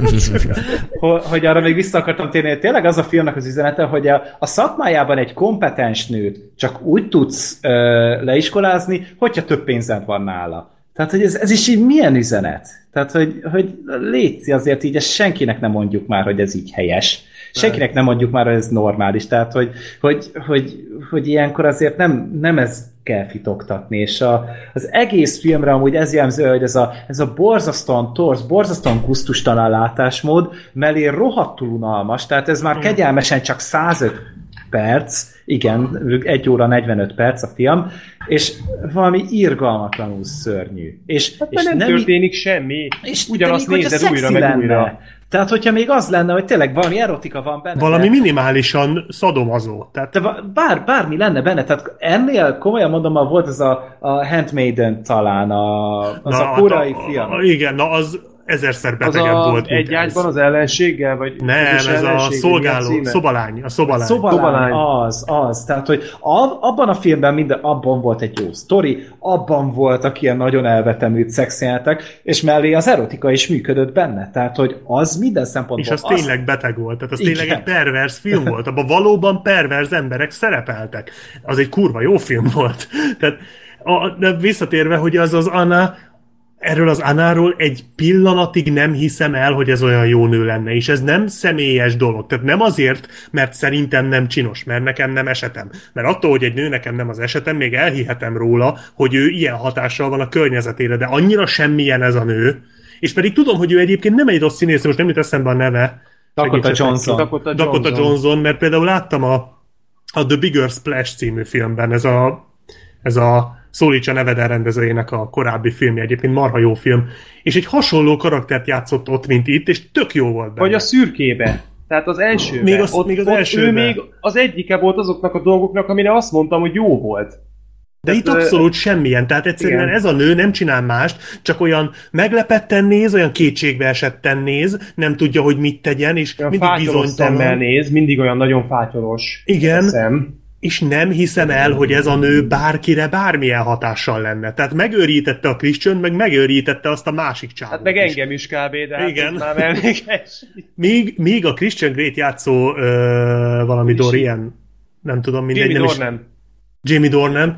Speaker 4: Hogy arra még vissza akartam térni, hogy tényleg az a filmnek az üzenete, hogy a, a szakmájában egy kompetens nőt csak úgy tudsz ö, leiskolázni, hogyha több pénzed van nála. Tehát, hogy ez, ez is így milyen üzenet? Tehát, hogy, hogy létszi azért így, ezt senkinek nem mondjuk már, hogy ez így helyes. Senkinek nem mondjuk már, hogy ez normális. Tehát, hogy, hogy, hogy, hogy ilyenkor azért nem, nem ez kell fitoktatni. És a, az egész filmre amúgy ez jelző, hogy ez a, ez a borzasztóan torz, borzasztóan gusztustalan látásmód mellé rohadtul unalmas. Tehát ez már kegyelmesen csak százöt perc, igen, egy óra negyvenöt perc a film, és valami irgalmatlanul szörnyű. És,
Speaker 5: hát
Speaker 4: és
Speaker 5: nem, nem történik semmi.
Speaker 4: És
Speaker 5: ugyanazt nézed újra, meg lenne. újra.
Speaker 4: Tehát, hogyha még az lenne, hogy tényleg valami erotika van benne.
Speaker 2: Valami
Speaker 4: de...
Speaker 2: minimálisan szadomazó. Tehát...
Speaker 4: De bár, bármi lenne benne, tehát ennél komolyan mondom, már volt az a, a Handmaiden talán, a, az na, a korai
Speaker 2: a,
Speaker 4: film.
Speaker 2: A, igen, na az ezerszer betegebb
Speaker 5: az
Speaker 2: volt,
Speaker 5: egy ágyban az ellenséggel? Vagy
Speaker 2: nem, ez a szolgáló, szobalány, a szobalány.
Speaker 4: Szobalány, szobalány. Az, az. Tehát, hogy ab, abban a filmben minden, abban volt egy jó sztori, abban voltak ilyen nagyon elvetemült szexjelentek, és mellé az erotika is működött benne. Tehát, hogy az minden szempontból...
Speaker 2: És az, az tényleg beteg volt. Tehát az igen. Tényleg egy pervers film volt. Abban valóban pervers emberek szerepeltek. Az egy kurva jó film volt. Tehát a, de visszatérve, hogy az az Anna, erről az Annáról egy pillanatig nem hiszem el, hogy ez olyan jó nő lenne, és ez nem személyes dolog. Tehát nem azért, mert szerintem nem csinos, mert nekem nem esetem. Mert attól, hogy egy nő nekem nem az esetem, még elhihetem róla, hogy ő ilyen hatással van a környezetére, de annyira semmilyen ez a nő, és pedig tudom, hogy ő egyébként nem egy rossz színész, most nem jut eszembe a neve.
Speaker 4: Dakota Johnson.
Speaker 2: Dakota, Dakota Johnson. Johnson, mert például láttam a, a The Bigger Splash című filmben, ez a, ez a Szólítsa neveden rendezőjének a korábbi filmje, egyébként marha jó film, és egy hasonló karaktert játszott ott, mint itt, és tök jó volt benne.
Speaker 5: Vagy a Szürkébe. Tehát az elsőben.
Speaker 2: Még az,
Speaker 5: ott,
Speaker 2: még az
Speaker 5: ott
Speaker 2: elsőben.
Speaker 5: Ő még az egyike volt azoknak a dolgoknak, amire azt mondtam, hogy jó volt.
Speaker 2: De tehát, itt abszolút semmilyen, tehát egyszerűen igen. Ez a nő nem csinál mást, csak olyan meglepetten néz, olyan kétségbe esetten néz, nem tudja, hogy mit tegyen, és olyan mindig bizonytalan.
Speaker 5: Néz, mindig olyan nagyon fátyolos.
Speaker 2: Igen.
Speaker 5: Szem.
Speaker 2: És nem hiszem el, hogy ez a nő bárkire bármilyen hatással lenne. Tehát megőrítette a Christian, meg megőrítette azt a másik csávót.
Speaker 5: Hát meg engem is kb. De hát igen. Már mellékes.
Speaker 2: Míg, míg a Christian Grey-t játszó ö, valami Dorian, nem tudom, mindegy.
Speaker 5: Jamie
Speaker 2: nem
Speaker 5: Dornan.
Speaker 2: Is, Jamie Dornan.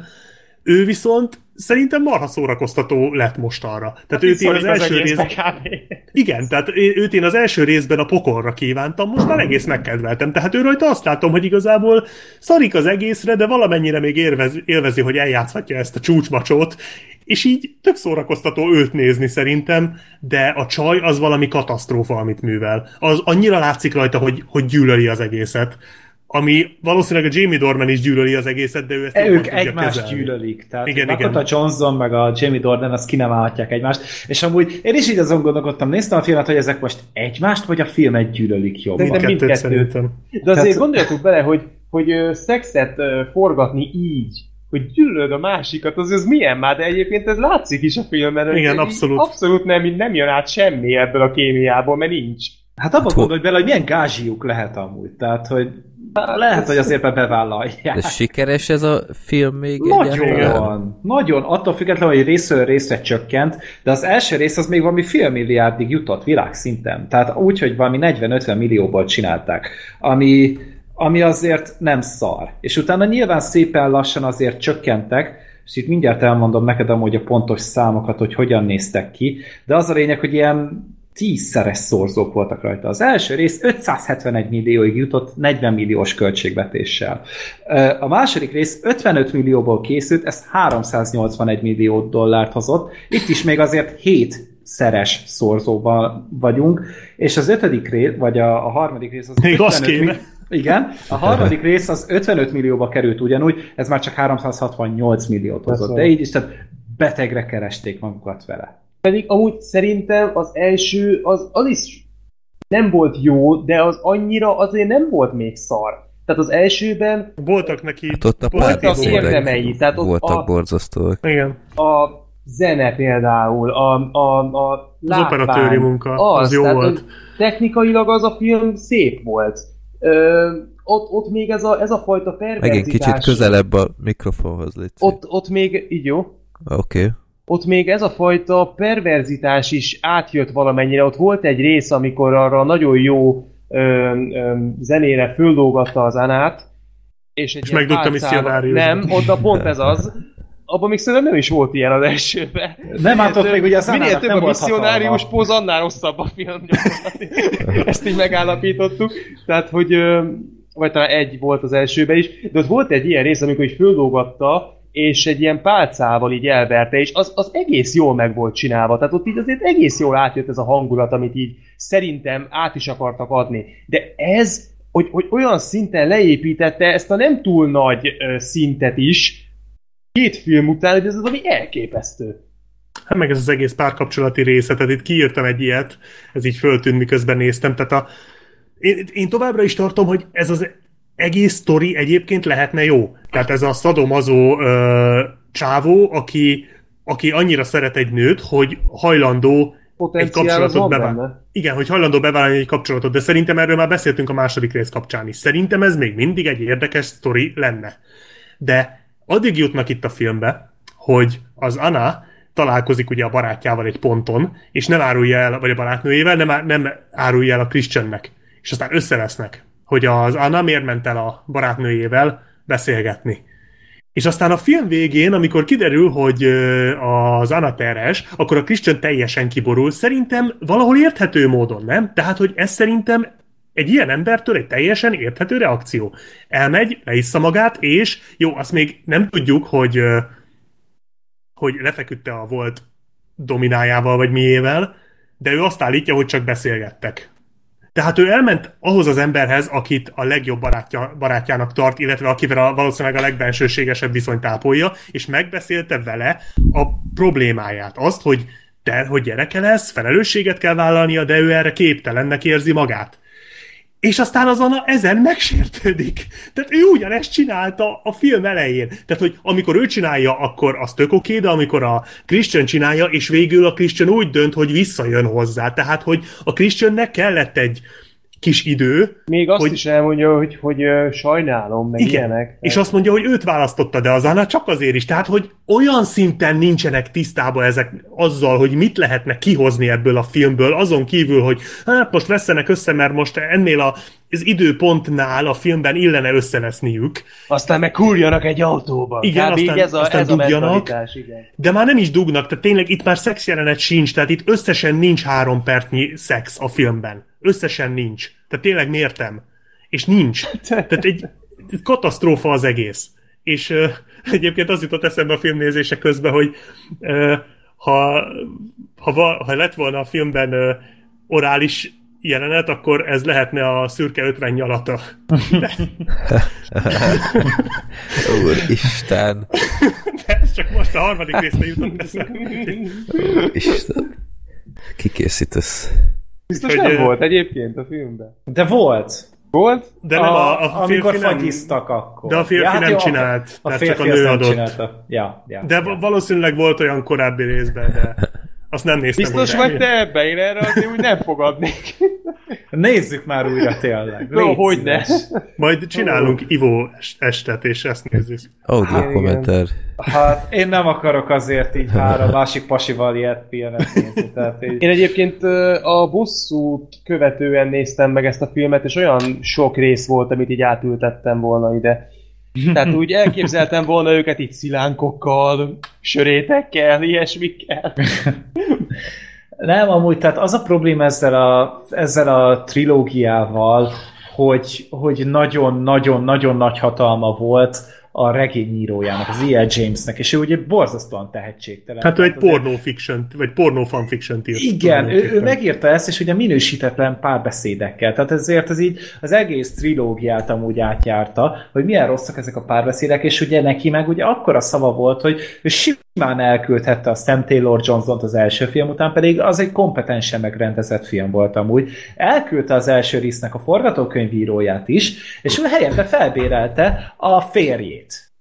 Speaker 2: Ő viszont szerintem marha szórakoztató lett mostanra. Tehát hát őt én az első részben... Igen, tehát őt én az első részben a pokolra kívántam, most már egész megkedveltem. Tehát ő rajta azt látom, hogy igazából szarik az egészre, de valamennyire még élvez, élvezi, hogy eljátszhatja ezt a csúcsmacsót, és így tök szórakoztató őt nézni szerintem, de a csaj az valami katasztrófa, amit művel. Az annyira látszik rajta, hogy, hogy gyűlöli az egészet. Ami valószínűleg a Jamie Dornan is gyűlöli az egészet, de ő ezt
Speaker 4: e, ők egymást kezelni. Gyűlölik. Tehát
Speaker 2: igen,
Speaker 4: igen. A Johnson meg a Jamie Dornan azt ki nem állhatják egymást. És amúgy én is így azon gondolkodtam, néztem a filmet, hogy ezek most egymást, vagy a filmet gyűlölik jobban.
Speaker 5: De mindkettőt szerintem. De azért Tehát... gondoljatok bele, hogy, hogy uh, szexet uh, forgatni így, hogy gyűlölöd a másikat, az ez milyen már, de egyébként ez látszik is a filmben.
Speaker 2: Igen, abszolút.
Speaker 5: Abszolút nem, nem jön át semmi ebből a kémiából, mert nincs.
Speaker 4: Hát abban gondolj bele, hogy milyen gázsiuk lehet amúgy. Tehát, hogy lehet, hogy azért bevállalják.
Speaker 3: De sikeres ez a film még
Speaker 4: nagyon, egyáltalán? Nagyon. Attól függetlenül, hogy részről részre csökkent, de az első rész az még valami fél milliárdig jutott világszinten. Tehát úgy, hogy valami negyven-ötven millióból csinálták. Ami, ami azért nem szar. És utána nyilván szépen lassan azért csökkentek, és itt mindjárt elmondom neked amúgy a pontos számokat, hogy hogyan néztek ki, de az a lényeg, hogy ilyen tízszeres szorzók voltak rajta. Az első rész ötszázhetvenegy millióig jutott negyven milliós költségvetéssel. A második rész ötvenöt millióból készült, ez háromszáznyolcvanegy millió dollárt hozott. Itt is még azért hétszeres szorzóban vagyunk, és az ötödik rész, vagy a, a harmadik rész az
Speaker 2: még az kéne.
Speaker 4: Mi- igen, a harmadik rész az ötvenöt millióba került ugyanúgy, ez már csak háromszázhatvannyolc milliót hozott, de így is, tehát betegre keresték magukat vele.
Speaker 5: Pedig amúgy szerintem az első, az, az is nem volt jó, de az annyira azért nem volt még szar. Tehát az elsőben
Speaker 2: voltak neki
Speaker 3: hát ott a
Speaker 5: voltak érdemei. Tehát ott
Speaker 3: voltak
Speaker 5: a,
Speaker 3: borzasztóak.
Speaker 2: Igen.
Speaker 5: A zene például, a, a, a látvány,
Speaker 2: az operatőri munka, az, az jó tehát, volt.
Speaker 5: Technikailag az a film szép volt. Ö, ott, ott még ez a, ez a fajta perverzitás...
Speaker 3: Megint kicsit közelebb a mikrofonhoz, légy.
Speaker 5: Ott, ott még, így jó?
Speaker 3: Oké. Okay.
Speaker 5: Ott még ez a fajta perverzitás is átjött valamennyire. Ott volt egy rész, amikor arra nagyon jó ö, ö, zenére földolgatta az Anát, és,
Speaker 2: és megdugta misszionárius.
Speaker 5: Nem, ott a pont ez az. Abban még szerintem nem is volt ilyen az elsőben.
Speaker 4: Nem, hát ott még ugye az
Speaker 5: minél több
Speaker 4: nem
Speaker 5: a misszionárius póz, annál rosszabb a film gyakorlatilag. Ezt így megállapítottuk. Tehát, hogy vagy talán egy volt az elsőben is, de ott volt egy ilyen rész, amikor így földolgatta, és egy ilyen pálcával így elverte, és az, az egész jól meg volt csinálva. Tehát ott így azért egész jól átjött ez a hangulat, amit így szerintem át is akartak adni. De ez, hogy, hogy olyan szinten leépítette ezt a nem túl nagy uh, szintet is, két film után, hogy ez az, ami elképesztő.
Speaker 2: Hát meg ez az egész párkapcsolati része, tehát itt kiírtam egy ilyet, ez így föltűnt, miközben néztem, tehát a, én, én továbbra is tartom, hogy ez az egész sztori egyébként lehetne jó. Tehát ez a szadomazó ö, csávó, aki, aki annyira szeret egy nőt, hogy hajlandó egy kapcsolatot bevállalni. Igen, hogy hajlandó bevállalni egy kapcsolatot, de szerintem erről már beszéltünk a második rész kapcsán is. Szerintem ez még mindig egy érdekes sztori lenne. De addig jutnak itt a filmbe, hogy az Anna találkozik ugye a barátjával egy ponton, és nem árulja el, vagy a barátnőjével, nem, nem árulja el a Christiannek. És aztán összevesznek, hogy az Anna miért ment el a barátnőjével beszélgetni. És aztán a film végén, amikor kiderül, hogy az Anna terhes, akkor a Christian teljesen kiborul. Szerintem valahol érthető módon, nem? Tehát, hogy ez szerintem egy ilyen embertől egy teljesen érthető reakció. Elmegy, leissza magát, és jó, azt még nem tudjuk, hogy, hogy lefeküdte a volt dominájával, vagy miével, de ő azt állítja, hogy csak beszélgettek. Tehát ő elment ahhoz az emberhez, akit a legjobb barátja, barátjának tart, illetve akivel a, valószínűleg a legbensőségesebb viszonyt ápolja, és megbeszélte vele a problémáját. Azt, hogy, te, hogy gyereke lesz, felelősséget kell vállalnia, de ő erre képtelennek érzi magát. És aztán azon a, ezen megsértődik. Tehát ő ugyanezt csinálta a film elején. Tehát, hogy amikor ő csinálja, akkor az tök oké, de amikor a Christian csinálja, és végül a Christian úgy dönt, hogy visszajön hozzá. Tehát, hogy a Christiannek kellett egy kis idő.
Speaker 5: Még azt
Speaker 2: hogy...
Speaker 5: is elmondja, hogy, hogy uh, sajnálom, meg
Speaker 2: igen.
Speaker 5: ilyenek. Tehát...
Speaker 2: És azt mondja, hogy őt választotta, de az Anna csak azért is. Tehát, hogy olyan szinten nincsenek tisztában ezek azzal, hogy mit lehetne kihozni ebből a filmből, azon kívül, hogy hát most vesszenek össze, mert most ennél a, az időpontnál a filmben illene összeveszniük.
Speaker 5: Aztán meg kurjanak egy autóban.
Speaker 2: Igen,
Speaker 5: Kb.
Speaker 2: aztán,
Speaker 5: ez a,
Speaker 2: aztán
Speaker 5: ez
Speaker 2: dugjanak,
Speaker 5: a igen.
Speaker 2: De már nem is dugnak, tehát tényleg itt már szexjelenet sincs, tehát itt összesen nincs három percnyi szex a filmben. Összesen nincs. Tehát tényleg mértem. És nincs. Tehát egy, egy katasztrófa az egész. És uh, egyébként az jutott eszembe a filmnézése közben, hogy uh, ha, ha, va, ha lett volna a filmben uh, orális jelenet, akkor ez lehetne a szürke ötven nyalata.
Speaker 3: Úristen!
Speaker 2: De ez csak most a harmadik részre jutott eszembe.
Speaker 3: Úristen! Kikészítesz.
Speaker 5: Biztos nem volt egyébként a filmben.
Speaker 4: De volt.
Speaker 5: Volt?
Speaker 2: De nem a, a, a
Speaker 4: amikor
Speaker 2: nem,
Speaker 4: fagyiztak akkor.
Speaker 2: De a férfi ja, hát nem jó, csinált.
Speaker 4: A, a
Speaker 2: csak a nő adott.
Speaker 4: Csinálta. Ja, ja,
Speaker 2: de
Speaker 4: ja.
Speaker 2: valószínűleg volt olyan korábbi részben, de azt nem néztem.
Speaker 5: Biztos vagy te ebbe, én erre azért úgy nem fogadnék.
Speaker 4: Nézzük már újra tényleg.
Speaker 5: No, hogy ne.
Speaker 2: Majd csinálunk oh. Ivó estet, és ezt nézzük.
Speaker 3: Audio hát, kommentár.
Speaker 4: Hát én nem akarok azért így három másik pasival ilyet pillanat nézni. Tehát így...
Speaker 5: Én egyébként a bosszút követően néztem meg ezt a filmet, és olyan sok rész volt, amit így átültettem volna ide. Tehát úgy elképzeltem volna őket itt szilánkokkal, sörétekkel, ilyesmikkel.
Speaker 4: Nem, amúgy, tehát az a probléma ezzel a, ezzel a trilógiával, hogy, hogy nagyon-nagyon-nagyon nagy hatalma volt a regényírójának, az E L. Jamesnek, és ő ugye borzasztóan tehetségtelen.
Speaker 2: Hát ő egy pornófiction, vagy pornófanfiction-t írt.
Speaker 4: Igen, ő, ő megírta ezt, és ugye minősítetlen párbeszédekkel. Tehát ezért ez így az egész trilógiát amúgy átjárta, hogy milyen rosszak ezek a párbeszédek, és ugye neki meg ugye akkora szava volt, hogy ő simán elküldhette a Sam Taylor Johnson-t az első film után, pedig az egy kompetensen megrendezett film volt amúgy. Elküldte az első résznek a forgatókönyvíróját is, és ő helyette felbérelte a férjét.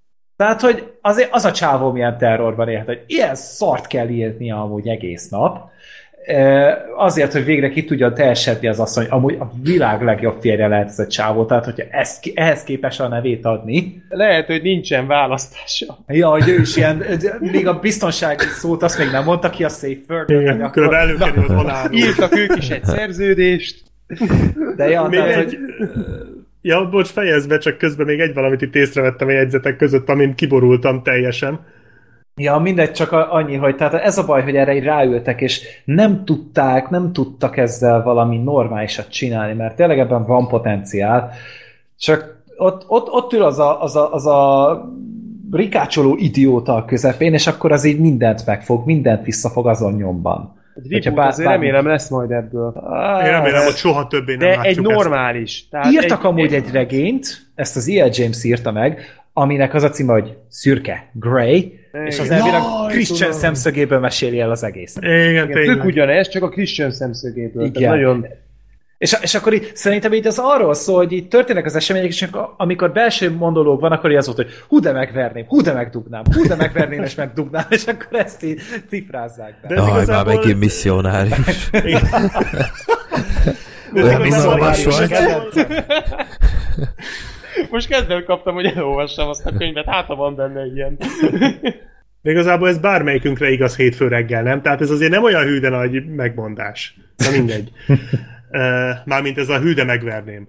Speaker 4: Tehát, hogy azért az a csávó milyen terrorban élhet, hogy ilyen szart kell írnia amúgy egész nap, azért, hogy végre ki tudja teljesedni az asszony, amúgy a világ legjobb férje lehet ez a csávó, tehát hogyha ezt, ehhez képes a nevét adni.
Speaker 5: Lehet, hogy nincsen választása.
Speaker 4: Ja, hogy ő is ilyen, még a biztonsági szót azt még nem mondta ki, a safe word.
Speaker 2: Igen, akkor előkerül az aláról.
Speaker 5: Írtak ők is egy szerződést.
Speaker 4: De ja,
Speaker 2: még
Speaker 4: tehát,
Speaker 2: egy...
Speaker 4: hogy...
Speaker 2: Ja, bocs, fejezd be, csak közben még egy valamit itt észrevettem a jegyzetek között, amin kiborultam teljesen.
Speaker 4: Ja, mindegy, csak annyi, hogy tehát ez a baj, hogy erre így ráültek, és nem tudták, nem tudtak ezzel valami normálisat csinálni, mert tényleg ebben van potenciál, csak ott, ott, ott ül az a, az a, az a rikácsoló idióta a közepén, és akkor az így mindent megfog, mindent visszafog azon nyomban.
Speaker 5: Egy reboot azért bár... remélem lesz majd ebből.
Speaker 2: Én remélem, hogy soha többé nem
Speaker 5: de
Speaker 2: látjuk
Speaker 5: egy normális.
Speaker 4: Tehát írtak egy, amúgy egy... egy regényt, ezt az E L. James írta meg, aminek az a címe, hogy Szürke, Grey, és az elvileg Christian tudom. szemszögéből meséli el az egészet.
Speaker 2: Igen,
Speaker 5: Igen tök ugyanez, csak a Christian szemszögéből.
Speaker 4: Igen.
Speaker 5: Nagyon...
Speaker 4: És, és akkor így, szerintem így az arról szól, hogy így történnek az események, és amikor belső monológ van, akkor így az volt, hogy hú, de megverném, hú, de megdugnám, hú, de megverném, és megdugnám, és akkor ezt így cifrázzák be.
Speaker 3: Aj, igazából... már megint misszionárius. Olyan misszionárius vagy.
Speaker 5: Most kezdve kaptam, hogy elolvassam azt a könyvet, hát ha van benne ilyen.
Speaker 2: De igazából ez bármelyikünkre igaz hétfő reggel, nem? Tehát ez azért nem olyan hű de nagy megmondás. Na mindegy. Uh, mármint ez a hű de megverném.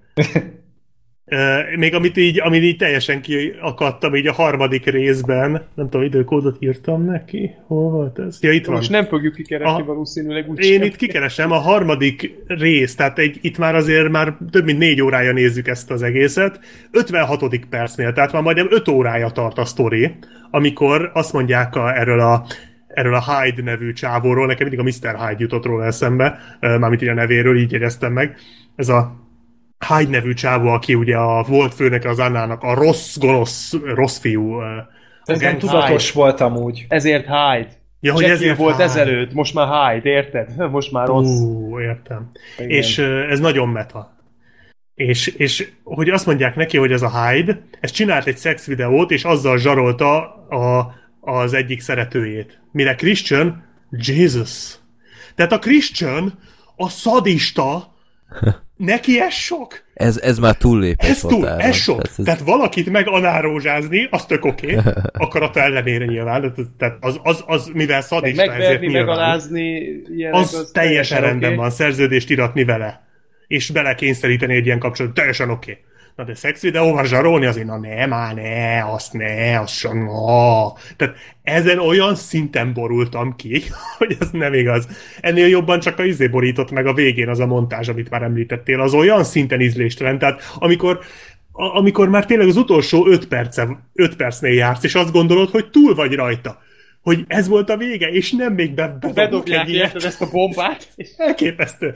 Speaker 2: Uh, még amit így, amit így teljesen kiakadtam így a harmadik részben, nem tudom, időkódot írtam neki. Hol volt ez? Ja, itt van.
Speaker 5: Most nem fogjuk kikeresni a... valószínűleg úgy.
Speaker 2: Én sem. Itt kikeresem a harmadik rész, tehát egy, itt már azért már több mint négy órája nézzük ezt az egészet. ötvenhatodik percnél, tehát már majdnem öt órája tart a sztori, amikor azt mondják a, erről a erről a Hyde nevű csávóról, nekem mindig a miszter Hyde jutott róla eszembe, mármint így a nevéről, így jegyeztem meg. Ez a Hyde nevű csávó, aki ugye a volt főnök az Annának a rossz, gonosz, rossz fiú.
Speaker 4: Ez nem tudatos volt amúgy.
Speaker 5: Ezért Hyde.
Speaker 2: Ja, hogy ezért
Speaker 5: volt
Speaker 2: Hyde.
Speaker 5: Ezelőtt, most már Hyde, érted? Most már rossz.
Speaker 2: Ú, értem. Igen. És ez nagyon meta. És, és hogy azt mondják neki, hogy ez a Hyde, ez csinált egy szex videót, és azzal zsarolta a, az egyik szeretőjét. Mire Christian, Jesus. Tehát a Christian, a szadista, neki ez sok.
Speaker 3: Ez, ez már túllépés.
Speaker 2: Ez túl, ez sok. Tehát, ez... tehát valakit meg anárózsázni, az tök oké. Okay. Akarata ellenére nyilván. Tehát az, az, az mivel szadista,
Speaker 5: meg
Speaker 2: ezért nyilván.
Speaker 5: megalázni, ilyenek,
Speaker 2: az, az teljesen rendben okay. van. Szerződést iratni vele. És belekényszeríteni egy ilyen kapcsolatot. Teljesen oké. Okay. Na de szex videóval zsarolni azért, na ne, már ne, azt ne, azt sem, na. Tehát ezen olyan szinten borultam ki, hogy ez nem igaz. Ennél jobban csak a izé borított meg a végén az a montázs, amit már említettél, az olyan szinten ízléstelen. Tehát amikor, a, amikor már tényleg az utolsó öt, perce, öt percnél jársz, és azt gondolod, hogy túl vagy rajta. Hogy ez volt a vége, és nem még be,
Speaker 5: bedobják érted ezt a bombát.
Speaker 2: Elképesztő.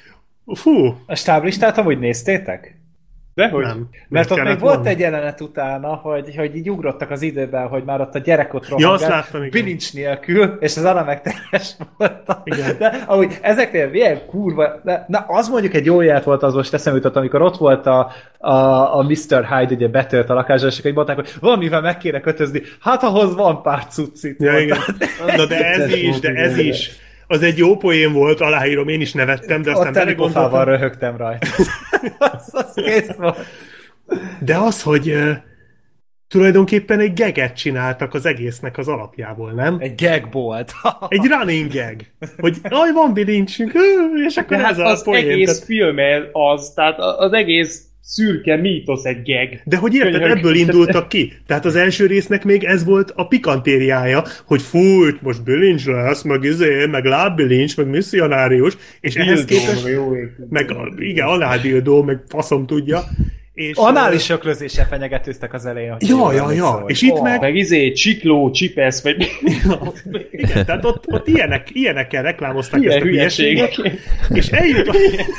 Speaker 2: Fú.
Speaker 4: A stáblistát amúgy néztétek?
Speaker 5: Dehogy?
Speaker 2: Nem.
Speaker 4: Mert ott még volt egy jelenet utána, hogy, hogy így ugrottak az időben, hogy már ott a gyerek ott rohangál,
Speaker 2: ja,
Speaker 4: bilincs nélkül, és az Anna meg teljes volt. De amúgy ezeknél milyen kurva, de, na az mondjuk egy jó jelet volt, az most eszembe jutott, amikor ott volt a, a, a miszter Hyde, ugye betölt a lakásra, és akkor mondták, hogy valamivel meg kéne kötözni, hát ahhoz van pár cuccit.
Speaker 2: Ja, igen. Na de ez is, de ez is. Az egy jó poén volt, aláírom, én is nevettem, de aztán belegondoltam.
Speaker 4: Ott pofával röhögtem rajta. az, az kész volt.
Speaker 2: De az, hogy uh, tulajdonképpen egy gaget csináltak az egésznek az alapjából, nem?
Speaker 4: Egy gag volt.
Speaker 2: Egy running gag. Hogy aj, van bilincsünk, és akkor
Speaker 5: de
Speaker 2: ez
Speaker 5: hát
Speaker 2: a
Speaker 5: az
Speaker 2: poén.
Speaker 5: egész
Speaker 2: tehát...
Speaker 5: film az, tehát az egész szürke mítosz egy gag.
Speaker 2: De hogy érted, ebből indultak ki. Tehát az első résznek még ez volt a pikantériája, hogy fú, itt most bilincs lesz, meg izé, meg lábbilincs, meg misszionárius, és dildó, ehhez képest... Meg, jó meg igen, aládildó, meg faszom tudja. És,
Speaker 4: anális öklözéssel fenyegetőztek az elején.
Speaker 2: Ja, ja, ja. És itt oh, meg...
Speaker 5: Meg izé, csikló, csipesz, vagy...
Speaker 2: Igen, tehát ott, ott ilyenek, ilyenekkel reklámozták ilyen ezt a hülyeséget. És eljut...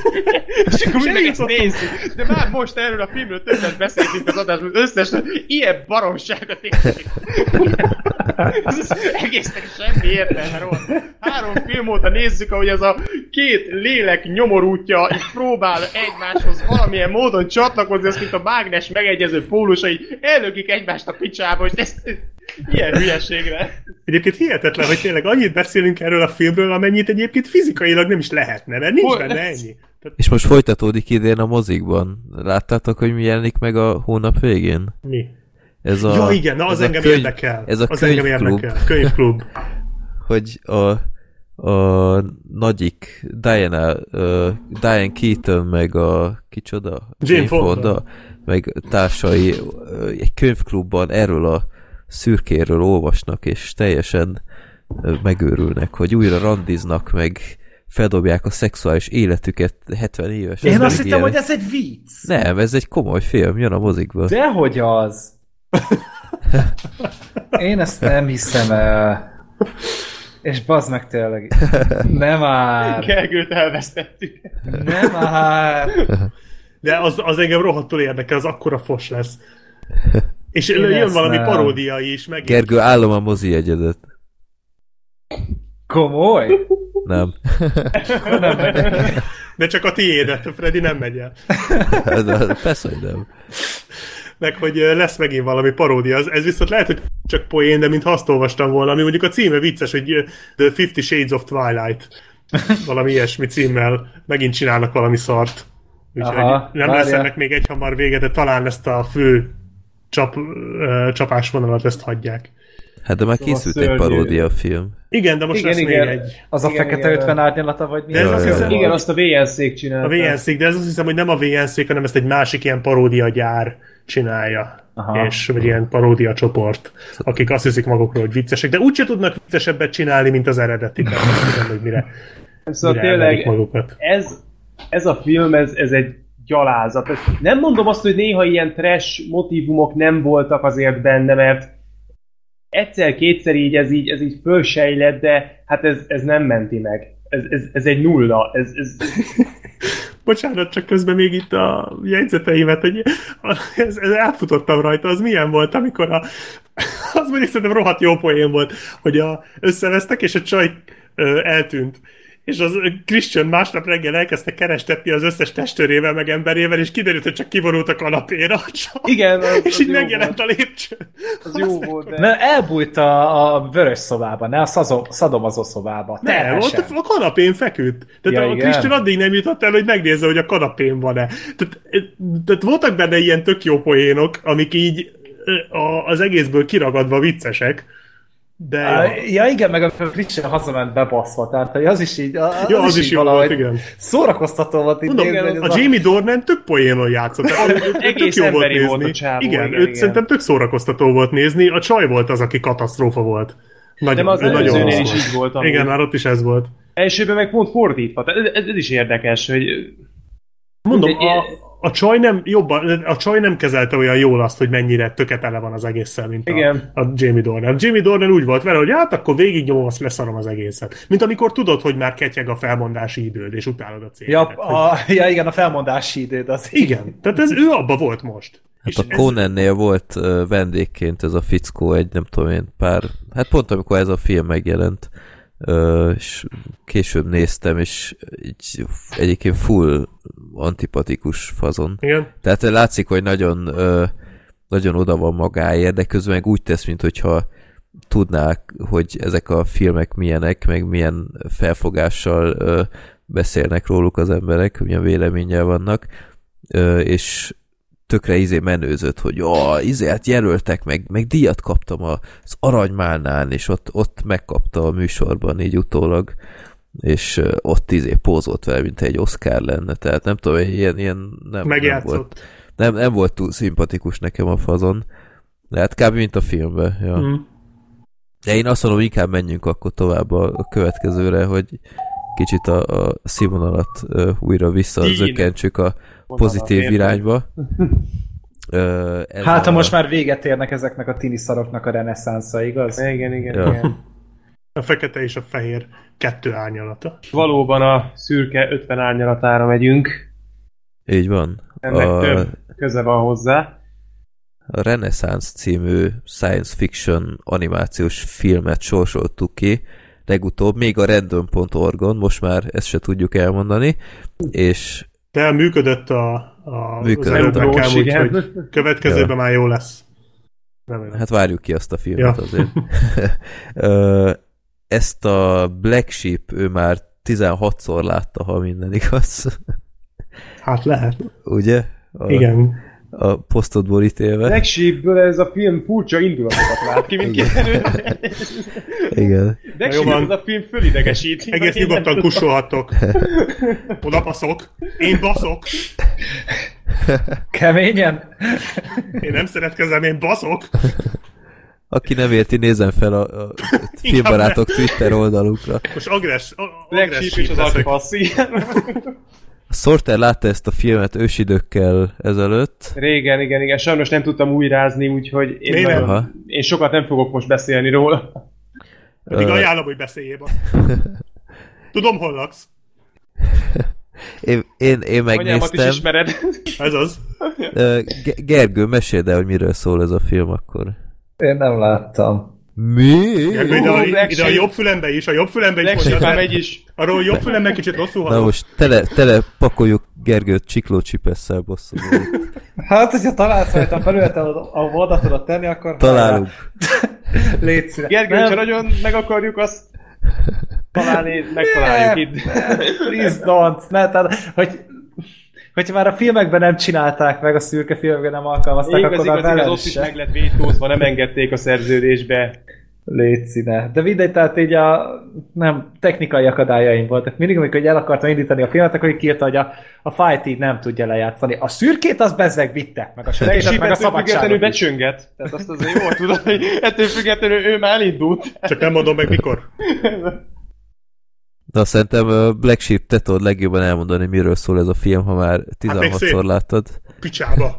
Speaker 5: és akkor mi meg ezt nézzük. De már most erről a filmről többet beszéltünk az adásban, összes ilyen baromságot nézzük. Ez egésznek semmi értelme, Rohadt. Három film óta nézzük, ahogy ez a két lélek nyomorútja itt próbál egymáshoz valamilyen módon csatlakozni, azt mint a mágnes megegyező pólusai ellökik egymást a picsába, és ez, ez ilyen hülyeségre.
Speaker 2: Egyébként hihetetlen, hogy tényleg annyit beszélünk erről a filmről, amennyit egyébként fizikailag nem is lehetne, mert nincs
Speaker 5: Hol-
Speaker 2: benne ennyi. Tehát
Speaker 3: És most folytatódik idén a mozikban. Láttátok, hogy mi jelenik meg a hónap végén?
Speaker 2: mi?
Speaker 3: Ez a,
Speaker 2: Ja igen, na az
Speaker 3: ez
Speaker 2: engem
Speaker 3: a könyv,
Speaker 2: érdekel.
Speaker 3: Ez a
Speaker 2: az engem
Speaker 3: könyvklub,
Speaker 2: érdekel. Könyvklub.
Speaker 3: hogy a, a nagyik Diana, uh, Diane Keaton, meg a kicsoda?
Speaker 2: Jane Fonda.
Speaker 3: meg társai uh, egy könyvklubban erről a szürkéről olvasnak, és teljesen uh, megőrülnek, hogy újra randiznak, meg feldobják a szexuális életüket hetven évesen.
Speaker 4: Én
Speaker 3: meg
Speaker 4: azt hittem,
Speaker 3: ilyenek.
Speaker 4: hogy ez egy vicc.
Speaker 3: Nem, ez egy komoly film, jön a mozikba.
Speaker 4: Dehogy az. Én ezt nem hiszem el. És bazd meg tényleg. Nem már.
Speaker 5: Gergőt elvesztettük.
Speaker 4: Nem már.
Speaker 2: De az, az engem rohadtul érdekel, az akkora fos lesz. És
Speaker 4: Én
Speaker 2: jön
Speaker 4: ezt
Speaker 2: valami
Speaker 4: nem.
Speaker 2: paródia is. Meg
Speaker 3: Gergő, állom a mozi egyedet.
Speaker 4: Komoly?
Speaker 3: Nem.
Speaker 4: Nem megyek.
Speaker 2: De csak a tiédet, Freddy nem megy el.
Speaker 3: De persze, hogy nem.
Speaker 2: Meg, hogy lesz megint valami paródia. Ez, ez viszont lehet, hogy csak poén, de mintha azt olvastam volna, ami mondjuk a címe vicces, hogy The Fifty Shades of Twilight. Valami ilyesmi címmel megint csinálnak valami szart. Úgyhogy
Speaker 4: Aha,
Speaker 2: nem
Speaker 4: várjál.
Speaker 2: lesz ennek még egy hamar vége, de talán ezt a fő csap, uh, csapásvonalat ezt hagyják.
Speaker 3: Hát de már
Speaker 5: Szóval
Speaker 3: készült egy
Speaker 5: szörnyű.
Speaker 3: paródia film.
Speaker 2: Igen, de most
Speaker 5: Igen,
Speaker 2: lesz
Speaker 5: igen.
Speaker 2: még egy.
Speaker 4: Az a
Speaker 5: Igen,
Speaker 4: fekete
Speaker 5: igen.
Speaker 4: ötven árnyalata, vagy mi?
Speaker 2: De ez
Speaker 3: Ja,
Speaker 2: azt
Speaker 3: ja,
Speaker 2: hiszem,
Speaker 3: ja.
Speaker 5: Igen, azt a vé en cé-k csinálta.
Speaker 2: a vé en cé, de ez azt hiszem, hogy nem a vé en cé, hanem ezt egy másik ilyen paródia gyár csinálja.
Speaker 4: Aha.
Speaker 2: És, vagy ilyen paródia csoport, akik azt hiszik magukról, hogy viccesek, de úgyse tudnak viccesebbet csinálni, mint az eredeti. Tehát nem tudom, hogy mire,
Speaker 5: Szóval
Speaker 2: mire elverik
Speaker 5: tényleg
Speaker 2: magukat.
Speaker 5: ez, ez a film, ez, ez egy gyalázat. Nem mondom azt, hogy néha ilyen trash motívumok nem voltak azért benne, mert egyszer-kétszer így ez így, ez így fölsejlett, de hát ez, ez nem menti meg. Ez, ez, ez egy nulla. Ez, ez...
Speaker 2: Bocsánat, csak közben még itt a jegyzeteimet, hogy ez, ez elfutottam rajta, az milyen volt, amikor a, az mondjuk szerintem rohadt jó poén volt, hogy a, összevesztek, és a csaj ö, eltűnt. És az Christian másnap reggel elkezdte kerestetni az összes testőrével, meg emberével, és kiderült, hogy csak kivonult a kanapéra a csaj.
Speaker 5: Igen, az,
Speaker 2: És
Speaker 5: az
Speaker 2: így
Speaker 5: jó
Speaker 2: megjelent
Speaker 5: volt.
Speaker 2: a lépcsőn.
Speaker 5: Az jó volt, de...
Speaker 4: Mert elbújt a, a vörös szobába, ne a szazom, szadomazó szobába.
Speaker 2: Nem,
Speaker 4: Terhesen.
Speaker 2: ott a kanapén feküdt. Tehát
Speaker 4: Ja,
Speaker 2: a
Speaker 4: igen.
Speaker 2: Christian addig nem jutott el, hogy megnézze, hogy a kanapén van-e. Tehát, tehát voltak benne ilyen tök jó poénok, amik így ö, a, az egészből kiragadva viccesek, de
Speaker 4: Á,
Speaker 2: ja,
Speaker 4: ja igen, meg a Christian hazament bebaszva, tehát hogy az is így, az,
Speaker 2: ja, az
Speaker 4: is
Speaker 2: is
Speaker 4: így
Speaker 2: jó
Speaker 4: valahogy
Speaker 2: volt, igen.
Speaker 4: szórakoztató volt így
Speaker 2: Mondom,
Speaker 4: nézni, hogy
Speaker 2: a
Speaker 4: ez
Speaker 2: Jamie Dornan tök poénon játszott. Tehát, ő- ő tök
Speaker 5: Egész
Speaker 2: jó volt
Speaker 5: emberi
Speaker 2: nézni.
Speaker 5: volt a csávó,
Speaker 2: igen,
Speaker 5: igen,
Speaker 2: őt
Speaker 5: igen.
Speaker 2: szerintem tök szórakoztató volt nézni. A csaj volt az, aki katasztrófa volt. Nagyon,
Speaker 5: Nem, az
Speaker 2: ő nagyon
Speaker 5: előzőnél
Speaker 2: rossz
Speaker 5: is
Speaker 2: volt.
Speaker 5: így volt amúgy.
Speaker 2: Igen, már ott is ez volt.
Speaker 5: Elsőben meg pont fordítva. Tehát ez, ez, ez is érdekes, hogy...
Speaker 2: Mondom,
Speaker 5: Mindegy,
Speaker 2: a, a, csaj nem jobban, a csaj nem kezelte olyan jól azt, hogy mennyire töketele van az egésszel, mint a,
Speaker 5: Igen.
Speaker 2: a Jamie Dornan. Jamie Dornan úgy volt vele, hogy hát akkor végignyomom, azt leszarom az egészet. Mint amikor tudod, hogy már ketyeg a felmondási időd, és utálod a céget.
Speaker 4: Ja,
Speaker 2: hogy...
Speaker 4: a, ja, igen, a felmondási időd az.
Speaker 2: Igen, tehát ez ő abba volt most.
Speaker 3: Hát
Speaker 2: És
Speaker 3: a
Speaker 2: ez-
Speaker 3: Conannél volt uh, vendégként ez a fickó egy, nem tudom én, pár, hát pont amikor ez a film megjelent, uh, és később néztem, és így, egyébként full antipatikus fazon.
Speaker 2: Igen.
Speaker 3: Tehát látszik, hogy nagyon, uh, nagyon oda van magáért, de közben meg úgy tesz, mintha tudnák, hogy ezek a filmek milyenek, meg milyen felfogással uh, beszélnek róluk az emberek, milyen véleménnyel vannak, uh, és tökre izé menőzött, hogy ó, izé, hát jelöltek, meg, meg díjat kaptam az Aranymálnán, és ott, ott megkapta a műsorban így utólag, és ott izé pózolt vele, mint egy Oscar lenne, tehát nem tudom, ilyen, ilyen nem, nem volt. Nem, nem volt túl szimpatikus nekem a fazon, de hát kb. Mint a filmben, ja. Mm. De én azt mondom, inkább menjünk akkor tovább a, a következőre, hogy kicsit a, a színvonalat uh, újra visszazökkentsük a pozitív irányba. Ö,
Speaker 4: hát, ha
Speaker 3: a...
Speaker 4: most már véget érnek ezeknek a tini szaroknak a reneszánsza, igaz?
Speaker 5: Igen, igen,
Speaker 3: Ja.
Speaker 5: igen.
Speaker 2: A fekete és a fehér kettő árnyalata.
Speaker 5: Valóban a szürke ötven árnyalatára megyünk.
Speaker 3: Így van.
Speaker 5: Ennek
Speaker 3: a...
Speaker 5: több köze van hozzá.
Speaker 3: a Renaissance című science fiction animációs filmet sorsoltuk ki, legutóbb, még a random pont org-on, most már ezt se tudjuk elmondani, és...
Speaker 2: De működött a, a
Speaker 3: működött
Speaker 2: az előbbek ám, úgyhogy következőben
Speaker 3: ja.
Speaker 2: már jó lesz. Remélem.
Speaker 3: Hát várjuk ki azt a filmet ja. azért. Ezt a Black Sheep ő már tizenhatszor látta, ha minden igaz.
Speaker 2: Hát lehet.
Speaker 3: Ugye? A,
Speaker 2: igen.
Speaker 3: A posztodból ítélve.
Speaker 5: Black Sheepből ez a film furcsa indulatokat lát ki mindkét előtt.
Speaker 3: Igen.
Speaker 5: Black Sheep ez a film fölidegesít.
Speaker 2: Egész nyugodtan kussolhattok. Oda baszok. Én baszok.
Speaker 4: Keményen?
Speaker 2: Én nem szeretkezem, én baszok.
Speaker 3: Aki nem érti, nézzen fel a, a filmbarátok Twitter oldalukra.
Speaker 2: Most agressz.
Speaker 5: Black Sheep és az agyfassz, igen.
Speaker 3: A Sorter látta ezt a filmet ősidőkkel ezelőtt.
Speaker 5: Régen, igen, igen. Sajnos nem tudtam újrázni, úgyhogy én, nagyon, én sokat nem fogok most beszélni róla.
Speaker 2: Pedig uh, ajánlom, hogy beszéljél. Tudom, hol laksz.
Speaker 3: Én, én, én megnéztem.
Speaker 5: Anyámat is ismered.
Speaker 2: Ez az.
Speaker 3: Uh, Gergő, meséld el, hogy miről szól ez a film akkor.
Speaker 4: Én nem láttam.
Speaker 3: Mi?
Speaker 2: Gergő, ide, a, ide a jobb fülembe is, a jobb fülembe is mondjad,
Speaker 5: megy is.
Speaker 2: Arról a jobb fülemben kicsit rosszul hallom.
Speaker 3: Na most tele, tele pakoljuk Gergőt csiklócsipesszel bosszúból.
Speaker 4: Hát, hogyha találsz rajtam felületet, ahol oda tudod tenni, akkor...
Speaker 3: Találunk.
Speaker 4: Légy szíves.
Speaker 5: Gergő, ha nagyon meg akarjuk azt találni, megtaláljuk itt.
Speaker 4: Please don't. Ne, tehát, hogy... Hogyha már a filmekben nem csinálták meg, a szürke filmekben nem alkalmazták,
Speaker 5: igaz,
Speaker 4: akkor
Speaker 5: igaz,
Speaker 4: már
Speaker 5: igaz,
Speaker 4: velem
Speaker 5: ott is
Speaker 4: se.
Speaker 5: meg lett vétózva, nem engedték a szerződésbe.
Speaker 4: Légy színe. De mindegy, tehát így a nem, technikai akadályaim voltak. Mindig, amikor el akartam indítani a filmet, akkor így kiírta, hogy a, a fight így nem tudja lejátszani. A szürkét az bezzeg vitte, meg a sötétet, meg a szabadságot
Speaker 5: becsönget. Tehát azt azért jól tudod, hogy ettől függetlenül ő már elindult.
Speaker 2: Csak nem mondom meg mikor.
Speaker 3: De szerintem Black Sheep, te tudod legjobban elmondani, miről szól ez a film, ha már tizenhatszor láttad.
Speaker 2: Picsába.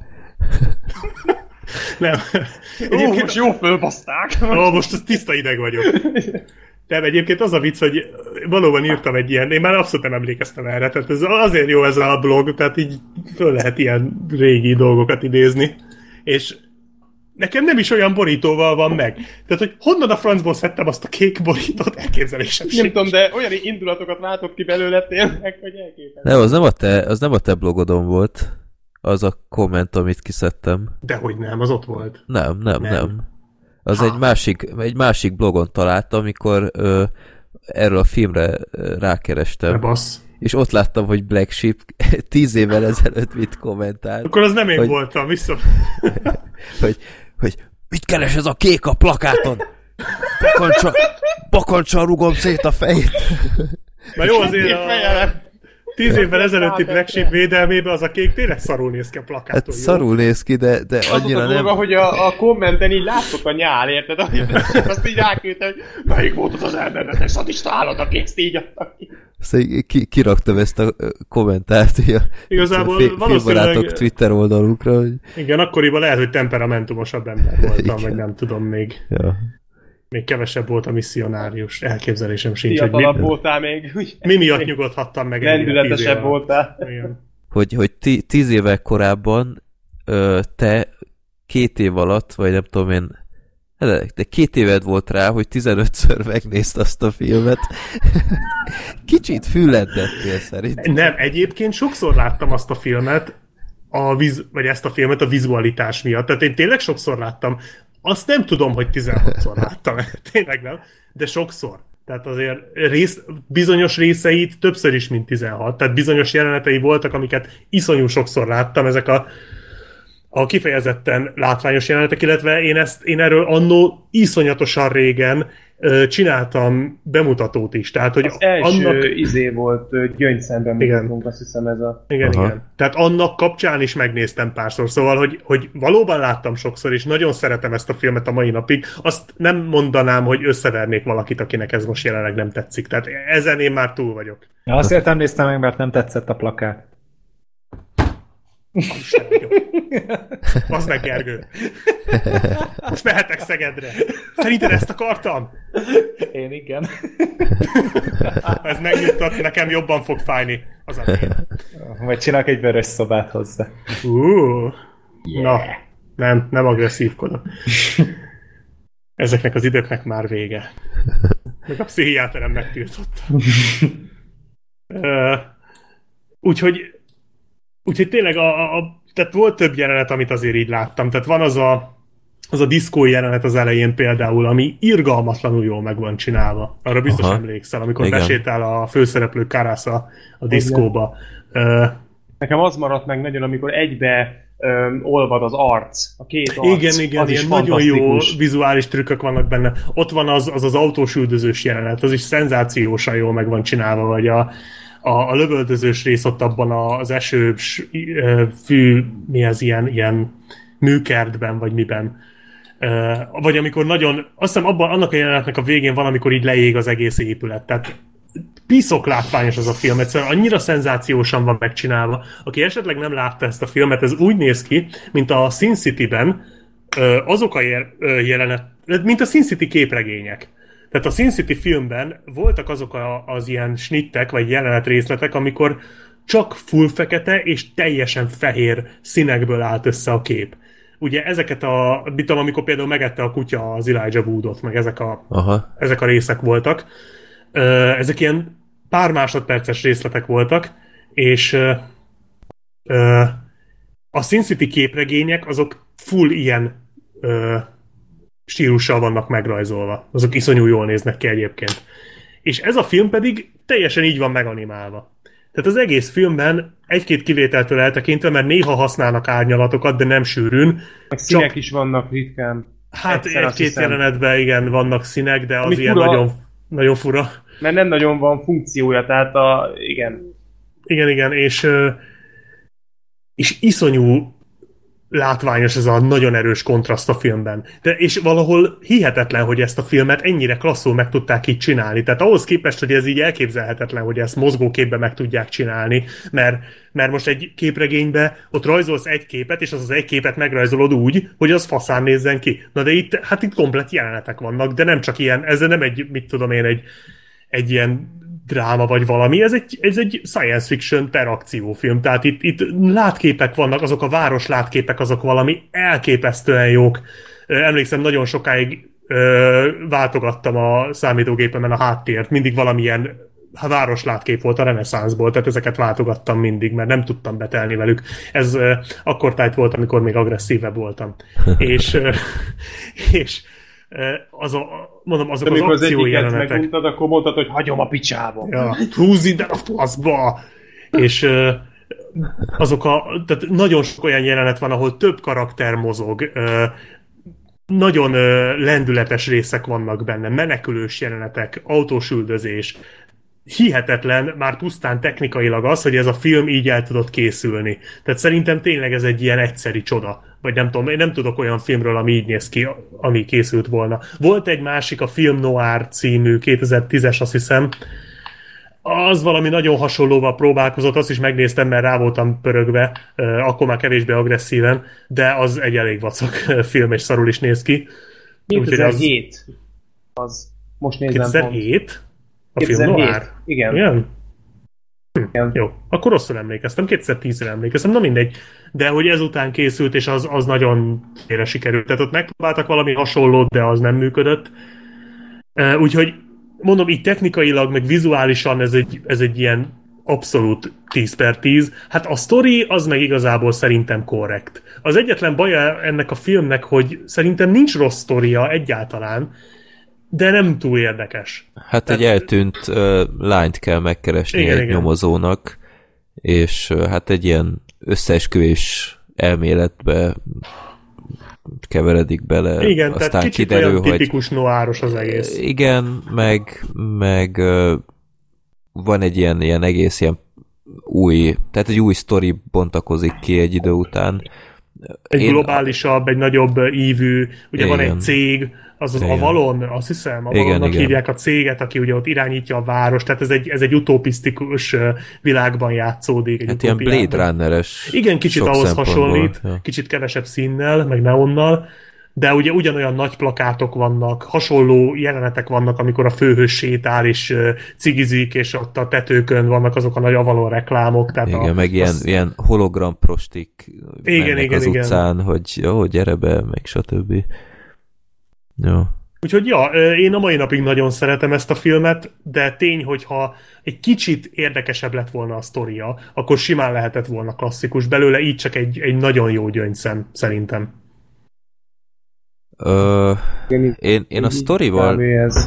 Speaker 2: Nem.
Speaker 5: Egyébként... Ó, most jó fölbaszták.
Speaker 2: Ó, most az tiszta ideg vagyok. De egyébként az a vicc, hogy valóban írtam egy ilyen, én már abszolút nem emlékeztem erre, tehát ez azért jó ez a blog, tehát így föl lehet ilyen régi dolgokat idézni. És nekem nem is olyan borítóval van meg. Tehát, hogy honnan a francból szedtem azt a kék borítót, elképzelésem
Speaker 5: sem. Nem tudom, de olyan indulatokat látok ki belőle tényleg, hogy elképzelem.
Speaker 3: Nem, az nem a te, az nem a te blogodon volt. Az a komment, amit kiszedtem.
Speaker 2: Dehogy nem, az ott volt.
Speaker 3: Nem, nem, nem. nem. Az egy másik, egy másik blogon találtam, amikor ö, erről a filmre ö, rákerestem.
Speaker 2: Ne bassz.
Speaker 3: És ott láttam, hogy Black Sheep tíz évvel ezelőtt mit kommentált.
Speaker 2: Akkor az nem én
Speaker 3: hogy,
Speaker 2: voltam, vissza.
Speaker 3: hogy, hogy mit keres ez a kék a plakáton? Bakancsa, bakancsa rugom szét a fejét.
Speaker 2: Na jó, azért a... Tíz évvel ezelőtti Black Sheep védelmébe az a kék tényleg szarul néz ki a plakáton.
Speaker 3: Hát szarul néz ki, de, de annyira
Speaker 5: az
Speaker 3: nem...
Speaker 5: Az hogy a, a kommenten így látszott a nyál, érted? Azt így ráküldte, hogy melyik volt az az embernek, szadista állat, aki ezt így adta ki.
Speaker 3: Szóval ki, kiraktam ezt a kommentárt a
Speaker 2: igazából
Speaker 3: a filmbarátok Twitter oldalukra. Hogy...
Speaker 2: Igen, akkoriban lehet, hogy temperamentumosabb ember voltam, vagy nem tudom még.
Speaker 3: Ja.
Speaker 2: Még kevesebb volt a misszionárius. Elképzelésem sincs.
Speaker 5: Fiatalabb
Speaker 2: mi,
Speaker 5: voltál még. Úgy,
Speaker 2: mi miatt nyugodhattam meg.
Speaker 5: Lendületesebb voltál.
Speaker 3: Hogy, hogy tí, tíz évvel korábban ö, te két év alatt, vagy nem tudom én, de két éved volt rá, hogy tizenötször megnézd azt a filmet. Kicsit füllentettél szerintem.
Speaker 2: Nem, egyébként sokszor láttam azt a filmet, a viz, vagy ezt a filmet a vizualitás miatt. Tehát én tényleg sokszor láttam. Azt nem tudom, hogy tizenhatszor láttam, tényleg nem, de sokszor. Tehát azért rész, bizonyos részeit többször is, mint tizenhat. Tehát bizonyos jelenetei voltak, amiket iszonyú sokszor láttam, ezek a, a kifejezetten látványos jelenetek, illetve én, ezt, én erről annó iszonyatosan régen uh, csináltam bemutatót is. Tehát, hogy
Speaker 5: az első
Speaker 2: annak...
Speaker 5: izé volt, gyöngyszemben mutatunk, azt hiszem ez a...
Speaker 2: Igen, Aha. igen. Tehát annak kapcsán is megnéztem párszor. Szóval, hogy, hogy valóban láttam sokszor, és nagyon szeretem ezt a filmet a mai napig. Azt nem mondanám, hogy összevernék valakit, akinek ez most jelenleg nem tetszik. Tehát ezen én már túl vagyok.
Speaker 4: Ja, azért nem néztem meg, mert nem tetszett a plakát.
Speaker 2: Az Basz meg, Gergő. Most mehetek Szegedre. Szerinted ezt akartam?
Speaker 4: Én igen.
Speaker 2: Ez megnyugtat, nekem jobban fog fájni. Az a lényeg.
Speaker 4: Majd csinálok egy vörös szobát hozzá.
Speaker 2: Uh, yeah. Na, Nem, nem agresszívkodom. Ezeknek az időknek már vége. Meg a pszichiáterem megtiltotta. uh, úgyhogy úgyhogy tényleg a, a, a, tehát volt több jelenet, amit azért így láttam. Tehát van az a az a diszkó jelenet az elején például, ami irgalmatlanul jól meg van csinálva. Arra biztos Aha. emlékszel, amikor Igen. besétál a főszereplő Karász a, a diszkóba. Uh,
Speaker 5: Nekem az maradt meg nagyon, amikor egybe um, olvad az arc, a két arc.
Speaker 2: Igen, igen, ilyen nagyon jó vizuális trükkök vannak benne. Ott van az az, az autós üldözős jelenet, az is szenzációsan jól meg van csinálva, vagy a, a, a lövöldözős rész ott abban az esős fű, mi az ilyen, ilyen műkertben, vagy miben. Uh, vagy amikor nagyon, azt hiszem abban, annak a jelenetnek a végén van, amikor így leég az egész épület. Tehát piszok látványos az a film, egyszerűen annyira szenzációsan van megcsinálva. Aki esetleg nem látta ezt a filmet, ez úgy néz ki, mint a Sin City-ben uh, azok a jelenet, mint a Sin City képregények. Tehát a Sin City filmben voltak azok a, az ilyen snittek, vagy jelenetrészletek, amikor csak full fekete és teljesen fehér színekből állt össze a kép. Ugye ezeket a, mit tudom, amikor például megette a kutya az Elijah Woodot, meg ezek a, Aha. ezek a részek voltak. Ezek ilyen pár másodperces részletek voltak, és a Sin City képregények azok full ilyen stílussal vannak megrajzolva. Azok iszonyú jól néznek ki egyébként. És ez a film pedig teljesen így van meganimálva. Tehát az egész filmben egy-két kivételtől eltekintve, mert néha használnak árnyalatokat, de nem sűrűn.
Speaker 5: Meg színek csak... is vannak ritkán.
Speaker 2: Hát egy-két jelenetben igen, vannak színek, de az Ami ilyen fura, nagyon, nagyon fura.
Speaker 5: Mert nem nagyon van funkciója, tehát a... igen.
Speaker 2: Igen, igen, és, és iszonyú látványos ez a nagyon erős kontraszt a filmben. De, és valahol hihetetlen, hogy ezt a filmet ennyire klasszul meg tudták így csinálni. Tehát ahhoz képest, hogy ez így elképzelhetetlen, hogy ezt mozgóképben meg tudják csinálni, mert, mert most egy képregénybe ott rajzolsz egy képet, és az az egy képet megrajzolod úgy, hogy az faszán nézzen ki. Na de itt, hát itt komplett jelenetek vannak, de nem csak ilyen, ez nem egy, mit tudom én, egy, egy ilyen dráma vagy valami, ez egy, ez egy science fiction per akciófilm, tehát itt, itt látképek vannak, azok a város látképek, azok valami elképesztően jók. Emlékszem, nagyon sokáig ö, váltogattam a számítógépemen a háttért, mindig valamilyen város látkép volt a reneszánszból, tehát ezeket váltogattam mindig, mert nem tudtam betelni velük. Ez ö, akkor tájt volt, amikor még agresszívebb voltam. és, ö, és az a, mondom, azok
Speaker 5: de
Speaker 2: az akció jelenetek.
Speaker 5: Amikor meguntad, akkor mondtad, hogy hagyom a picsába.
Speaker 2: Ja, húzz ide a faszba! És uh, azok a, tehát nagyon sok olyan jelenet van, ahol több karakter mozog, uh, nagyon uh, lendületes részek vannak benne, menekülős jelenetek, autós üldözés. Hihetetlen, már pusztán technikailag az, hogy ez a film így el tudott készülni. Tehát szerintem tényleg ez egy ilyen egyszeri csoda. Vagy nem tudom, én nem tudok olyan filmről, ami így néz ki, ami készült volna. Volt egy másik, a Film Noir című, kétezer-tízes, azt hiszem. Az valami nagyon hasonlóval próbálkozott, azt is megnéztem, mert rá voltam pörögve, akkor már kevésbé agresszíven, de az egy elég vacak film, és szarul is néz ki.
Speaker 5: kétezer-hét az, az most nézem.
Speaker 2: kétezer-hét? A Film Noir?
Speaker 5: Igen.
Speaker 2: Igen? Hm, Igen. Jó, akkor rosszul emlékeztem, kétezer-tízre emlékeztem, na mindegy. De hogy ezután készült, és az, az nagyon félre sikerült. Tehát ott megpróbáltak valami hasonlót, de az nem működött. Úgyhogy mondom, így technikailag, meg vizuálisan ez egy, ez egy ilyen abszolút tíz per tíz. Hát a sztori az meg igazából szerintem korrekt. Az egyetlen baja ennek a filmnek, hogy szerintem nincs rossz sztoria egyáltalán, de nem túl érdekes.
Speaker 3: Hát Tehát... egy eltűnt uh, lányt kell megkeresni igen, egy igen. nyomozónak, és uh, hát egy ilyen összeesküvés elméletbe keveredik bele.
Speaker 2: Igen,
Speaker 3: aztán
Speaker 2: tehát kicsit
Speaker 3: kiderül,
Speaker 2: olyan tipikus hogy... noáros az egész.
Speaker 3: Igen, meg, meg uh, van egy ilyen, ilyen egész ilyen új, tehát egy új sztori bontakozik ki egy idő után.
Speaker 2: Egy Én... globálisabb, egy nagyobb ívű, ugye igen. van egy cég, az az igen. Avalon, azt hiszem, Avalonnak hívják a céget, aki ugye ott irányítja a város, tehát ez egy, ez egy utopisztikus világban játszódik. Egy
Speaker 3: hát ilyen Blade Runner-es.
Speaker 2: Igen, kicsit ahhoz hasonlít, ja. kicsit kevesebb színnel, meg neonnal, de ugye ugyanolyan nagy plakátok vannak, hasonló jelenetek vannak, amikor a főhős sétál és uh, cigizik, és ott a tetőkön vannak azok a nagy Avalon reklámok. Tehát
Speaker 3: igen,
Speaker 2: a,
Speaker 3: meg ilyen,
Speaker 2: az...
Speaker 3: ilyen hologram prostik
Speaker 2: igen,
Speaker 3: mennek
Speaker 2: igen,
Speaker 3: az
Speaker 2: igen.
Speaker 3: utcán, hogy jó, gyere be, meg stb. Jó.
Speaker 2: Úgyhogy ja, én a mai napig nagyon szeretem ezt a filmet, de tény, hogyha egy kicsit érdekesebb lett volna a sztoria, akkor simán lehetett volna klasszikus belőle, így csak egy, egy nagyon jó gyöngyszem, szerintem.
Speaker 3: Ö, én, én a sztorival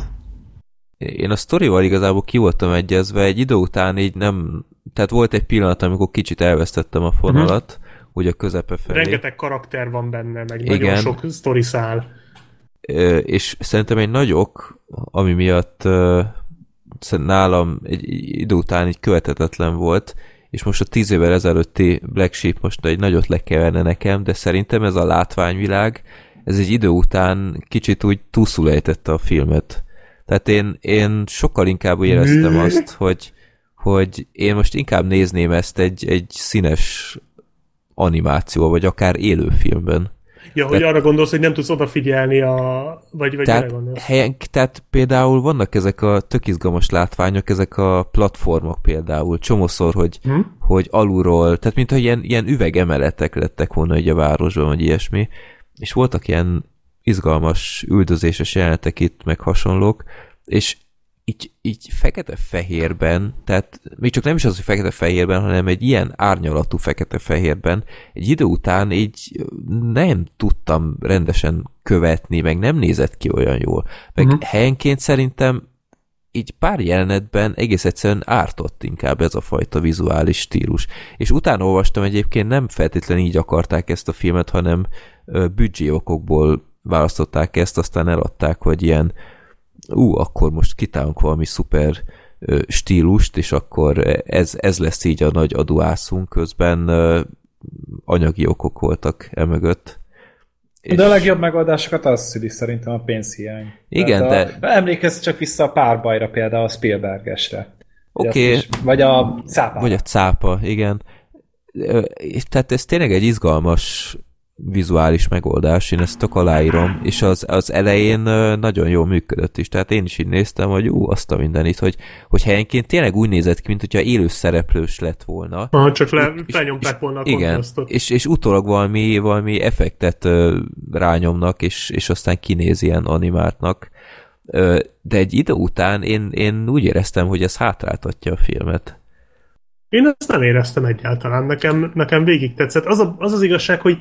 Speaker 3: én a sztorival igazából ki voltam egyezve, egy idő után így nem, tehát volt egy pillanat, amikor kicsit elvesztettem a fonalat, uh-huh. úgy a közepe felé.
Speaker 2: Rengeteg karakter van benne, meg
Speaker 3: igen.
Speaker 2: nagyon sok sztori szál.
Speaker 3: Ö, és szerintem egy nagy ok, ami miatt ö, nálam egy idő után így követhetetlen volt, és most a tíz évvel ezelőtti Black Sheep most egy nagyot lekeverne nekem, de szerintem ez a látványvilág, ez egy idő után kicsit úgy túlszul ejtette a filmet. Tehát én, én sokkal inkább éreztem azt, hogy, hogy én most inkább nézném ezt egy, egy színes animáció, vagy akár élőfilmben.
Speaker 2: Ja, hogy tehát, arra gondolsz, hogy nem tudsz odafigyelni a... Vagy, vagy
Speaker 3: tehát, helyen, tehát például vannak ezek a tök izgalmas látványok, ezek a platformok például, csomószor, hogy, hm? hogy alulról, tehát mintha ilyen, ilyen üvegemeletek lettek volna így a városban, vagy ilyesmi, és voltak ilyen izgalmas üldözéses jelenetek itt, meg hasonlók, és így, így fekete-fehérben, tehát még csak nem is az, hogy fekete-fehérben, hanem egy ilyen árnyalatú fekete-fehérben egy idő után így nem tudtam rendesen követni, meg nem nézett ki olyan jól. Meg uh-huh. helyenként szerintem így pár jelenetben egész egyszerűen ártott inkább ez a fajta vizuális stílus. És utána olvastam egyébként, nem feltétlenül így akarták ezt a filmet, hanem büdzsé okokból választották ezt, aztán eladták, hogy ilyen ú, akkor most kitálunk valami szuper ö, stílust, és akkor ez, ez lesz így a nagy aduászunk, közben ö, anyagi okok voltak emögött.
Speaker 4: És... De a legjobb megoldásokat az szüli szerintem a pénzhiány.
Speaker 3: Igen,
Speaker 4: tehát
Speaker 3: de...
Speaker 4: A, emlékezz csak vissza a Párbajra, például a Spielbergesre.
Speaker 3: Oké. Okay.
Speaker 4: Vagy a cápa.
Speaker 3: Vagy a cápa, igen. Tehát ez tényleg egy izgalmas vizuális megoldás, én ezt tök aláírom, és az, az elején nagyon jól működött is, tehát én is így néztem, hogy ú, azt a mindenit, hogy, hogy helyenként tényleg úgy nézett ki, mint hogyha élő szereplős lett volna.
Speaker 2: Aha, csak le, felnyomták volna a
Speaker 3: igen, és, és utólag valami, valami effektet uh, rányomnak, és, és aztán kinéz ilyen animáltnak. Uh, de egy idő után én, én úgy éreztem, hogy ez hátráltatja a filmet.
Speaker 2: Én ezt nem éreztem egyáltalán, nekem, nekem végig tetszett. Az, a, az az igazság, hogy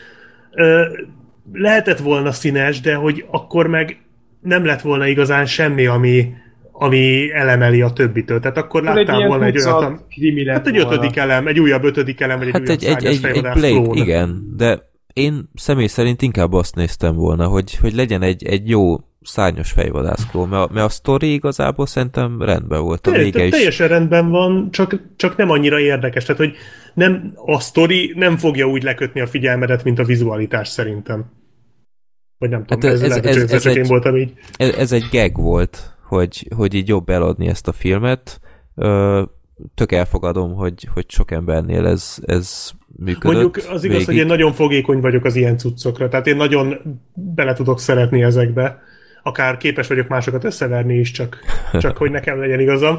Speaker 2: lehetett volna színes, de hogy akkor meg nem lett volna igazán semmi, ami, ami elemeli a többitől. Tehát akkor láttál egy volna egy olyat, hát egy ötödik elem, egy újabb ötödik elem, vagy egy
Speaker 3: hát
Speaker 2: újabb
Speaker 3: egy, egy, egy, egy Blade, igen, de én személy szerint inkább azt néztem volna, hogy, hogy legyen egy, egy jó szárnyas fejvadászkló, mert a, mert a sztori igazából szerintem rendben volt. A
Speaker 2: Te,
Speaker 3: vége is...
Speaker 2: Teljesen rendben van, csak, csak nem annyira érdekes. Tehát, hogy nem, a sztori nem fogja úgy lekötni a figyelmedet, mint a vizualitás szerintem. Vagy nem tudom, hát ez, ez, ez, ez, ez, egy, én voltam így.
Speaker 3: Ez, ez egy gag volt, hogy, hogy így jobb eladni ezt a filmet. Ö, tök elfogadom, hogy, hogy sok embernél ez, ez működött.
Speaker 2: Mondjuk az igaz, végig. Hogy én nagyon fogékony vagyok az ilyen cuccokra, tehát én nagyon bele tudok szeretni ezekbe. Akár képes vagyok másokat összeverni is, csak, csak hogy nekem legyen igazam.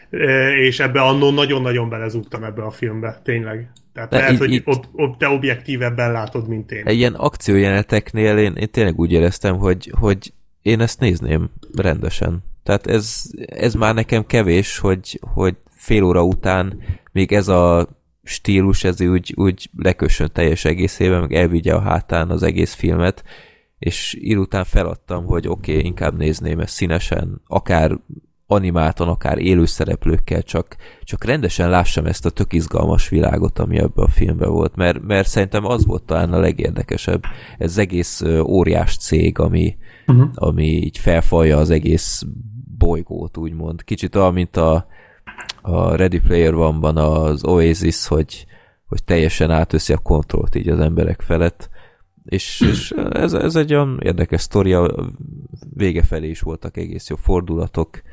Speaker 2: És ebbe annól nagyon-nagyon belezúgtam ebbe a filmbe, tényleg. Tehát de lehet, így, hogy így, ob, ob, te objektívebben látod, mint én.
Speaker 3: Ilyen akciójeleneteknél én, én tényleg úgy éreztem, hogy, hogy én ezt nézném rendesen. Tehát ez, ez már nekem kevés, hogy, hogy fél óra után még ez a stílus, ez úgy, úgy lekössön teljes egészében, meg elvigye a hátán az egész filmet, és ír után feladtam, hogy oké, okay, inkább nézném ezt színesen, akár animáltan, akár élő szereplőkkel, csak, csak rendesen lássam ezt a tök izgalmas világot, ami ebben a filmben volt, mert, mert szerintem az volt talán a legérdekesebb. Ez egész óriás cég, ami, uh-huh. ami így felfalja az egész bolygót, úgymond. Kicsit olyan, mint a, a Ready Player One-ban az Oasis, hogy, hogy teljesen átveszi a kontrollt így az emberek felett. És, és ez, ez egy olyan érdekes sztoria, vége felé is voltak egész jó fordulatok,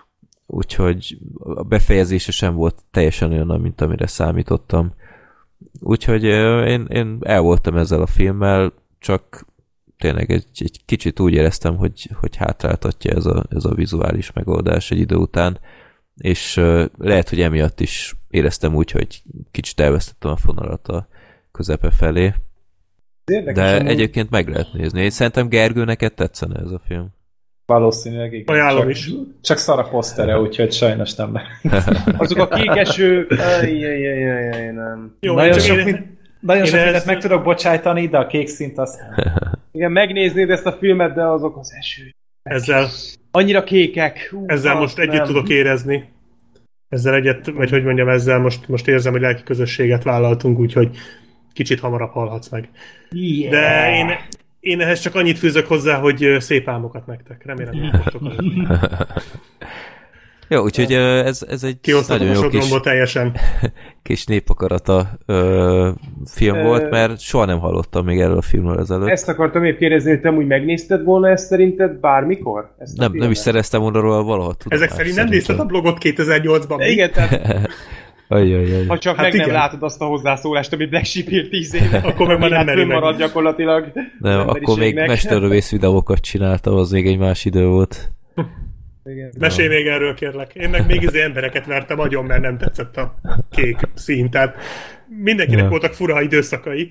Speaker 3: úgyhogy a befejezése sem volt teljesen olyan, mint amire számítottam. Úgyhogy én, én el voltam ezzel a filmmel, csak tényleg egy, egy kicsit úgy éreztem, hogy, hogy hátráltatja ez a, ez a vizuális megoldás egy idő után, és uh, lehet, hogy emiatt is éreztem úgy, hogy kicsit elvesztettem a fonalat a közepe felé. De egyébként meg lehet nézni. Én szerintem Gergő, neked tetszene ez a film.
Speaker 4: Valószínűleg igen.
Speaker 2: Ajánlom
Speaker 4: csak,
Speaker 2: is.
Speaker 4: Csak szar a posztere, úgyhogy sajnos nem lehet.
Speaker 5: Azok a kékeső... Ajjajjajjaj, nem.
Speaker 4: Jó, nagyon sok,
Speaker 2: én,
Speaker 4: mind, nagyon sok
Speaker 2: ezt...
Speaker 4: mindent meg tudok bocsájtani, de a kék szint az...
Speaker 5: Igen, megnéznéd ezt a filmet, de azok az eső.
Speaker 2: Ezzel,
Speaker 5: annyira kékek. Hú,
Speaker 2: ezzel most együtt nem. tudok érezni. Ezzel egyet, vagy hogy mondjam, ezzel most, most érzem, hogy lelki közösséget vállaltunk, úgyhogy kicsit hamarabb halhatsz meg.
Speaker 4: Yeah.
Speaker 2: De én, én ehhez csak annyit fűzök hozzá, hogy szép álmokat nektek. Remélem, hogy fogtok aludni.
Speaker 3: Jó, úgyhogy ez, ez egy nagyon jó kis,
Speaker 2: teljesen.
Speaker 3: kis népakarata ö, film volt, mert soha nem hallottam még erről a filmről ezelőtt.
Speaker 5: Ezt akartam épp kérdezni, hogy te úgy megnézted volna ezt szerinted bármikor? Ezt
Speaker 3: nem, nem is szereztem volna róla valaha.
Speaker 2: Ezek szerint nem nézted a blogot kétezer-nyolcban?
Speaker 5: De igen, tehát...
Speaker 3: Ajjajjaj.
Speaker 5: Ha csak hát meg igen. nem látod azt a hozzászólást, amit Black Sheep írt tíz éve,
Speaker 2: akkor meg már nem meri meg.
Speaker 5: Marad gyakorlatilag.
Speaker 3: Nem, akkor még mesterlövész videókat csináltam, az még egy más idő volt.
Speaker 2: Igen. Mesélj még erről, kérlek. Én meg még izé embereket vertem agyon, mert nem tetszett a kék szín. Tehát mindenkinek ja. voltak fura időszakai.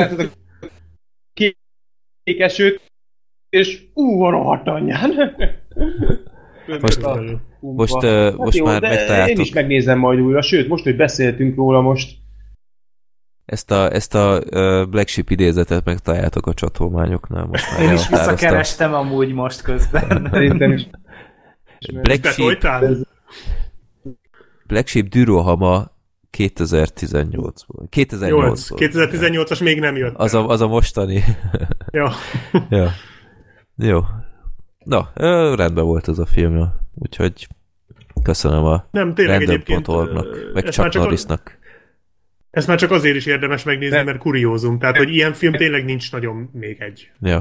Speaker 5: Kék esőt, és ú, a rohadt anyján.
Speaker 3: Most, most, uh, hát most jó, már megtaláltuk.
Speaker 5: Én is megnézem majd újra, sőt, most, hogy beszéltünk róla most.
Speaker 3: Ezt a, ezt a uh, Black Sheep idézetet megtaláljátok a csatolmányoknál. Most már
Speaker 4: én is visszakerestem amúgy most közben.
Speaker 5: Szerintem is.
Speaker 3: Black Sheep, Black Sheep Dürohama kétezer-tizennyolcból. kétezer-nyolcból.
Speaker 2: kétezer-tizennyolcas még nem jött.
Speaker 3: Az a, az a mostani.
Speaker 2: Ja.
Speaker 3: ja. Jó. Na, rendben volt ez a film, úgyhogy köszönöm a random pont org-nak, meg Chuck Norrisnak.
Speaker 2: Ezt már csak azért is érdemes megnézni, mert kuriózum. Tehát, hogy ilyen film tényleg nincs nagyon még egy.
Speaker 3: Ja.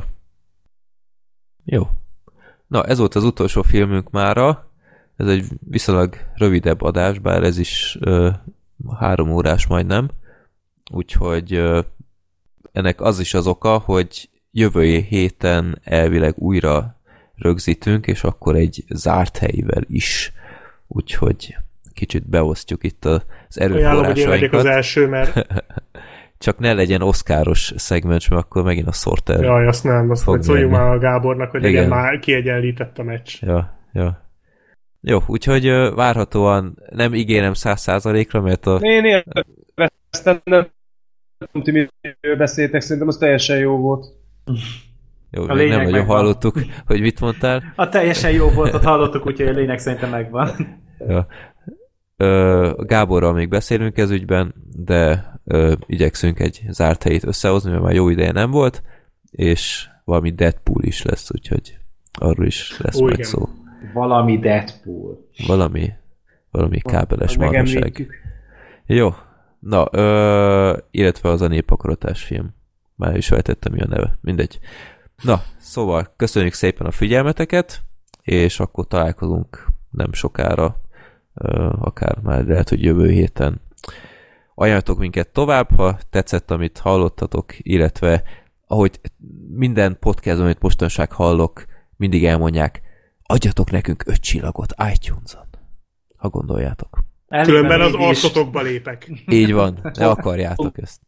Speaker 3: Jó. Na, ez volt az utolsó filmünk mára. Ez egy viszonylag rövidebb adás, bár ez is ö, három órás majdnem. Úgyhogy ö, ennek az is az oka, hogy jövő héten elvileg újra rögzítünk, és akkor egy zárt helyivel is. Úgyhogy kicsit beosztjuk itt az erőforrásainkat.
Speaker 2: Ajánlom, hogy én az első, mert...
Speaker 3: Csak ne legyen oszkáros szegmens, mert akkor megint a Sorter.
Speaker 2: Jaj, azt nem, azt hogy szóljunk már a Gábornak, hogy igen, már kiegyenlített a meccs.
Speaker 3: Ja, ja. Jó, úgyhogy uh, várhatóan nem ígérem száz százalékra, mert a...
Speaker 5: Én élveztem, nem tudom, ti miről beszéltek, szerintem az teljesen jó volt.
Speaker 3: Jó, a még nem nagyon megvan. Hallottuk, hogy mit mondtál.
Speaker 4: A teljesen jó voltot hallottuk, úgyhogy a lényeg szerintem megvan.
Speaker 3: Ja. Ö, Gáborral még beszélünk ez ügyben, de ö, igyekszünk egy zárt helyét összehozni, mert már jó ideje nem volt, és valami Deadpool is lesz, úgyhogy arról is lesz Ó, majd igen. szó.
Speaker 4: Valami Deadpool.
Speaker 3: Valami, valami kábeles marhaság. Jó. Na, ö, illetve az a népakaratás film. Már is feltettem, mi a neve. Mindegy. Na, szóval köszönjük szépen a figyelmeteket, és akkor találkozunk nem sokára, akár már lehet, hogy jövő héten. Ajánljatok minket tovább, ha tetszett, amit hallottatok, illetve ahogy minden podcast, amit mostanság hallok, mindig elmondják, adjatok nekünk öt csillagot iTunes-on, ha gondoljátok.
Speaker 2: Különben az arcotokba lépek.
Speaker 3: Így van, ne akarjátok ezt.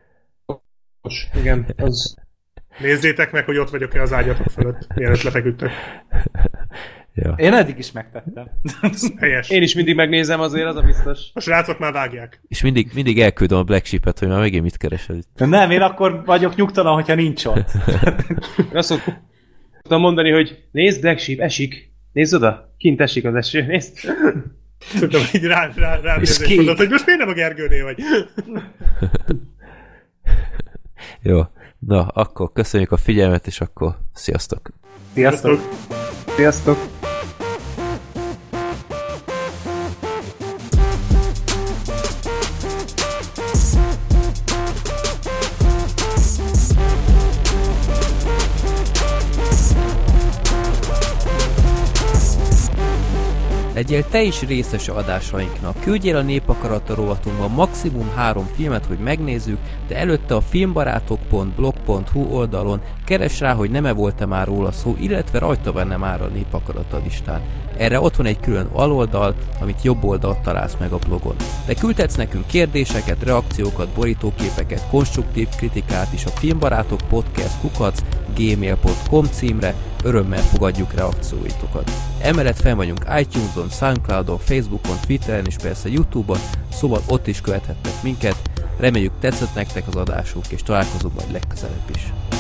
Speaker 5: Igen, az...
Speaker 2: Nézzétek meg, hogy ott vagyok-e az ágyatok fölött, mielőtt lefeküdtök.
Speaker 3: Ja.
Speaker 4: Én eddig is megtettem.
Speaker 2: Helyes.
Speaker 5: Én is mindig megnézem azért, az a biztos.
Speaker 2: A srácok már vágják.
Speaker 3: És mindig, mindig elküldöm a Black Sheep-et, hogy már megint mit keresel itt.
Speaker 4: Nem, én akkor vagyok nyugtalan, hogyha nincs ott.
Speaker 5: Azt szoktam mondani, hogy nézd, Black Sheep, esik. Nézd oda, kint esik az eső, nézd.
Speaker 2: Tudom, így rá, rá, rá nézni, mondod, hogy most miért nem a Gergőnél vagy?
Speaker 3: Jó. Na, akkor köszönjük a figyelmet, és akkor sziasztok!
Speaker 4: Sziasztok!
Speaker 5: Sziasztok!
Speaker 3: Egy Legyél te is részes adásainknak. Küldjél a Népakarata rovatunkban maximum három filmet, hogy megnézzük, de előtte a filmbarátok pont blog pont hu oldalon keres rá, hogy nem-e volt-e már róla szó, illetve rajta benne már a Népakarata listán. Erre ott van egy külön aloldal, amit jobb oldalt találsz meg a blogon. De küldhetsz nekünk kérdéseket, reakciókat, borítóképeket, konstruktív kritikát is a filmbarátok podcast kukac gmail pont com címre, örömmel fogadjuk reakcióitokat. Emellett fenn vagyunk iTunes-on, Soundcloud-on, Facebookon, Twitteren és persze YouTube-on, szóval ott is követhettek minket. Reméljük tetszett nektek az adásunk, és találkozunk majd legközelebb is.